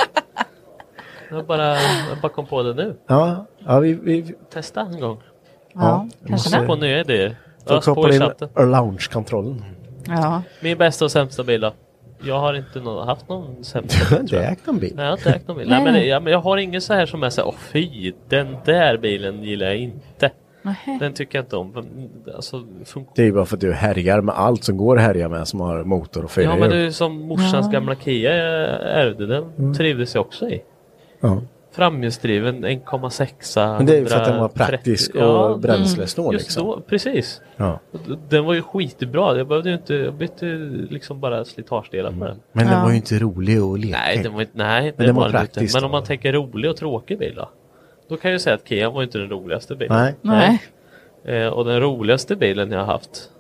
jag, bara, jag bara kom på det nu. Ja, ja vi, vi Testa en gång. Ja, jag kanske Kom det. på nya idéer. får Ös på koppla i in chatten. lounge-kontrollen. Ja. Min bästa och sämsta bil då? Jag har inte nå- haft någon sämsta bil, Det tror jag. är ägt en bil. Nej, jag har inte ägt någon bil. Nej, men, det- ja, men jag har ingen så här som är så här, åh fy, den där bilen gillar jag inte. Nej. Den tycker jag inte om. Alltså, fun- Det är ju bara för att du härjar med allt som går att härja med som har motor och fyra ja, men det är hjul. ju som morsans Ja. gamla Kia jag ärvde. Den Mm. trivdes jag också i. Ja. Framhjulsdriven en komma sex. Men det är ju för att den var praktisk och bränslesnål, just liksom. Då, precis. Ja. Den var ju skitbra. Jag behövde ju inte, jag bytte liksom bara slitagedelar på den. Men den Ja. var ju inte rolig att leka. Nej, den var inte, nej, Men det den var var den inte. praktisk Men då. om man tänker rolig och tråkig bil då? Då kan jag ju säga att Kia var inte den roligaste bilen. Nej. Nej. Eh, och den roligaste bilen jag har haft.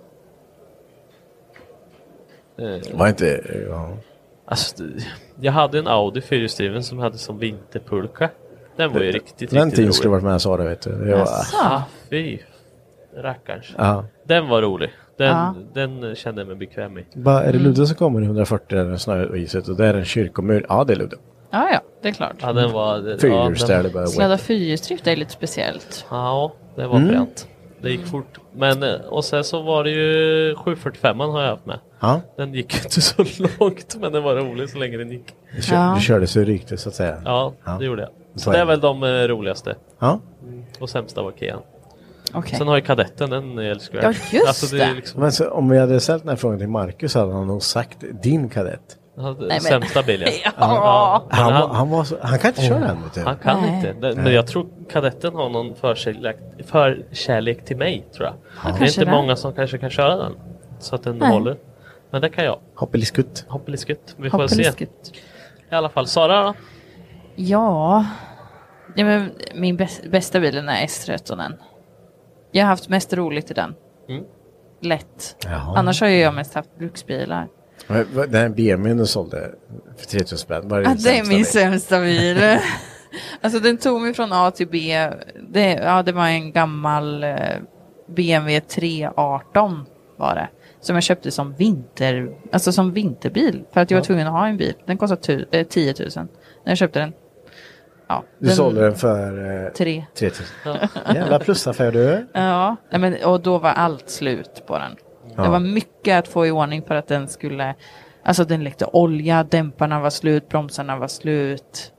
Eh, Var inte... Ja. alltså, det- jag hade en Audi fyrhjulsdriven som hade som vinterpulka. Den var ju riktigt, Den riktigt tiden rolig. skulle varit med, sa du, vet du. Det var, Jaså? Ah, fy. Rackarns. ja. Den var rolig. Den, Ja. den kände jag mig bekväm i. Bara, är det Ludde som kommer i hundrafyrtio där det snö och iset och där är en kyrkomur? Ja, det är Ludde. Ja, ja, det är klart. Ja, den var... den- Fyrhjulsdrift ja, är den, det Sladda bara. fyrhjulsdrift är lite speciellt. ja, det var Mm. fränt. Det gick fort. Men, eh, och sen så var det ju sju fyrtiofem har jag haft med. Ja, Den gick ju inte så långt, men den var rolig så länge den gick. du, kör, Ja. du körde så rykte så att säga. Ja, Ja. det gjorde jag. Så Så är det är det. väl de eh, roligaste. Ja. Och sämsta var Kian. Okej. Sen har ju kadetten, den älskar jag. Ja, just alltså, det. Är det. liksom, Men så, om vi hade ställt den här frågan till Marcus hade han nog sagt din kadett. han hade men- sämsta bilen. Ja. Men Han, han, var, han, var så, han kan inte köra den, vet du. han kan Nej. inte. Den, men jag tror kadetten har någon förkärlek, förkärlek till mig, tror jag. Det är kanske inte det. många som kanske kan köra den. Så att den Nej. håller. Men det kan jag. Hoppeliskut. Hoppeliskut. Vi får se. Hoppeliskut. I alla fall. Sara då? Ja. ja men min bäs- bästa bilen är S tretton. Jag har haft mest roligt i den. Mm. Lätt. Jaha. Annars har ju jag mest haft bruksbilar. Den här B M W:n du sålde för tre tusen spänn. Var det, ja, det är min bil? sämsta bil. Alltså den tog mig från A till B. Det, ja, det var en gammal eh, B M W tre arton var det. Som jag köpte som vinter, alltså som vinterbil. För att jag var tvungen att ha en bil. Den kostade tu, eh, tio tusen när jag köpte den. Ja, du den, sålde den för eh, tre. tre tusen. Ja. Jävla plusaffär du. Ja, men, och då var allt slut på den. Ja. Det var mycket att få i ordning för att den skulle... Alltså den läckte olja, dämparna var slut, bromsarna var slut.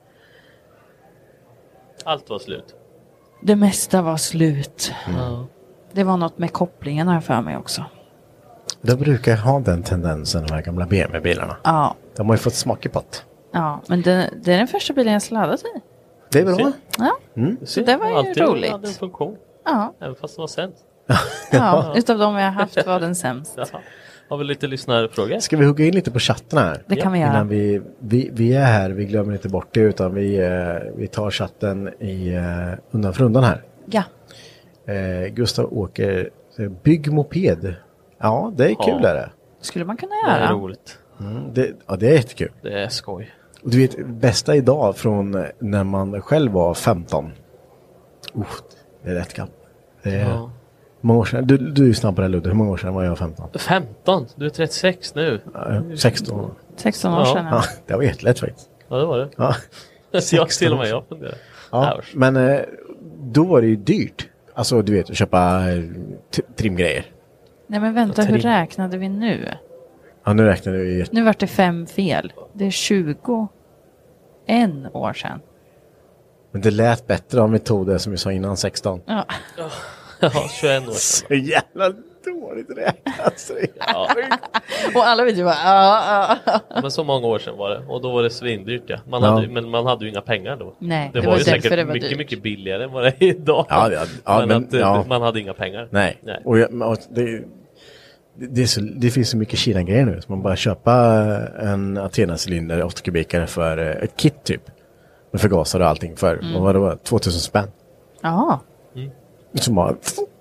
Allt var slut. Det mesta var slut. Mm. Det var något med kopplingen här för mig också. De brukar ha den tendensen, de här gamla B M W-bilarna. Ja. De har ju fått smakepott. Ja, men det, det är den första bilen jag sladdat i. Det är bra. Ja, mm. så det var ju alltid roligt. Hade en funktion. Ja. Även fast den var sämst. Ja, utav de vi har haft var den sämst. Ja. Har vi lite lyssnarfrågor? Ska vi hugga in lite på chatten här? Det kan vi göra. Innan vi, vi, vi är här, vi glömmer inte bort det utan vi, vi tar chatten i, undan för undan här. Ja. Eh, Gustav Åker, bygg moped. Ja, det är Ja. kul är det. Skulle man kunna Det göra. är roligt. Mm, det, ja, det är jättekul. Det är skoj. Och du vet, bästa idag från när man själv var femton. Uh, det är rätt gammalt. Det är Ja. många år sedan. Du, du är ju snabbare Ludde. Hur många år sedan var jag femton? femton? Du är trettiosex nu. Ja, sexton. sexton år Ja. sedan. Ja, det var jättelätt faktiskt. Ja, det var det. Ja. Jag till och med jag funderar. Ja, men eh, då var det ju dyrt. Alltså du vet, att köpa eh, t- trimgrejer. Nej men vänta, hur räknade vi nu? Ja, nu räknar vi ju. Nu vart det fem fel. Det är tjugo en år sedan. Men det lät bättre om vi tog det som vi sa innan, sexton. Ja. Ja, tjugoett år sedan. Så jävla dåligt räknat. Så Ja. Och alla vet ju bara, ja, ja. Men så många år sedan var det. Och då var det svindyrt, ja. Man Ja. hade, men man hade ju inga pengar då. Nej, det, det var, var ju därför säkert det var mycket, dyrt. mycket billigare än vad det är idag. Ja, ja, ja, men men, att, eh, ja. man hade inga pengar. Nej, Nej. och, jag, och det, det, är så, det finns så mycket Kina-grejer nu. Så man bara köpa en Athena-cylinder, åtta kubikare för eh, ett kit typ. Med förgasare och allting för, Mm. vad var det, var? tvåtusen spänn. Ja. Som bara,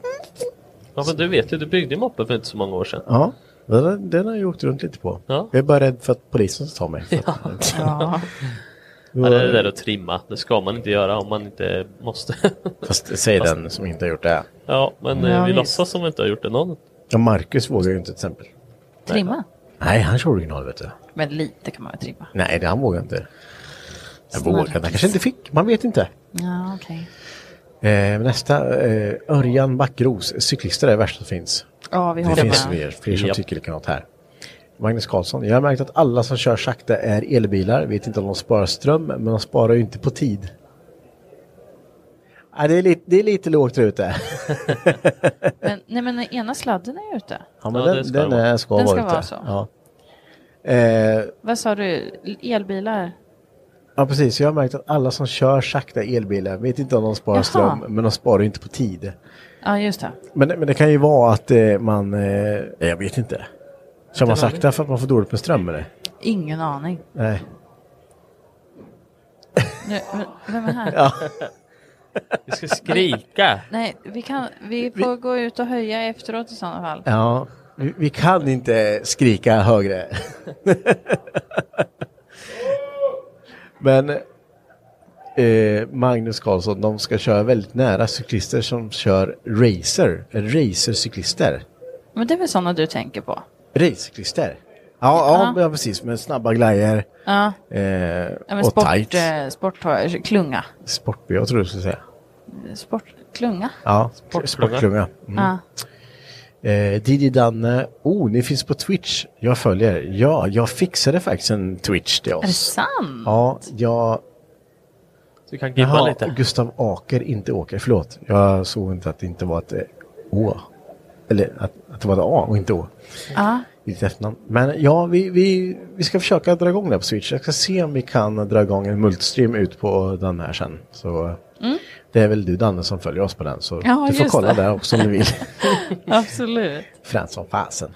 Ja, men du vet ju, du byggde ju moppen för inte så många år sedan. ja, den, den har jag åkt runt lite på. Ja. Jag är bara rädd för att polisen ska ta mig. Ja. Ja, det är det där att trimma. Det ska man inte göra om man inte måste. Fast säg Fast- den som inte har gjort det. Ja, men Ja, eh, vi visst. låtsas som vi inte har gjort det någon. Ja, Marcus vågar ju inte till exempel. Trimma. Nej, han kör original vet du. Men lite kan man väl trimma. Nej, det han vågar inte. Jag Snarare. vågar, han kanske inte fick, man vet inte. Ja, okej. Eh, nästa, eh, Örjan Backros, cyklister är det värsta som finns. Ja, vi Det håller finns med. fler, fler som Japp. tycker likadant här. Magnus Karlsson, jag har märkt att alla som kör sakta är elbilar. Vet inte om de sparar ström, men de sparar ju inte på tid. Ja, det, är lite, det är lite lågt där ute. Men, nej, men den ena sladden är ute. Ja, men Ja, det den, ska den vara. är, ska Den ska vara ute. vara så. Ja. Eh, Vad sa du? Elbilar? ja, precis. Jag har märkt att alla som kör sakta elbilar vet inte om de sparar Jaha. ström, men de sparar ju inte på tid. Ja, just det. Men, men det kan ju vara att eh, man, eh, jag vet inte. Kör man Det var sakta för att man får dåligt med ström eller? Ingen aning. Nej. Nu, vem är här? Ja. Vi ska skrika. Nej, vi, kan, vi får gå ut och höja efteråt i sådana fall. Ja, vi, vi kan inte skrika högre. Men eh, Magnus Karlsson, de ska köra väldigt nära cyklister som kör racer, racercyklister. Men det är väl sådana du tänker på? Racercyklister? Ja, ja. ja, precis, med snabba glajjor Ja. eh, Ja, men och sport, tight. eh, sport, klunga. Sportby, jag tror du skulle säga. Sportklunga. Ja, Sportklunga. sportklunga. Mm. Ja. Eh, Didi Danne, oh, ni finns på Twitch. Jag följer. Ja, jag fixade faktiskt en Twitch till Är det oss. sant? Ja, jag... Du kan gibba Jaha, lite. Gustav Åker, inte Åker, förlåt. Jag såg inte att det inte var ett eh, Å. Eller att, att det var ett A och inte Å. Ja. Lite efternamn. Men ja, vi, vi, vi ska försöka dra igång det på Switch. Jag ska se om vi kan dra igång en multistream ut på den här sen. Så Mm. det är väl du Danne som följer oss på den. Så Ja, du får just kolla det. där också om du vill. Absolut. Frans som fasen.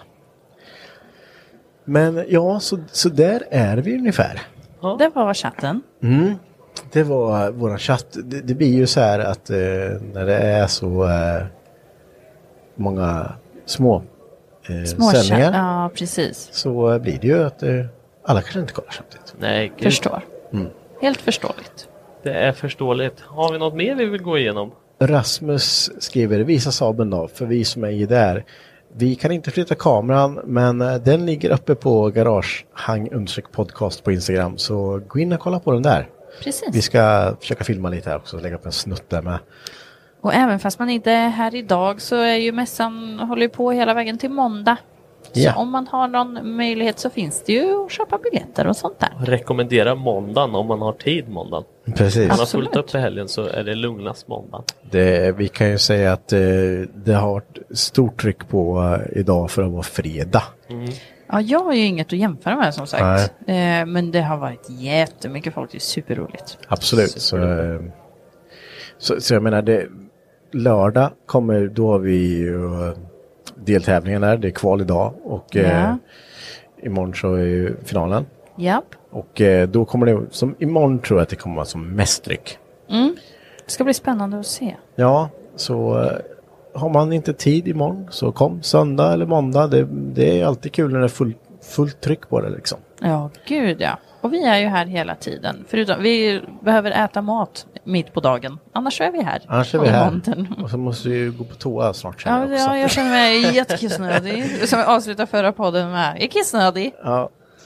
Men ja, så, så där är vi ungefär. Det var chatten. Mm. Det var våran chatt. Det, det blir ju så här att eh, när det är så eh, många små eh, Småkär. sändningar. Ja, precis. Så blir det ju att eh, alla kanske inte kollar samtidigt. Nej, gud. Förstår. Mm. Helt förståeligt. Det är förståeligt. Har vi något mer vi vill gå igenom? Rasmus skriver, visa Saben då, för vi som är där. Vi kan inte flytta kameran, men den ligger uppe på Garagehang undersök podcast på Instagram. Så gå in och kolla på den där. Precis. Vi ska försöka filma lite här också, lägga upp en snutt där med. Och även fast man inte är här idag så är ju mässan håller ju på hela vägen till måndag. Ja. Så om man har någon möjlighet så finns det ju att köpa biljetter och sånt där. Rekommendera måndagen om man har tid måndagen. Precis. Om man har Absolut. fullt upp för helgen så är det lugnast måndag. Det, vi kan ju säga att eh, det har varit stort tryck på eh, idag för att vara fredag. Mm. Ja, jag har ju inget att jämföra med som sagt. Eh, men det har varit jättemycket folk. Det är superroligt. Absolut. Så, eh, så, så jag menar, det, lördag kommer, då har vi ju eh, deltävlingen där. Det är kval idag. Och Ja. eh, imorgon så är ju finalen. Japp. Och eh, då kommer det, som imorgon tror jag att det kommer vara som mest tryck. Mm. Det ska bli spännande att se. Ja, så eh, har man inte tid imorgon så kom söndag eller måndag. Det, det är alltid kul när det är full, fullt tryck på det liksom. Ja, gud ja. Och vi är ju här hela tiden. Förutom vi behöver äta mat mitt på dagen. Annars är vi här. Annars är vi på här. montern. Och så måste vi ju gå på toa snart känner Ja, jag också. ja, jag känner mig jättekissnödig. Som jag avslutar förra podden med. Jag är kissnödig. Ja.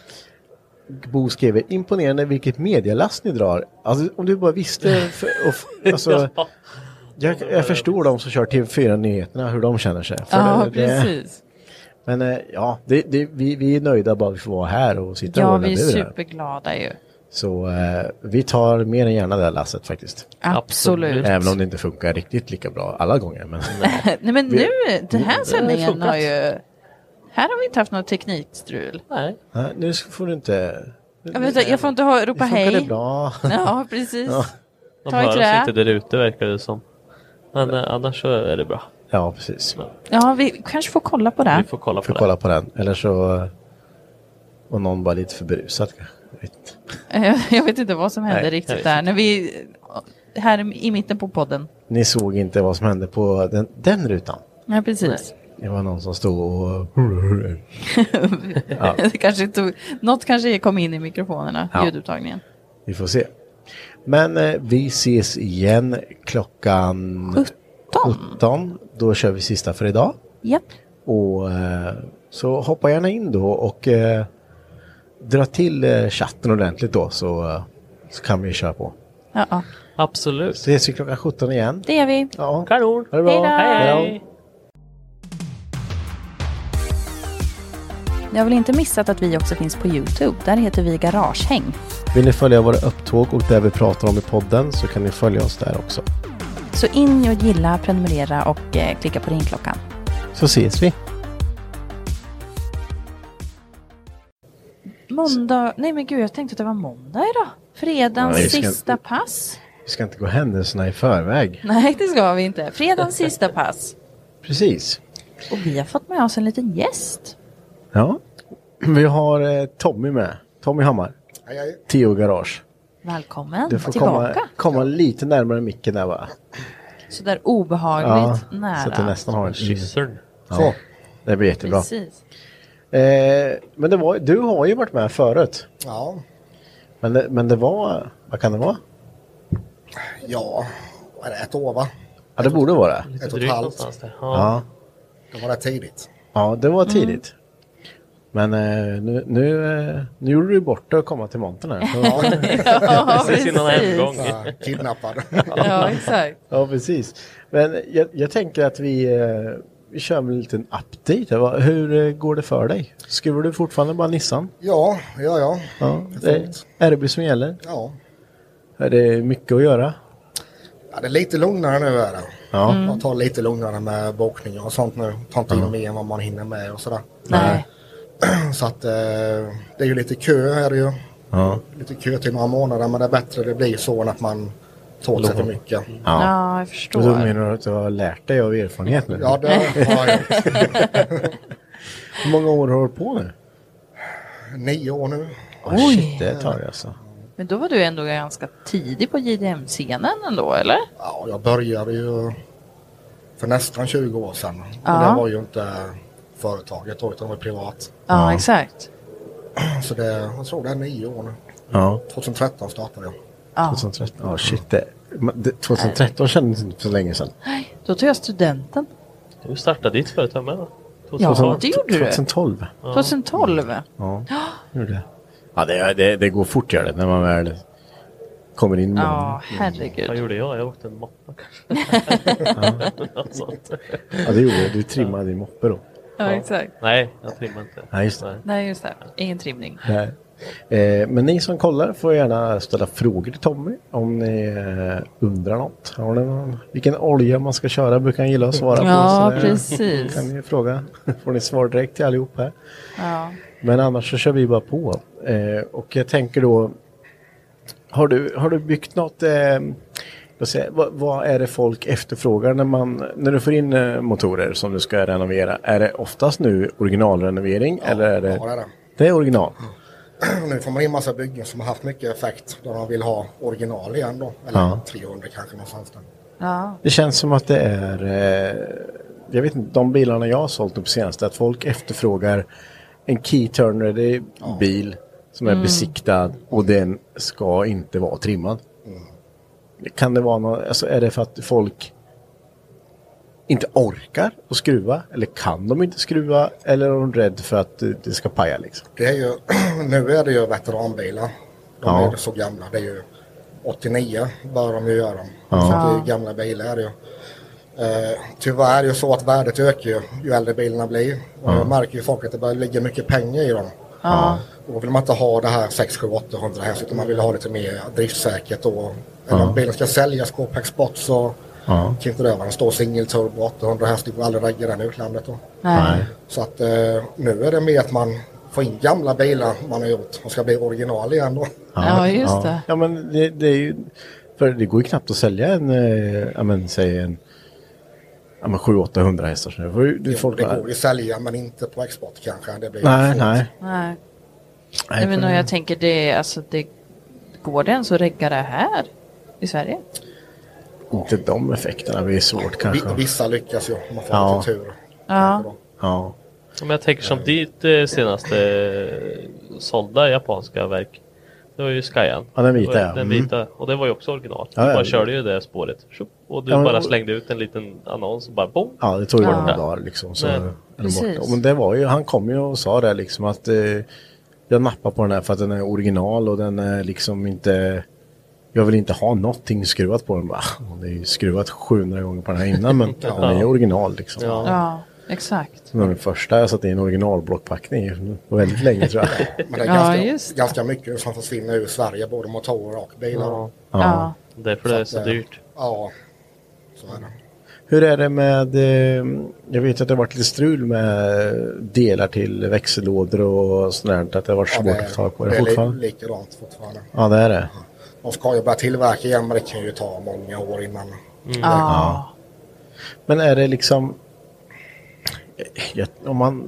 Bo skriver, imponerande vilket medialast ni drar. Alltså om du bara visste. För, och, f- alltså, jag, jag förstår de som kör T V fyra-nyheterna, hur de känner sig. För Ja, det, precis. Det, men eh, ja, det, det, vi, vi är nöjda bara vi får vara här och sitta Ja, och vi är burar. superglada ju. Så eh, vi tar mer än gärna det här lasset faktiskt. Absolut. Även om det inte funkar riktigt lika bra alla gånger. Men, Nej, men Vi- nu, den här det har sändningen funkat. har ju... Här har vi inte haft något teknikstrul. Nej. nej, nu får du inte... Jag, vet, inte, jag får inte ha, ropa Nu funkar hej. det bra. Ja, precis. Ja. De Ta i hör oss trä. inte där ute verkar det som. Men eh, annars så är det bra. Ja, precis. Ja, vi kanske får kolla på det. Vi får kolla på Får det. kolla på den. Eller så... Och någon bara lite för berusad. Jag vet. Jag vet inte vad som hände Nej, jag riktigt vet där. När vi... Här i mitten på podden. Ni såg inte vad som hände på den, den rutan. Ja, precis. Det var någon som stod och... Ja. Det kanske tog, något kanske kom in i mikrofonerna, Ja. ljudupptagningen. Vi får se. Men eh, vi ses igen klockan sjutton. Då kör vi sista för idag. Japp. Och eh, så hoppa gärna in då och eh, dra till eh, chatten ordentligt då så, eh, så kan vi köra på. Ja, ja. Absolut. Så ses vi klockan sjutton igen. Det är vi. Ja. Kanon. Ha det bra. Hej då. Hej. Jag vill inte missat att vi också finns på YouTube. Där heter vi Garagehäng. Vill ni följa våra upptåg och det vi pratar om i podden så kan ni följa oss där också. Så in och gilla, prenumerera och eh, klicka på ringklockan. Så ses vi. Måndag... Nej men gud, jag tänkte att det var måndag idag. Fredagens Nej, vi ska sista inte- pass. Vi ska inte gå händelserna i förväg. Nej, det ska vi inte. Fredagens sista pass. Precis. Och vi har fått med oss en liten gäst. Ja. Vi har eh, Tommy med. Tommy Hammar. Hej, hej. Tio Garage. Välkommen Du får tillbaka. komma, komma lite närmare micken där va? Så där obehagligt nära. så att du nästan har en Kyssern. Ja, Så. det blir jättebra. Precis. Eh, men det var, du har ju varit med förut. Ja, Men det, men det var, vad kan det vara? ja, vad är det, ett år va? Ja, det borde vara det. Ett och ett Drygt halvt. någonstans där. Ja, Ja. Det var det tidigt. ja det var tidigt. Men eh, nu, nu, eh, nu gjorde du bort det och komma till montern här. Så, Ja, Precis innan precis. hemgång. Så, kidnappad. Ja, exakt. ja, precis. Men jag, jag tänker att vi, eh, vi kör med en liten update. här. Vad- Hur eh, går det för dig? Skriver du fortfarande bara Nissan? Ja, ja, ja. Ja, Det är det fullt. är R B som gäller. Ja. Är det mycket att göra? Ja, det är lite lugnare nu är det. Ja. Jag tar lite lugnare med bokningar och sånt nu. Tar inte in mer än vad man hinner med och sådär. Nej. Så att eh, det är ju lite kö här ju. Ja. Lite kö till några månader, men det är bättre det blir så än att man tål sig för mycket. Ja. Ja, jag Och förstår. då menar du att du har lärt dig av erfarenhet nu? Ja, det har jag gjort. Hur många år har du hållit på nu? Nio år nu. Oh, shit, det tar det alltså. Men då var du ändå ganska tidig på J D M-scenen ändå, eller? Ja, jag började ju för nästan tjugo år sedan. Ja. Och det var ju inte företaget då, utan det var privat. Ja, ja. Exakt. Så det, jag tror det är nio år nu. Ja. tjugohundratretton startade jag. Ja. tjugohundratretton, ja shit. Det, det, tjugohundratretton kändes inte så länge sedan. Nej, då tog jag studenten. Du startade ditt företag med va? Ja, det gjorde du. tjugohundratolv. Ja. tjugohundratolv? Ja, gjorde det. Ja, det, det, det går fort gör det när man väl kommer in. Ja, herregud. Vad gjorde jag? Jag åkte en moppe kanske. ja. ja, det gjorde du. Du trimmade din moppe då. Ja, ja, exakt. Nej, jag trimmar inte. Nej, just det. Nej, just det. Ingen trimning. Nej. Eh, men ni som kollar får gärna ställa frågor till Tommy om ni eh, undrar något. Har ni någon, vilken olja man ska köra brukar han gilla att svara på. Ja, så precis. Kan ni fråga. Får ni svar direkt till allihop här. Ja. Men annars så kör vi bara på. Eh, och jag tänker då, har du, har du byggt något, eh, säga, vad, vad är det folk efterfrågar när, man, när du får in eh, motorer som du ska renovera? Är det oftast nu originalrenovering? Ja, eller är det, ja, det är det. Det är original. Mm. Nu får man in massa byggen som har haft mycket effekt där man vill ha original igen då. Eller ja. trehundra kanske någonstans där. Ja. Det känns som att det är, eh, jag vet inte, de bilarna jag har sålt upp senast, att folk efterfrågar en key-turner ja. bil som är mm. besiktad och den ska inte vara trimmad. Mm. Kan det vara något, alltså är det för att folk inte orkar att skruva eller kan de inte skruva eller är de rädd för att det ska paja liksom? Det är ju, nu är det ju veteranbilar. De ja. är så gamla, det är ju åttionio bör de ju göra dem. Ja. Så det är ju gamla bilar är det ju. Uh, tyvärr är det ju så att värdet ökar ju, ju äldre bilarna blir. Och ja. jag märker ju folk att det börjar ligga mycket pengar i dem. Ja. Och då vill man inte ha det här sex sju åttahundra häst utan man vill ha lite mer driftsäkert då. Eller om bilen ska säljas, gå på export så ja. kan inte det vara en stor singelturbo åttahundra häst, det går aldrig regga den i utlandet då. Nej. Så att uh, nu är det mer att man får in gamla bilar man har gjort och ska bli original igen då. Ja, ja just ja. det. Ja men det, det är ju, för det går ju knappt att sälja en, eh, ja men säg en ja, men sju åttahundra hästar. Så du, du ja, folk det går ju sälja men inte på export kanske. Det blir nej, nej. Nej. Nej. Men jag tänker det, alltså det går det ens att regga det här i Sverige? Inte de effekterna, det är svårt kanske. Vissa lyckas ju, man får ja. lite tur. Ja. Ja. Om jag tänker som ditt eh, senaste eh, sålda japanska verk. Det var ju Skyan. Ja, den vita. Ja. Den vita. Mm. Och det var ju också original. Ja, du ja. bara körde ju det spåret. Och du ja, men, bara slängde ut en liten annons och bara boom. Ja, det tog ju ja. några dagar liksom. Så men, borta. Men det var ju, han kom ju och sa det liksom att eh, jag nappar på den här för att den är original och den är liksom inte, jag vill inte ha någonting skruvat på den. Bara, det är ju skruvat sjuhundra gånger på den här innan men ja. den är original liksom. Ja. ja. Exakt. Det var den första jag satt i en originalblockpackning på väldigt länge tror jag. Men det är ganska, ja, ganska mycket som försvinner ur Sverige, både motorer och bilar. Ja. Ja. ja. Därför det är så dyrt. Ja, så är det. Hur är det med, jag vet att det har varit lite strul med delar till växellådor och sådär, att det har varit svårt ja, att ta på det, det fortfarande? Det är likadant fortfarande. Ja, det är det. De ska ju börja tillverka igen, men det kan ju ta många år innan. Mm. Ja. Men är det liksom, om man,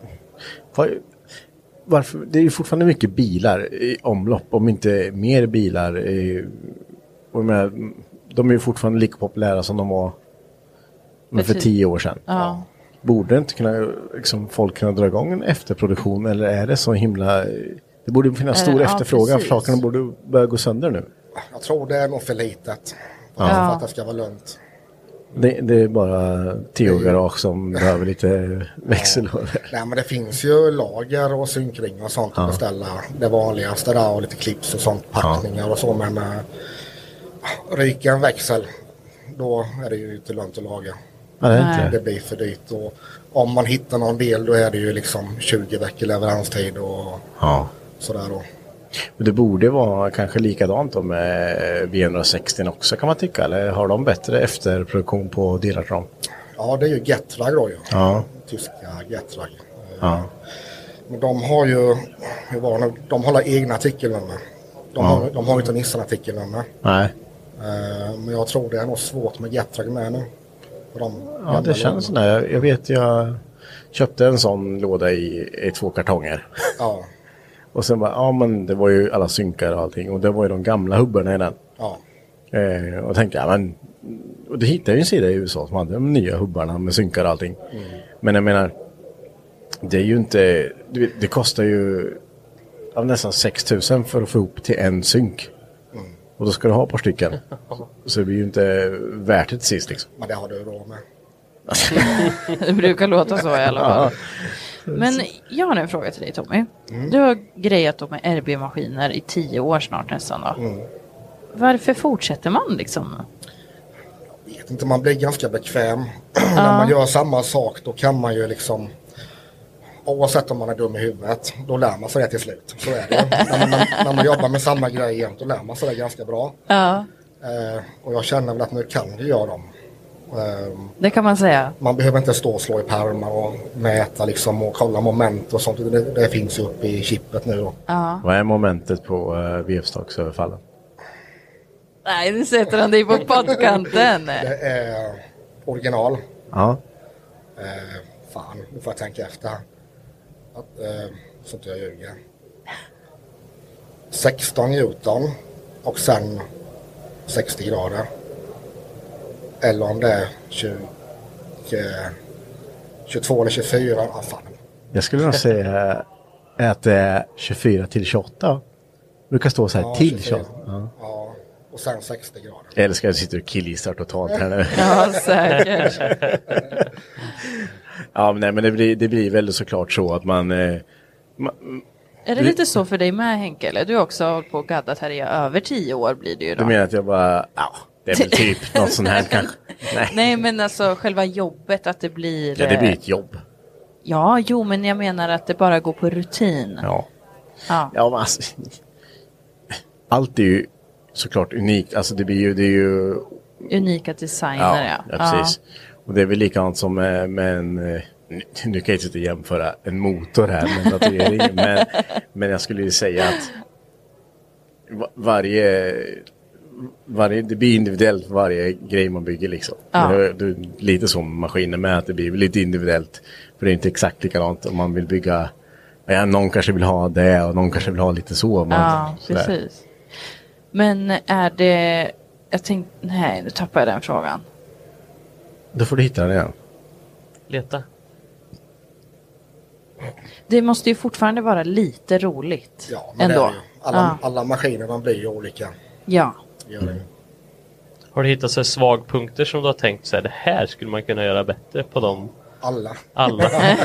varför, det är ju fortfarande mycket bilar i omlopp, om inte mer bilar. Och med, de är ju fortfarande lika populära som de var för, för tio år sedan. Ja. Borde inte kunna, liksom, folk kunna dra igång en efterproduktion eller är det så himla, det borde finnas stor ja, efterfrågan för sakerna borde börja gå sönder nu. Jag tror det är nog för litet ja. för att det ska vara lugnt. Det, det är bara tio garage som behöver lite växellådor. Ja. Nej, men det finns ju lager och synkring och sånt ja. att beställa. Det vanligaste där och lite clips och sånt, packningar ja. och så. Men äh, ryker en växel, då är det ju inte lönt att laga. Ja, det, är inte. Det blir för dyrt. Och om man hittar någon del, då är det ju liksom tjugo veckor leveranstid och ja. sådär då. Men det borde vara kanske likadant då med V ett sextio också kan man tycka. Eller har de bättre efterproduktion på delar till dem? Ja, det är ju Getrag då ju. Ja. Tyska Getrag. Ja. Men de har ju, hur var det, de har egna artikelnummer. De, ja. har, de har ju inte Nissan-artikelnummer. Nej. Uh, men jag tror det är nog svårt med Getrag med nu. De ja, det känns sådär. Jag, jag vet, jag köpte en sån låda i, i två kartonger. Ja. Och sen bara, ja men det var ju alla synkar och allting. Och det var ju de gamla hubbarna i den. Ja. Eh, och tänkte, ja men, och det hittade ju en sida i U S A som hade de nya hubbarna med synkar och allting. Mm. Men jag menar, Det är ju inte, det, det kostar ju av nästan sex tusen för att få ihop till en synk. Mm. Och då ska du ha ett par stycken. Så det blir ju inte värt det till sist liksom. Men det har du råd med. Det brukar låta så i alla fall. Men jag har en fråga till dig, Tommy. Mm. Du har grejat upp med R B-maskiner i tio år snart nästan då. Mm. Varför fortsätter man liksom? Jag vet inte, man blir ganska bekväm. Ja. När man gör samma sak då kan man ju liksom, oavsett om man är dum i huvudet, då lär man sig det till slut. Så är det. när, man, när, när man jobbar med samma grej igen, då lär man sig det ganska bra. Ja. Eh, och jag känner väl att nu kan jag göra dem. Eh, det kan man säga. Man behöver inte stå och slå i pärmar och mäta liksom och kolla moment och sånt. Det, det finns ju uppe i chippet nu då. Ja. Vad är momentet på uh, vevstaksöverfallen? Nej, nu sätter han dig på poddkanten. Det är original. Ja. Eh, fan, nu får jag tänka efter. Att, eh, så inte jag ljuger. sexton newton och sen sextio grader. Eller om det är tjugo, tjugotvå eller tjugofyra. Ah, fan. Jag skulle nog säga att det är tjugofyra till tjugoåtta. Det brukar stå så här ja, till tjugoåtta. Ja. Ja, och sen sextio grader. Eller ska jag sitta och killgissar totalt här nu? Ja, säkert. Ja, men, nej, men det blir, det blir väl såklart så att man... Eh, man är det lite så för dig med, Henke? Eller du har också hållit på och gaddat här i över tio år blir det ju då. Du menar att jag bara... Ja, det är väl typ något sånt här kanske. Nej. Nej, men alltså själva jobbet att det blir... Ja, det blir ett jobb. Ja, jo, men jag menar att det bara går på rutin. Ja. Ja, ja men alltså... Allt är ju såklart unikt. Alltså det blir ju... Det är ju... Unika designer, ja. Ja, ja precis. Ja. Och det är väl likadant som med, med en... Nu kan jag inte jämföra en motor här med en tatuering. men, men jag skulle ju säga att varje... Varje, det blir individuellt varje grej man bygger liksom. Ja. Det är, det är lite som maskiner med att det blir lite individuellt. För det är inte exakt likadant om man vill bygga. Ja, någon kanske vill ha det och någon kanske vill ha lite så. Man, ja, precis. Men är det... Jag tänkte... Nej, nu tappar jag den frågan. Då får du hitta den igen. Leta. Det måste ju fortfarande vara lite roligt. Ja, men ändå. Det är ju. Alla, ja. alla maskiner de blir ju olika. Ja. Mm. Har du hittat så svagpunkter som du har tänkt så här, det här skulle man kunna göra bättre på dem? Alla. Alla.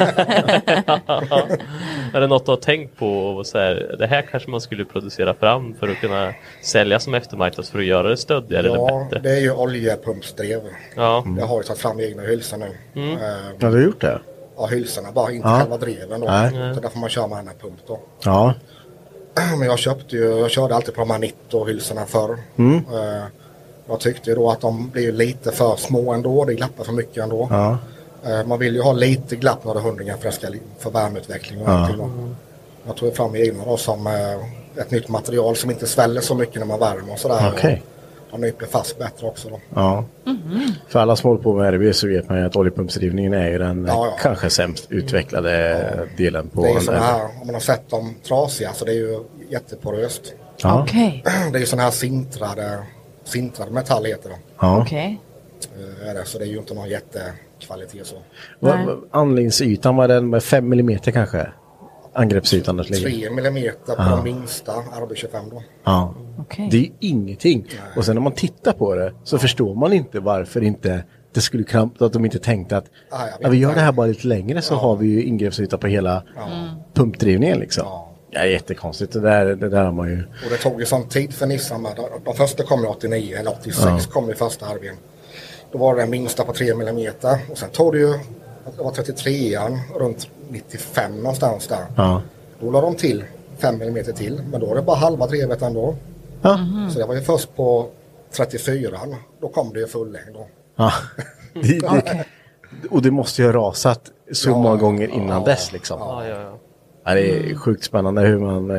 Är det något du har tänkt på och så här, det här kanske man skulle producera fram för att kunna sälja som eftermarknad för att göra det stöddigare ja, eller bättre? Det är ju oljepumpsdrev. Ja. Jag har ju tagit fram egna hylsor nu. Mm. Uh, ja, du har gjort det? Ja, hylsorna, bara inte ja. själva dreven då. Nej. Så där får man köra med den här pump då. Ja. Men jag köpte ju, jag körde alltid på de här nitto-hylsorna förr. Mm. Uh, jag tyckte ju då att de blir lite för små ändå, det glappar för mycket ändå. Ja. Uh, man vill ju ha lite glapp några hundringar för, ska, för värmeutveckling och ja. allting då. Jag tog fram egna då som uh, ett nytt material som inte sväller så mycket när man värmer och sådär. Okay. De nyper fast bättre också då. Ja. Mm-hmm. För alla som håller på med R B så vet man ju att oljepumpsdrivningen är ju den ja, ja. kanske sämst utvecklade ja. delen på... Det är ju sådana här, om man har sett dem trasiga så det är ju jätteporöst. Ja. Okej. Okay. Det är ju sådana här sintrade, sintrade metall heter de. Ja. Okej. Okay. Uh, så det är ju inte någon jättekvalitet så. Anläggningsytan var den med fem millimeter kanske? Angreppsytan tre millimeter på de minsta R B tjugofem då. Ja. Okay. Det är ju ingenting. Nej. Och sen när man tittar på det så förstår man inte varför inte det skulle krampa, att de inte tänkte att ah, ja, vi gör det här bara lite längre så ja. har vi ju ingreppsyta på hela mm. pumpdrivningen liksom. Ja. Ja, jättekonstigt. Det där, det där har man ju... Och det tog ju sån tid för Nissan med. De första kom ju åttionio eller åttiosex ja. kom ju första R B:n. Då var det den minsta på tre millimeter. Och sen tog det ju, det var trettiotrean runt nittiofem någonstans där. Ja. Då la de till fem millimeter till. Men då är det bara halva drevet ändå. Ja. Så det var ju först på trettiofyran. Då kom det ju full längd då. Ja. det, det, och det måste ju ha rasat så ja. många gånger innan ja. dess liksom. Ja, ja, ja. Ja, det är sjukt spännande hur man, eh,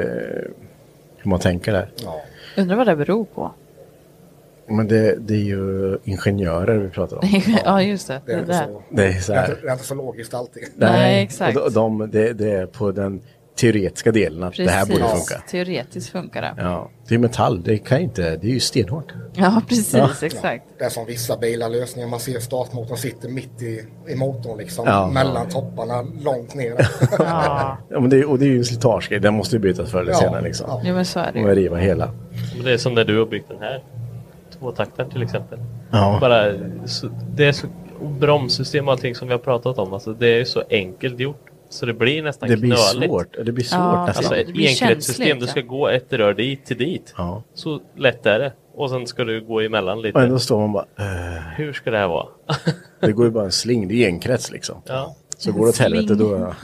hur man tänker där. Ja. Undrar vad det beror på. Men det, det är ju ingenjörer vi pratar om. Ja, just det. Det är, det, inte, så, det är, så här. Det är inte så logiskt alltid. Nej, Nej exakt. Och de, de, det, det är på den teoretiska delen att Precis. det här borde funka. Teoretiskt funkar det. Ja, det är metall, det kan inte, det är ju stenhårt. Ja, precis, Ja. exakt. Det är som vissa bilar lösningar, man ser startmotorn sitter mitt i, i motorn liksom, Ja. mellan topparna, långt ner. Ja. Ja, men det, och det är ju en slitagegrej, den måste ju bytas förr eller Ja. senare liksom. Ja. Jo, men så är det Och ju. riva hela. Men det är som när du har byggt den här tvåtaktaren till exempel. Ja. Bara, så, det är så bromssystem och allting som vi har pratat om. Alltså, det är så enkelt gjort. Så det blir nästan Det blir knöligt. svårt, det blir svårt Ja. nästan. Alltså ett Det blir enkretsssystem, känsligt, du ska ja. gå ett rör dit till dit. Ja. Så lätt är det. Och sen ska du gå emellan lite. Och ändå står man bara, uh, Hur ska det här vara? det går ju bara en sling, det är en krets liksom. Ja. Så går det åt helvete då. Ja.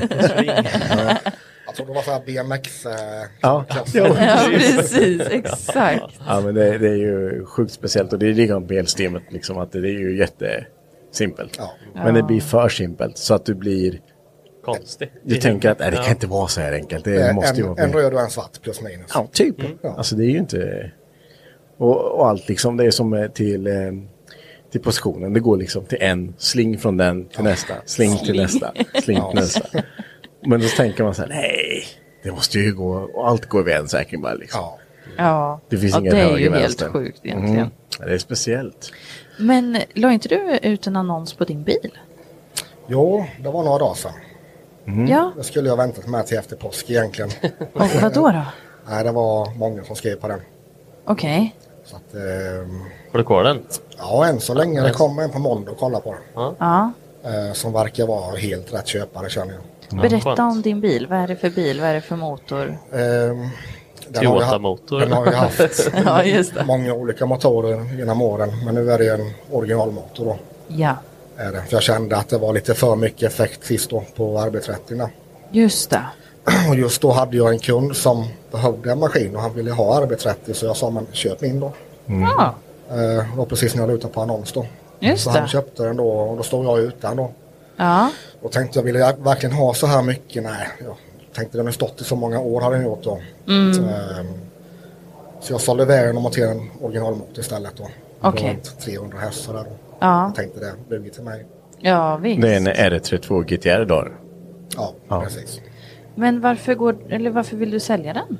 Jag tror det var så här B M X. Eh, Ja. klass. Ja, precis, exakt. Ja, men det, det är ju sjukt speciellt och det är likadant med elsystemet liksom att det, det är ju jättesimpelt. Ja. Men det blir för simpelt så att du blir, Konstigt. du tänker att nej, det kan inte vara så här enkelt. Det Eh, måste ju en, vara en mer. röd och en svart plus minus. Ja, typ. Ja. Alltså det är ju inte, och, och allt liksom, det är som eh, till, eh, till positionen. Det går liksom till en, sling från den till nästa, sling till nästa, sling till nästa. Men då tänker man så här, nej, det måste ju gå, och allt går vid en säkring bara liksom. Ja. Ja, Det finns ja, ingen det är höger ju helt vänster. sjukt egentligen. Mm. Det är speciellt. Men la inte du ut en annons på din bil? Jo, det var några dagar sedan. Ja, Det skulle jag väntat med till efter påsk egentligen. och vad då då? Nej, det var många som skrev på den. Okej. Så att, ehm, Har du kvar den? ja, än så länge. Det kommer en på måndag och kolla på den. Ja. Eh, som verkar vara helt rätt köpare känner jag. Berätta skönt. om din bil. Vad är det för bil? Vad är det för motor? Ehm, den har ju ha- Toyota-motor. Den har ju haft Ja, just det. många olika motorer genom åren. Men nu är det en originalmotor då. Ja, Är det. För jag kände att det var lite för mycket effekt sist då på arbetsrätterna. just det. Och just då hade jag en kund som behövde en maskin och han ville ha arbetsrätter. Så jag sa, men köp min då. Ja, Eh, det var precis när jag la ut den på annons då. just Så han det. köpte den då och då stod jag utan då. Ja, Och tänkte jag, ville jag verkligen ha så här mycket? Nej, jag tänkte den har stått i så många år har den gjort då. Mm. Ehm, så jag sålde iväg den och monterade en originalmotor istället då. Okej. Runt trehundra hästar där då. ja, Jag tänkte det, duger till mig. ja visst. Det är en R trettiotvå G T R då. Ja, Ja. precis. Men varför, går, eller varför vill du sälja den?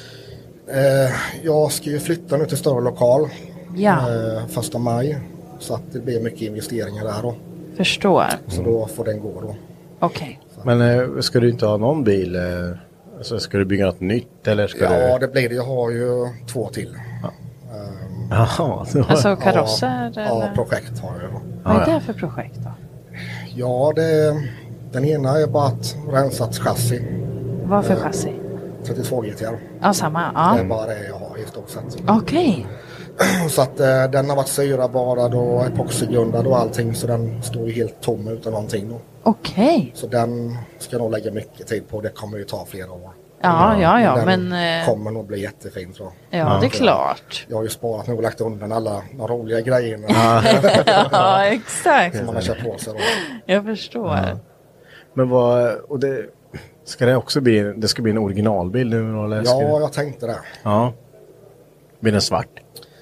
Eh, jag ska ju flytta nu till större lokal. Ja, Eh, första maj. Så att det blir mycket investeringar där då. förstår. Så då får den gå då. Okej. Men eh, ska du inte ha någon bil? Eh, alltså, ska du bygga något nytt eller ska Ja, du? det blir det. Jag har ju två till. Ehm, Jaha, det var... Alltså karosser ja, eller? ja, projekt har jag då. Vad är Ja, ja. det för projekt då? Ja, det, den ena är bara ett rensat chassi. Vad för chassi? trettiotvå G T R. Ja, samma. Det är Ja. bara det jag har i stort sett. Okej. Så att eh, den har varit syrabadad och epoxygrundad och allting. Så den står ju helt tom utan någonting då. Okej. Så den ska jag nog lägga mycket tid på. Det kommer ju ta flera år. Ja, ja, ja, den men... eh, kommer nog bli jättefin tror jag. Ja, det är klart. Jag har ju sparat nog och lagt undan alla de roliga grejerna Ja, exakt. som man har köpt på sig då. Jag förstår. Men vad, och det, ska det också bli, det ska bli en originalbil nu då, eller? Ska Ja, det- jag tänkte det. Ja. Blir den svart?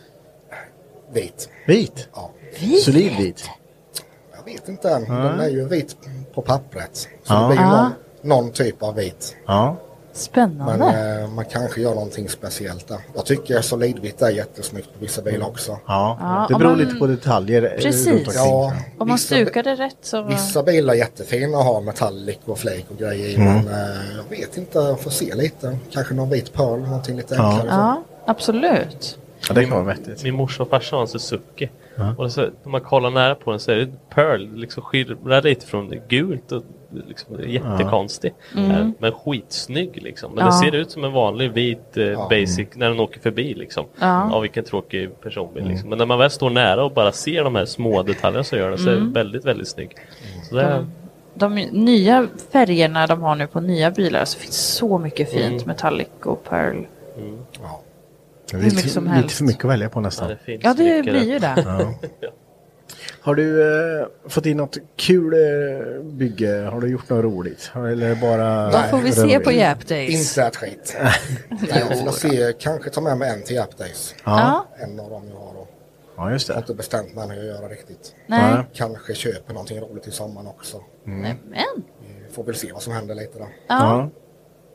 Vit. Vit? Ja. Solid vit? Jag vet inte än. Den är ju vit på pappret. Så Ja. det blir ju Ja. någon, någon typ av vit. Ja. Spännande. Men eh, man kanske gör någonting speciellt där. Jag tycker solidvitt är jättesnyggt på vissa bilar också. Ja. Ja, det om beror man- lite på detaljer. eh, Precis. runt omkring. Ja, Om man vissa, stukar det rätt så... vissa bilar är jättefina att ha metallic och flake och grejer i. Mm. Men eh, jag vet inte, jag får se lite. Kanske någon vit pearl, någonting lite Ja. enklare. så. Ja, absolut. Ja, det kan vara vettigt. Min morsa och farsa har en Suzuki. Och så, när man kollar nära på den så är det Pearl. Liksom skilrar lite från gult och liksom, det är jättekonstig. Mm. Men skitsnygg liksom. Men Ja. det ser ut som en vanlig vit eh, basic när den åker förbi liksom. Ja. Av vilken tråkig personbil liksom. Men när man väl står nära och bara ser de här små detaljerna så gör den så är det väldigt, väldigt snygg. Så det är, De nya färgerna de har nu på nya bilar så finns så mycket fint. Mm. Metallic och pearl. Ja. Det är Hur mycket lite, som lite helst. för mycket att välja på ja, nästan. det finns Ja, det mycket blir ju rätt. det. Ja. Har du eh, fått in något kul eh, bygge? Har du gjort något roligt? Har- Eller bara... Vad får vi se rövigt? på Jap Days? Inte ett skit. Jag får se, kanske ta med mig en till Jap Days. Ja. En av dem jag har då. Ja, just Jag har det. inte bestämt mig hur jag gör riktigt. Nej. Ja. Kanske köper någonting roligt i sommaren också. Nej, men. Vi får väl se vad som händer lite där. Ja. Ja.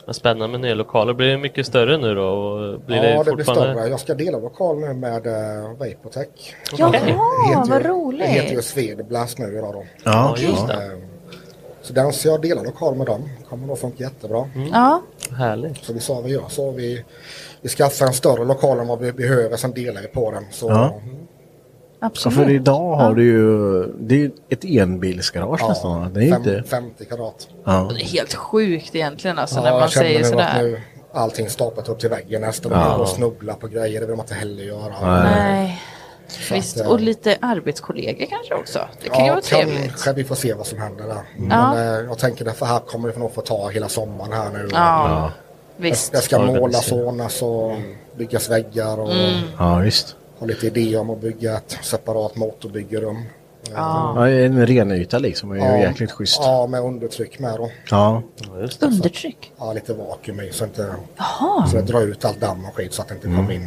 Men spännande med nya lokaler. Blir det mycket större nu då? Och blir ja, det, det fortfarande... blir större. Jag ska dela lokal nu med uh, Vaportech. Jaha, heter, vad roligt. Det heter ju Svedblast nu idag då. Ja, just det. Uh, så den ska jag dela lokal med dem. Kommer nog funka jättebra. Mm. Ja. Härligt. Så vi sa vi gör så. Vi, vi skaffar en större lokal än vad vi behöver. Sen delar vi på den. Så, ja. Absolut. Ja, för idag har ja. du ju, det är ju ett enbilsgarage ja, nästan. Det är fem, inte... femtio kvadrat. Ja. Det är helt sjukt egentligen alltså, ja, när man säger sådär. Nu, allting staplat upp till väggen nästan. Ja. Och snubbla på grejer. Det vill man inte heller göra. Nej. Visst, och lite arbetskollegor kanske också. Det kan ja, ju vara trevligt. Kanske vi får se vad som händer där. Mm. Ja. Men jag tänker därför här kommer vi nog få ta hela sommaren här nu. Ja, ja. Visst. Jag ska målas, ordnas och byggas väggar och mm. ja, visst. ha lite idéer om att bygga ett separat motorbyggerum. Ja. Ja, en ren yta liksom. Det är ju ja. jäkligt schysst. Ja, med undertryck med då. Ja. Just undertryck? Ja, lite vakuum i så inte Jaha. så det drar ut allt damm och skit så att det inte mm. kommer in.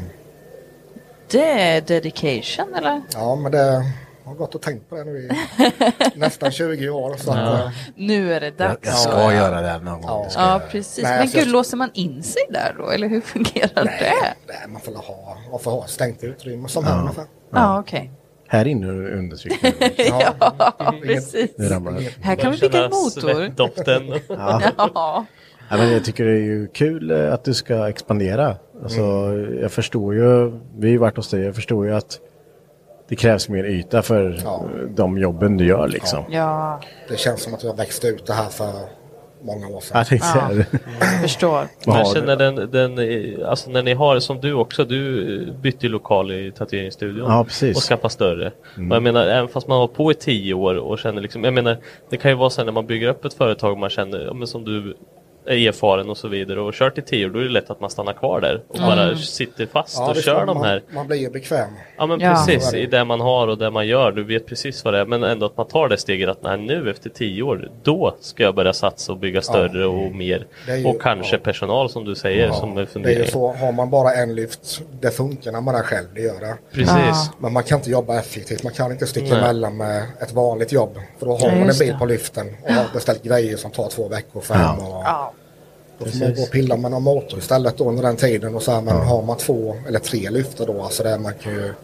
Det är dedication eller? Ja, men det har gått och tänkt på det nu i nästan tjugo år. Så ja. att, nu är det dags. Jag ska ja. göra det någon gång. Ja, ja precis. Nej, men gud, jag... låser man in sig där då? Eller hur fungerar nej, det? Nej, man får ha, man får ha stängt utrymme som ja. här ungefär. Ja, ja okej. Okay. Här inne undertrycker ja, ja, precis. Här kan vi bygga en motor. Doften. ja. ja. Ja, men jag tycker det är ju kul att du ska expandera. Alltså, mm. jag förstår ju, vi har ju varit hos dig, jag förstår ju att det krävs mer yta för ja. de jobben du gör liksom. Ja. ja. Det känns som att jag växte ut det här för många år sedan. Ja, det ja. Jag förstår. Jag känner den, den, alltså när ni har, som du också, du bytte lokal i tatueringsstudion ja, precis. och skaffade större. Mm. Och jag menar, även fast man var på i tio år och känner liksom, jag menar, det kan ju vara så när man bygger upp ett företag och man känner, ja, men som du är erfaren och så vidare och kört i tio år, då är det lätt att man stannar kvar där och mm. bara sitter fast ja, och kör de här. Man, man blir ju bekväm. Ja men ja. precis, i det man har och det man gör, du vet precis vad det är, men ändå att man tar det steget att nej, nu efter tio år, då ska jag börja satsa och bygga större ja. och mer ju, och kanske ja. personal som du säger ja. som fungerar. Det är ju så, har man bara en lyft, det funkar när man är själv, det gör det. Precis. Ja. Men man kan inte jobba effektivt, man kan inte sticka emellan med ett vanligt jobb, för då har ja, man en bil på lyften och har beställt grejer som tar två veckor för ja. och ja. Då får man gå och pilla med någon motor istället då under den tiden och så här, men ja. har man två eller tre lyfter då, alltså där man kan ju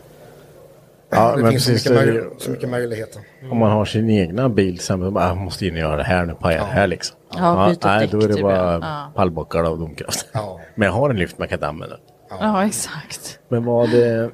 ja, det men finns precis, så, mycket möj- så mycket möjligheter. Om man har sin egna bil så man bara, måste in och göra det här nu på ja. här liksom. Ja, ja, nej, då är det typ bara ja. pallbockar och domkraft. Ja. Men jag har en lyft man kan använda. Ja. ja, exakt. Men vad det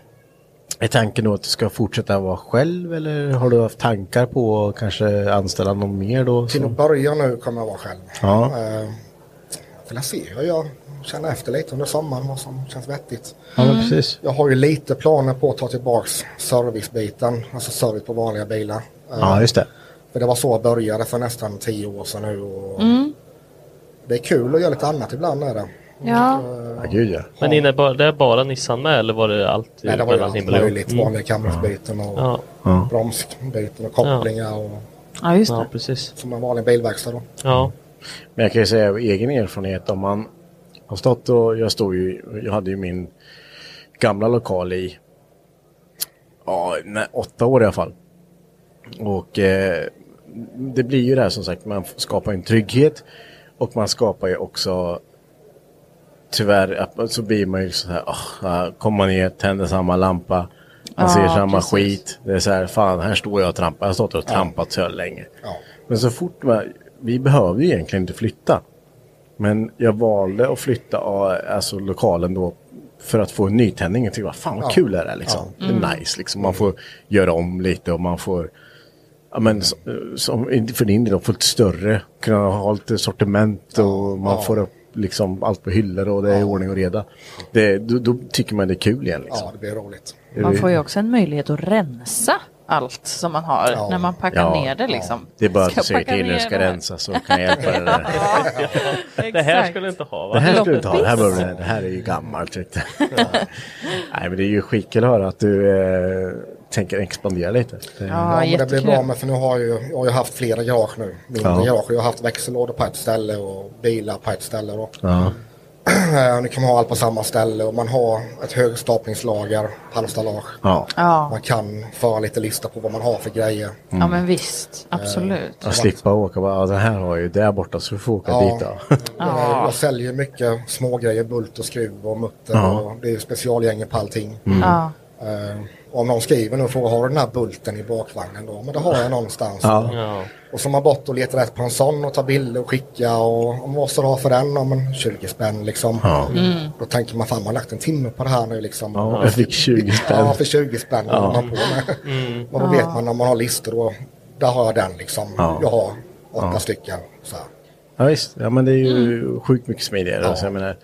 är tanken då att du ska fortsätta vara själv eller har du haft tankar på att kanske anställa någon mer då? Till att börja nu kommer jag vara själv. Ja. Uh, för jag ser jag känner efter lite under sommaren vad som känns vettigt. Ja, men precis. Jag har ju lite planer på att ta tillbaks servicebiten, alltså service på vanliga bilar. Ja, just det. För det var så jag började för nästan tio år sedan nu. Och mm. det är kul att göra lite annat ibland är det. Ja. Och, ja, gud ja. Men innebar det bara Nissan med eller var det allt? Nej, det var ju allt möjligt. Mm. Vanliga kamerabyten och ja. Ja. bromsbyten och kopplingar. Och, ja, just det. Ja, precis. Som en vanlig bilverkstad då. Ja. Men jag kan ju säga av egen erfarenhet om man har stått och jag stod ju, jag hade ju min gamla lokal i ja, nej, åtta år i alla fall. Och eh, det blir ju det här som sagt, man skapar en trygghet och man skapar ju också tyvärr, så blir man ju så här, oh, kommer man ner, tänder samma lampa, man ja, ser samma precis. skit. Det är så här, fan här står jag och trampar, jag har stått och trampat så länge. Ja. Men så fort man, vi behöver ju egentligen inte flytta. Men jag valde att flytta alltså lokalen då för att få en nytändning. Jag tyckte, vad fan vad ja. kul är det liksom. Ja. Mm. Det är nice liksom. Man får göra om lite och man får ja, men, som, för din del få lite större, kunna ha lite sortiment och ja. man ja. får upp liksom allt på hyllor och det är ja. ordning och reda. Det, då, då tycker man det är kul igen liksom. Ja, det blir roligt. Man får ju också en möjlighet att rensa allt som man har ja. när man packar ja. ner det liksom. Ja. Det är bara att du säger till när du ska rensa så kan jag hjälpa dig där. Ja, det här skulle inte ha va? Det här skulle inte ha. Det här, bör, det här är ju gammalt tyckte jag. Ja. Nej men det är ju skickligt att höra att du eh, tänker expandera lite. Det, ja, ja men det blir bra med för nu har jag ju, jag har ju haft flera garage nu. Mindre ja. garage. Jag har haft växellådor på ett ställe och bilar på ett ställe då. Ja. Ni kan ha allt på samma ställe och man har ett högstapningslager, pallstallage. Ja. Ja. Man kan föra lite lista på vad man har för grejer. Mm. Ja men visst, absolut. Jag slippa åka bara, ja, den här har ju där borta så du får åka ja. dit då. Ja. Jag säljer mycket små grejer, bult och skruv och mutter ja. och det är specialgänger på allting. Mm. Ja. Uh, och om någon skriver nu och frågar, har du den här bulten i bakvagnen då? Men det har jag någonstans. Ja. Ja. Och så man bort och letar rätt på en sån och tar bilder och skicka och om vad ska du ha för den? Om en tjugo spänn liksom. Ja. Mm. Då tänker man, fan man har lagt en timme på det här nu liksom. Ja, jag fick tjugo spänn. Ja, för tjugo spänn ja. man på med. Mm. Och då vet man om man har listor då, där har jag den liksom. Ja. Jag har åtta ja. stycken. Så här. Ja visst, ja men det är ju mm. sjukt mycket smidigare. Ja. Alltså, jag menar,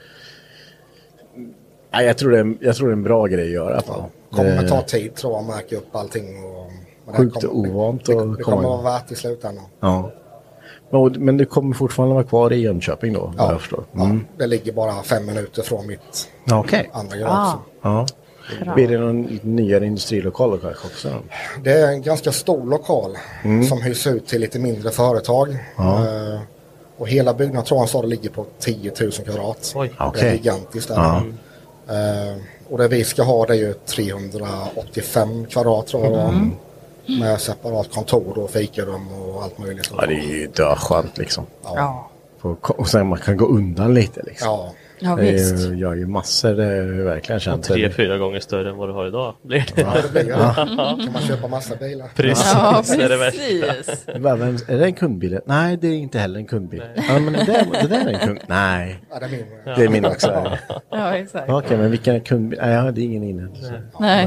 nej, jag, tror det är, jag tror det är en bra grej att göra. Ja. Kommer det ta tid tror jag, märka upp allting. Och, sjukt ovant. Det, det, det kommer vara värt i slutändan. Ja. Men, men det kommer fortfarande vara kvar i Jönköping då? Ja, jag förstår. Mm. Mm. ja, det ligger bara fem minuter från mitt okay. andra garage. Ah. Ja. Blir det någon nyare industrilokal kanske också? Det är en ganska stor lokal mm. som hyrs ut till lite mindre företag. Ja. Uh, och hela byggnaden tror jag sa det ligger på tio tusen kvadrat. Oj. Det är gigantiskt där. Ja. Uh, och det vi ska ha det är ju trehundraåttiofem kvadrat tror jag. Mm. Med separat kontor och fikarum och allt möjligt. Ja, det är ju döskönt liksom. Ja. Och sen man kan gå undan lite liksom. Ja. Ja, visst. Jag gör ju massor, det är verkligen känt. Tre, fyra gånger större än vad du har idag. Blir det? Ja, det blir det. Ja. Kan man köpa massa bilar. Precis, ja, precis. är det värsta. Är det en kundbil? Nej, det är inte heller en kundbil. Ja, men det där, det där är en kund. Nej, ja, det är min. Ja. Det är min också. Ja, exakt. Okej, okay, men vilken är kundbil? Nej, det är ingen inne. Nej. Nej.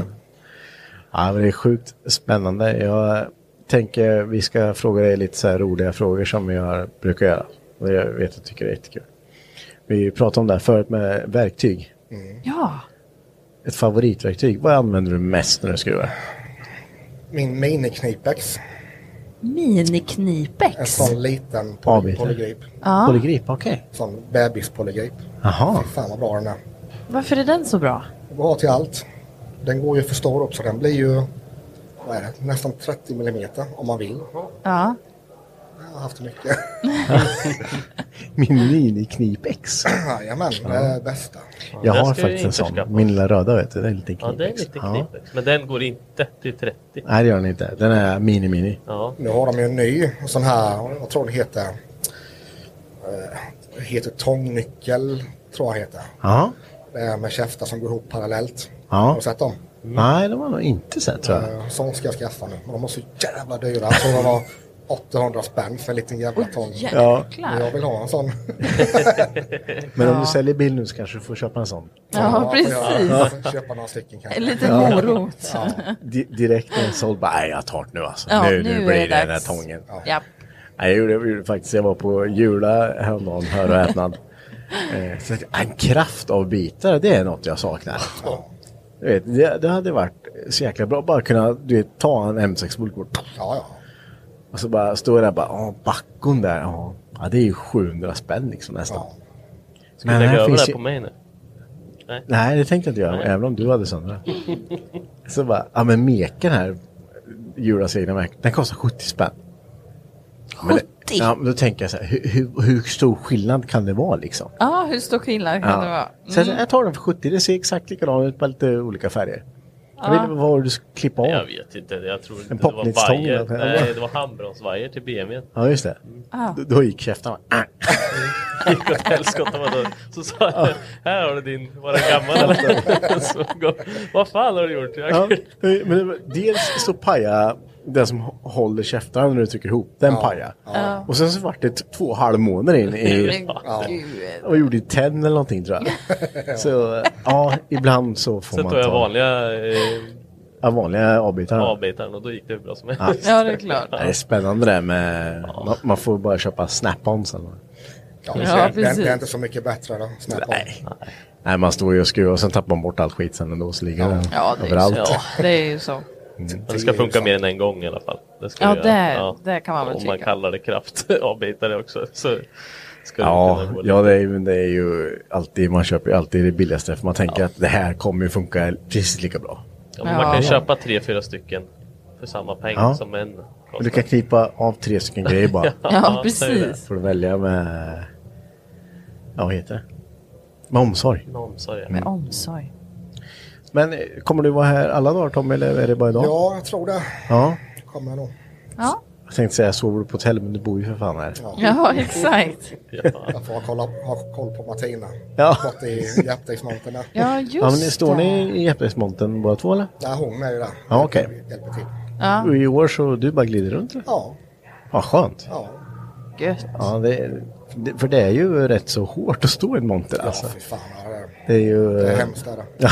Ja, men det är sjukt spännande. Jag tänker vi ska fråga dig lite så här roliga frågor som jag brukar göra. Och jag vet att jag tycker det är jättekul. Vi pratade om det här förut med verktyg. Mm. Ja. Ett favoritverktyg. Vad använder du mest när du skruvar? Min miniknipex. Miniknipex? En sån liten poly- polygrip. Ja. Polygrip, okej. Okay. Sån bebispolygrip. Jaha. Fy fan vad bra den är. Varför är den så bra? Det går till allt. Den går ju för stor upp så den blir ju vad är det, nästan trettio millimeter om man vill. Ja. Jag har haft mycket. Min miniknipex. Jajamän, det är bästa. Jag har faktiskt en sån. Min lilla röda vet du, det är lite knipex. Ja, det är lite knipex. Ja. Men den går inte till trettio. Nej, det gör den inte. Den är mini-mini. Ja. Nu har de ju en ny sån här, jag tror det heter äh, heter tångnyckel, tror jag heter. Ja. Det är med käftar som går ihop parallellt. Ja. Har du sett dem? Mm. Nej, de har nog inte sett tror jag. Uh, sån ska jag skaffa nu. Men de var så jävla dyra. Så de var åttahundra spänn för en liten jävla tång. Oh, ja. Men jag vill ha en sån. Men ja. om du säljer bil nu så kanske du får köpa en sån. Ja, ja precis. Jag får köpa några stycken kanske. En liten morot. Ja. Di- direkt när jag såld bara, nej jag tar det nu alltså. Ja, nu, nu nu blir är det det den här dags. tången. Ja. Ja. Nej, jag gjorde, jag gjorde faktiskt, jag var på Jula häromdagen, hör och häpnad. eh, så en kraft av bitar, det är något jag saknar. Ja. Du vet, det, det hade varit så jäkla bra, bara kunna du vet, ta en M sex bultkort. Ja, ja. Och så bara står där bara, åh, backon där, ja, ja det är ju sjuhundra spänn liksom nästan. Ja. Ska du lägga över det ju... på mig nu? Nej. Nej, det tänkte jag inte göra, även om du hade sådana. Så bara, ja men meken här, Julas egna märken, den kostar sjuttio spänn. Men det, ja, men då tänker jag så här, hur, hur, hur stor skillnad kan det vara liksom? Ja, hur stor skillnad kan ja. det vara? Mm. Så jag tar den för sjuttio, det ser exakt likadant ut på lite olika färger. Jag vet inte vad du ska klippa av. Jag vet inte, jag tror inte en det var vajer. Eller? Nej, det var handbromsvajer till B M W. Ja, just det. Mm. Ah. Då, då gick käften. Ah. gick åt helskotta var då. Så sa jag, ah. här har du din, var den gammal eller? Så gå, vad fan har du gjort? Ja, men det, dels så paja den som håller käften när du trycker ihop, den ja. paja. Ja. Och sen så var det två halvmånader in i... ja. Och gjorde tenn eller någonting tror jag. Så ja, ibland så får sen man ta... Sen tog jag vanliga... Eh, ja, vanliga avbytare. Avbytaren och då gick det bra som helst. Ja, ja det är klart. Det är spännande det med... Ja. Man, man får bara köpa snap-ons eller... Ja, ja det, det är inte så mycket bättre då. Snap-on. Nej. Nej, man står ju och skruvar och sen tappar man bort all skit sen ändå så ligger ja. den ja, det överallt. Ja, det är ju så. Mm. Det ska funka mer än en gång i alla fall. Det ska ja, det, det, ja, det kan man väl om tycka. man kallar det kraft avbitare också. Så ska ja, det ja det, är, det är ju alltid, man köper ju alltid det billigaste för man tänker ja. att det här kommer ju funka precis lika bra. Ja, men ja. Man kan ju köpa tre, fyra stycken för samma pengar ja. som en kostar. Du kan knipa av tre stycken grejer bara. ja, ja, precis. Får du välja med, ja vad heter det? Med omsorg. Med omsorg, ja. Med omsorg. Men kommer du vara här alla dagar, Tom, eller är det bara idag? Ja, jag tror det. Ja. Kommer jag nog. Ja. Jag tänkte säga, sover du på hotell, men du bor ju för fan här. Ja, ja exakt. Jag får ha koll, ha koll på Martina. Ja. Bort i Jäptegsmonten. Ja, just ja, men står ni i Jäptegsmonten båda två, eller? Ja, hon är ju där. Ja, okej. Okay. Hjälper till. Ja. Och i år så du bara glider runt? Eller? Ja. Ja, skönt. Ja. Gött. Ja, det, det, för det är ju rätt så hårt att stå i en monter, alltså. Ja, fy fan. Det är ju... Det är hemskt där. Ja.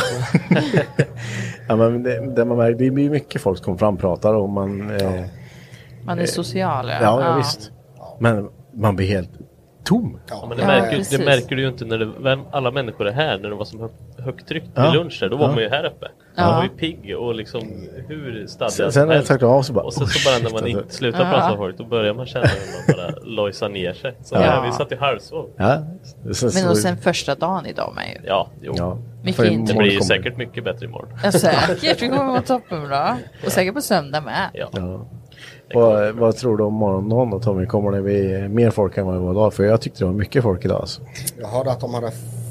Ja, men det, det, man märker, det blir mycket folk som kommer fram och pratar och man... Eh, man är social. Ja, ja, ja visst. Men man blir helt tom. Ja, men det, märker, ja, det märker du ju inte när det, alla människor är här, när det var som hög, högt tryck ja. vid lunch där, då var ja. man ju här uppe. Ja. Man var ju pigg och liksom hur stadiga sen, sen har jag sagt av så bara, och sen oh, så bara när man shit, inte slutar ja. prata med folk, då börjar man känna att man bara lojsar ner sig. Så ja. ja, vi satt i halvsov. Ja. Men och sen första dagen idag med ju. Ja, jo. Ja. Mycket det blir ju säkert mycket bättre imorgon. Ja, säkert, det kommer vara toppenbra. Och säkert på söndag med. Ja. Ja. Vad, vad tror du om morgonen då, Tommy? Kommer det bli mer folk än vad det var idag? För jag tyckte det var mycket folk idag. Alltså. Jag hörde att de hade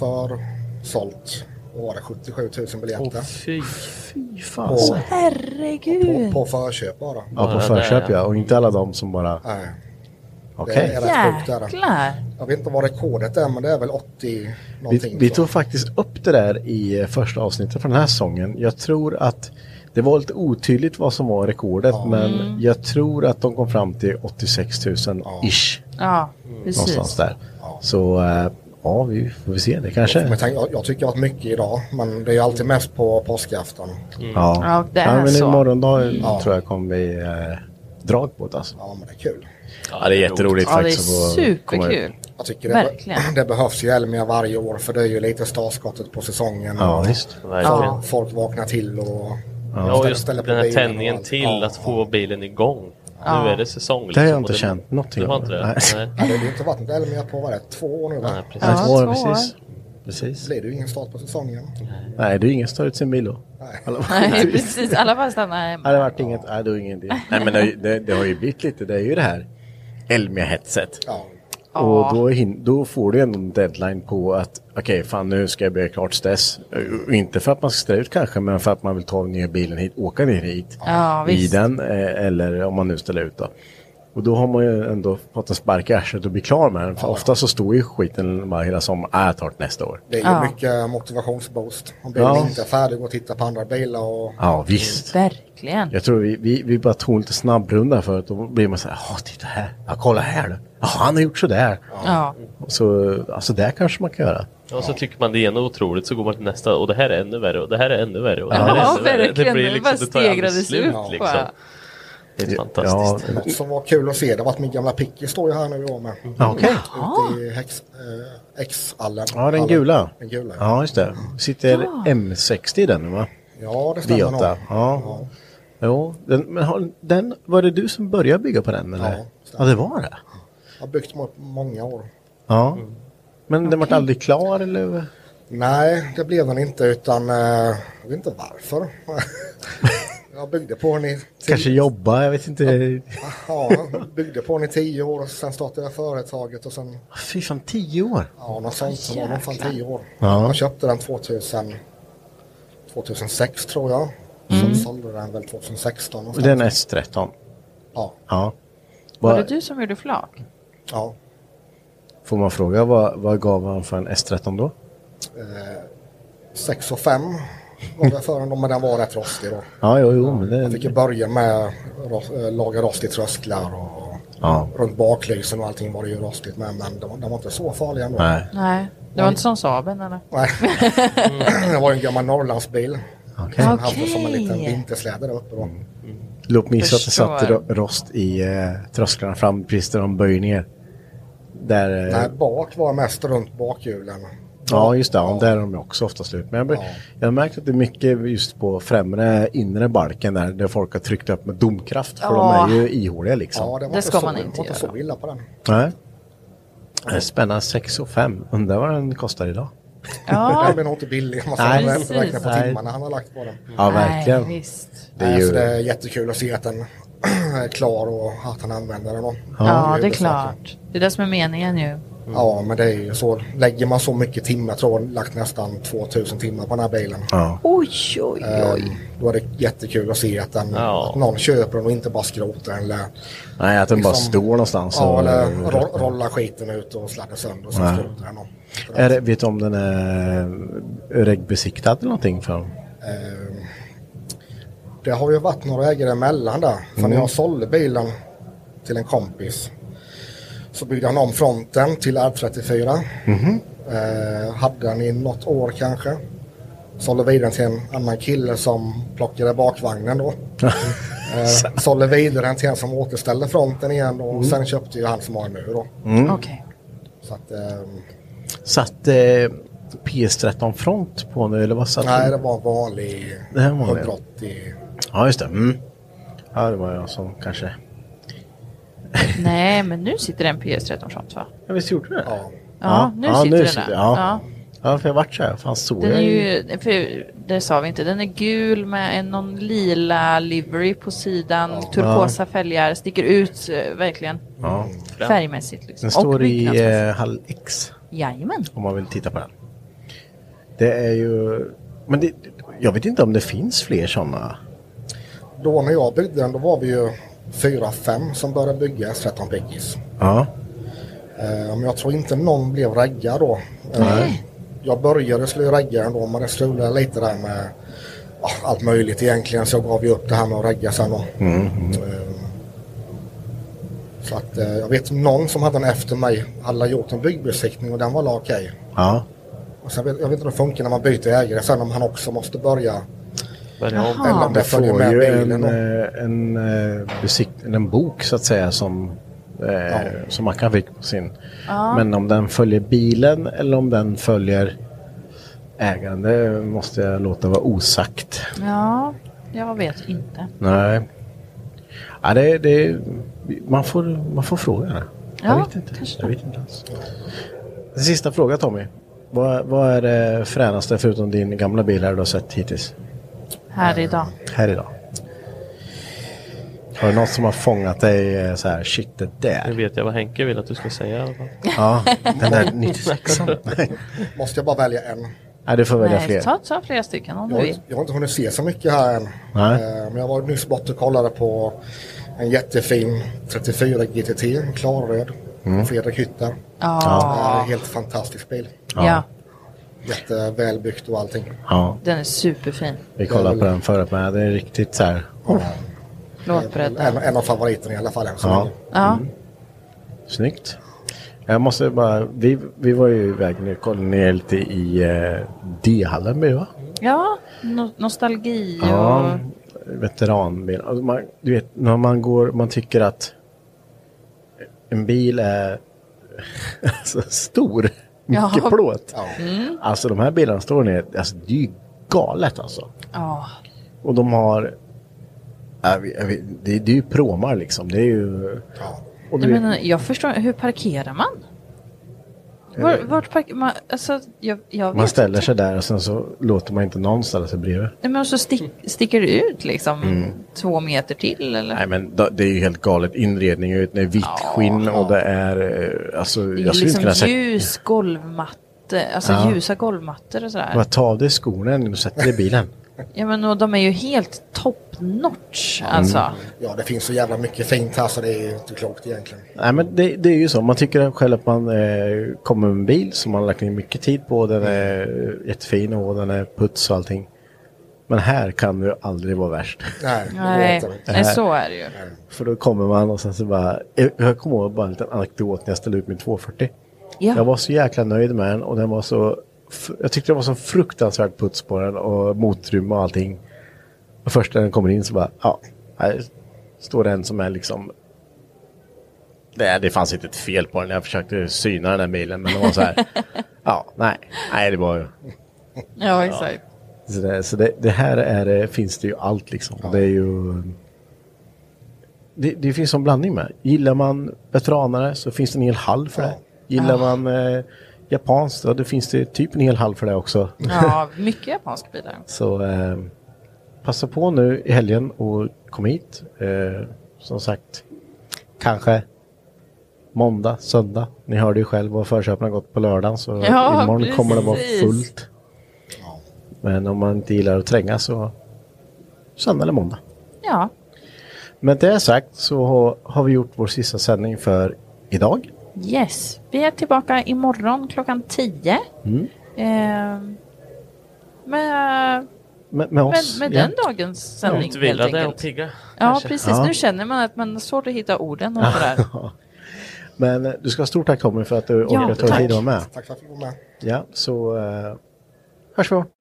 försålt var det sjuttiosju tusen biljetter. Oh, fy, fy fan. På, oh, herregud. På, på förköp bara. Ja, på förköp ja. Och inte alla de som bara... Nej. Okej. Det är rätt sjukt där. Jäklar. Jag vet inte vad rekordet är, men det är väl åttio någonting. Vi, vi tog faktiskt upp det där i första avsnittet från den här säsongen. Jag tror att det var lite otydligt vad som var rekordet, ja. men mm. jag tror att de kom fram till åttiosex tusen ish. Ja, precis. Någonstans där. Ja. Så ja, vi får se det kanske. Jag, tänk, jag, jag tycker att mycket idag, men det är ju alltid mest på påskafton. Mm. Ja. ja, det är ja, men så. Imorgon dag ja. tror jag kommer vi eh, drag på det alltså. Ja, men det är kul. Ja, det är jätteroligt ja, faktiskt. Ja, det är superkul. Jag tycker det, Verkligen. det behövs ju Elmia varje år, för det är ju lite startskottet på säsongen. Ja, visst. Folk, folk vaknar till och... Ja, och just den här tändningen till ja, att få bilen igång. Ja. Nu är det säsong. Liksom, det har jag inte det, känt någonting. Det var inte det? Nej. Nej. Ja, det har inte varit något Elmia på vad det, två år nu va? Nej, precis. Ja, två år, två precis. Precis. Blir det ju ingen start på säsongen. Nej, nej det är ingen start ut sin bil då. Nej, Alla, nej precis. Alla bara stannar hemma. Nej, det har varit inget. Nej, det är ingen idé. Nej, men det, det, det har ju blivit lite. Det är ju det här Elmia-hetset. Ja. Och då, hin- då får du ändå en deadline på att okej, okay, fan nu ska jag bli klart stress. Inte för att man ska ställa ut kanske, men för att man vill ta ner bilen hit, åka ner hit ja, i visst. den, eller om man nu ställer ut då. Och då har man ju ändå fått en spark i arslet och bli klar med den. För ja. ofta så står ju skiten bara hela sommaren, äh, tar det nästa år. Det är ju ja. mycket motivationsboost. Om bilen ja. inte är färdig och titta på andra bilar. Och... Ja, visst. Verkligen. Jag tror vi, vi, vi bara tog lite snabbrunda för att då blir man så här, ja titta här, ja kolla här då. Ja, han har gjort sådär. Ja. Så alltså där kanske man kan göra. Och så tycker man det ena otroligt, så går man till nästa och det här är ännu värre och det här är ännu värre och det här ja, är ännu värre. Verkligen. Det blir liksom, det tar aldrig slut ja. liksom. Det är fantastiskt. Ja. Något som var kul att se, det var att min gamla Picke står ju här nu i år med. Mm. Okej. Okay. Ute i Hex, eh, X-allen. Ja, den gula. Den gula. Ja, just det. Sitter ja. M sextio i den va? Ja, det stämmer nog. Ja. Ja. Jo, den, men har, den, var det du som började bygga på den? Eller? Ja, ja, det var det. Jag har byggt på många år. Ja, mm. men okay. den var aldrig klar eller? Nej, det blev den inte, utan eh, jag vet inte varför. Jag byggde på den i... Tio... Kanske jobba, jag vet inte. Ja, jag byggde på den i tio år och sen startade jag företaget och sen... Fy fan, tio år? Ja, något sånt. Så var fan tio år. Ja. Jag köpte den tvåtusen, tvåtusensex tror jag. Mm. Så sålde den väl tjugohundrasexton. Och den är S tretton? Ja. Ja. Var det du som gjorde flak? Ja. Får man fråga, vad, vad gav han för en S tretton då? Eh, sex och fem gav jag för den, men den var rätt rostig då. Ja, jo, jo. Men det... Jag fick ju börja med att laga rost i trösklar och ja. runt baklysen och allting var det ju rostigt med, men de, de var inte så farliga ändå. Nej. Nej, det var inte som Saaben eller? Nej, det var ju en gammal Norrlandsbil. Okay. Som hade som en liten vintersläde där uppe då. Mm. Låt mig så att det satt rost i eh, trösklarna fram precis där de böjer ner. Där, eh... Nej, bak var mest runt bakhjulen. Ja, just det. Ja. Där är de också ofta slut. Men jag, ja. jag har märkt att det är mycket just på främre inre balken där, där folk har tryckt upp med domkraft. För ja. de är ju ihåliga liksom. Ja, det, var det ska så, man inte var göra. inte så illa på den. Nej. Det är spännande, sex och fem. Undrar vad den kostar idag. Ja. Den blir nog inte billig. Man ska inte räkna på Nej. timmarna han har lagt på den. Ja, verkligen. Nej, visst. Det är, ju... så det är jättekul att se att den är klar och att han använder den. Ja, ja det är klart. Det är det som är meningen ju. Mm. Ja, men det är ju så. Lägger man så mycket timmar, tror jag lagt nästan tvåtusen timmar på den här bilen. Ja. Oj, oj, oj. Um, då är det jättekul att se att, den, ja. att någon köper den och inte bara skrotar den. Eller, nej, att den liksom, bara står någonstans. Ja, och, eller ro- rollar skiten ut och sladdar sönder och sen skrotar den. Och, är det, vet du om den är regbesiktad eller någonting för dem? Um, det har ju varit några ägare emellan där. För mm. när jag sålde bilen till en kompis så byggde han om fronten till R trettiofyra. Mm-hmm. Eh, hade han i något år kanske. Sålde vidare till en annan kille som plockade bakvagnen då. eh, sålde vidare till en som återställde fronten igen och mm. sen köpte ju han som har nu då. Mm. Okay. Så att... Eh, satt eh, P S tretton front på nu eller vad satt nej, du? det var vanlig det här var hundraåttio. Ja, just det. Mm. Ja, det var jag som kanske... Nej, men nu sitter den P S tretton front, va? Ja, visst gjorde det? Ja. Ja, ja nu ja, sitter nu den där. Ja. Ja. Ja, för jag vart så här. Fan, så den är jag ju, för det sa vi inte, den är gul med en någon lila livery på sidan, ja. turkosa ja. fälgar, sticker ut uh, verkligen ja. färgmässigt. Liksom. Den står i uh, Hall X. Jajamän. Om man vill titta på den. Det är ju... Men det, jag vet inte om det finns fler sådana. Då när jag byggde den, då var vi ju fyra, fem som började bygga S tretton Pickis. Ja. Uh, men jag tror inte någon blev regga då. Nej. Uh, jag började skulle regga den då, men det strulade lite där med uh, allt möjligt egentligen. Så jag gav ju upp det här med att regga sen då. Mm. Mm. Uh, så att uh, jag vet någon som hade den efter mig hade gjort en byggbesiktning och den var okej. Okay. Ja. Och sen, jag vet inte hur det funkar när man byter ägare sen om han också måste börja. Jaha. Eller om det följer med bilen. En, en, besikt, en bok så att säga som, eh, ja. som man kan fick på sin. Ja. Men om den följer bilen eller om den följer ägaren, det måste jag låta vara osagt. Ja, jag vet inte. Nej. Ja, det, det, man, får, man får fråga det. Ja, jag vet inte. Jag vet inte alls. Den sista fråga, Tommy. Vad, vad är det fränaste förutom din gamla bil här du har sett hittills? Här idag. Här idag. Har du något som har fångat dig så här, shit det där? Nu vet jag vad Henke vill att du ska säga i alla fall. Ja, den där nittiosex. Måste jag bara välja en? Nej, du får välja Nej, fler. Ta, ta flera stycken om jag, du vill. Jag har inte hunnit se så mycket här än. Nej. Men jag var nyss bort och kollade på en jättefin trettiofyra G T T, en klarröd. Mm. Fredrik Hytter. Ja. Helt fantastisk bil. Ja. ja. Jättevälbyggt och allting. Ja. Den är superfin. Vi kollade på den förut, men det är riktigt så här. Ja. Låtbredd. En, en av favoriterna i alla fall än så ja. länge. Ja. Mm. Snyggt. Jag måste bara, vi, vi var ju iväg nu och kollade ner lite i eh, D-hallen med, va? Ja, no- nostalgi och... Ja, veteranbil. Alltså man, du vet, när man går, man tycker att en bil är alltså, stor. Mycket ja. plåt. Ja. Mm. Alltså de här bilarna står ner, alltså det är ju galet alltså. Ja. Och de har, jag vet, jag vet, det, det är ju promar liksom, det är ju... Ja. Och jag, vet, menar, jag förstår, hur parkerar man? Var, vart parkerar man? Alltså, jag, jag man ställer inte. sig där och sen så låter man inte någon ställa sig bredvid. Nej, men så stick, sticker det ut liksom mm. två meter till eller? Nej men då, det är ju helt galet. Inredningen är vitt ja, skinn och det är alltså det är jag skulle liksom kunna ljus säga... golvmatte, alltså ja. ljusa golvmattor och sådär. Vad tar av dig skorna när du sätter dig i bilen? Ja men och de är ju helt top notch alltså. Mm. Ja det finns så jävla mycket fint här så det är inte klokt egentligen. Nej men det, det är ju så. Man tycker själv att man eh, kommer med en bil som man har lagt ner mycket tid på. Den är mm. jättefin och den är puts och allting. Men här kan det ju aldrig vara värst. Nej, Nej, Nej så är det ju. För då kommer man och sen så bara... Jag kommer ihåg bara en liten anekdot när jag ställde ut min tvåhundrafyrtio. Ja. Jag var så jäkla nöjd med den och den var så... Jag tyckte det var så fruktansvärt puts på den och motrum och allting. Och först när den kommer in så bara... Ja, här står en som är liksom... Det, det fanns inte ett fel på den. Jag försökte syna den här bilen men det var så här... ja, nej. Nej, det var ju... Ja, exakt. Så, det, så det, det här är, finns det ju allt liksom. Ja. Det är ju... Det, det finns en blandning med. Gillar man veteranare så finns det en hel hall för ja. det. Gillar ja. man eh, japanskt då det finns det typ en hel hall för det också. Ja, mycket japanska bilar. Så eh, passa på nu i helgen och kom hit. Eh, som sagt, kanske måndag, söndag. Ni hörde ju själv vad förköpen har gått på lördagen, så ja, imorgon precis. kommer det vara fullt. Men om man inte gillar att tränga så söndag eller måndag. Ja. Men det sagt så har, har vi gjort vår sista sändning för idag. Yes, vi är tillbaka imorgon klockan tio. Mm. Eh, med, med, med oss. Med, med ja. den dagens sändning. Utvilade och pigga. Ja, precis. Ja. Nu känner man att man har svårt att hitta orden och sådär. Men du ska ha stort tack Tommy för att du ja, orkade ta tid att vara med. Tack för att du var med. Ja, så uh, hörs vi.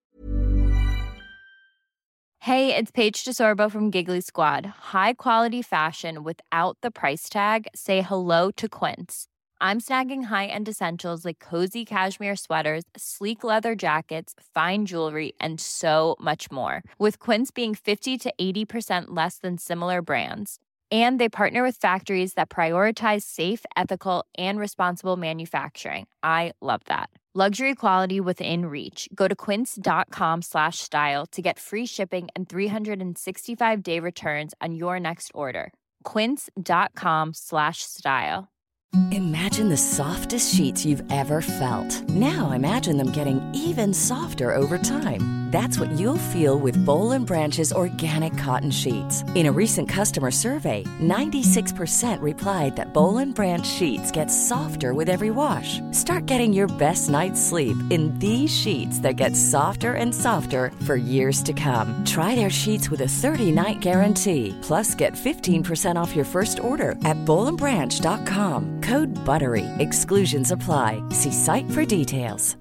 Hey, it's Paige DeSorbo from Giggly Squad. High quality fashion without the price tag. Say hello to Quince. I'm snagging high-end essentials like cozy cashmere sweaters, sleek leather jackets, fine jewelry, and so much more. With Quince being fifty to eighty percent less than similar brands. And they partner with factories that prioritize safe, ethical, and responsible manufacturing. I love that. Luxury quality within reach. Go to quince.com slash style to get free shipping and three sixty-five day returns on your next order. Quince.com slash style. Imagine the softest sheets you've ever felt. Now imagine them getting even softer over time. That's what you'll feel with Boll and Branch's organic cotton sheets. In a recent customer survey, ninety-six percent replied that Boll and Branch sheets get softer with every wash. Start getting your best night's sleep in these sheets that get softer and softer for years to come. Try their sheets with a thirty-night guarantee. Plus, get fifteen percent off your first order at boll and branch dot com. Code BUTTERY. Exclusions apply. See site for details.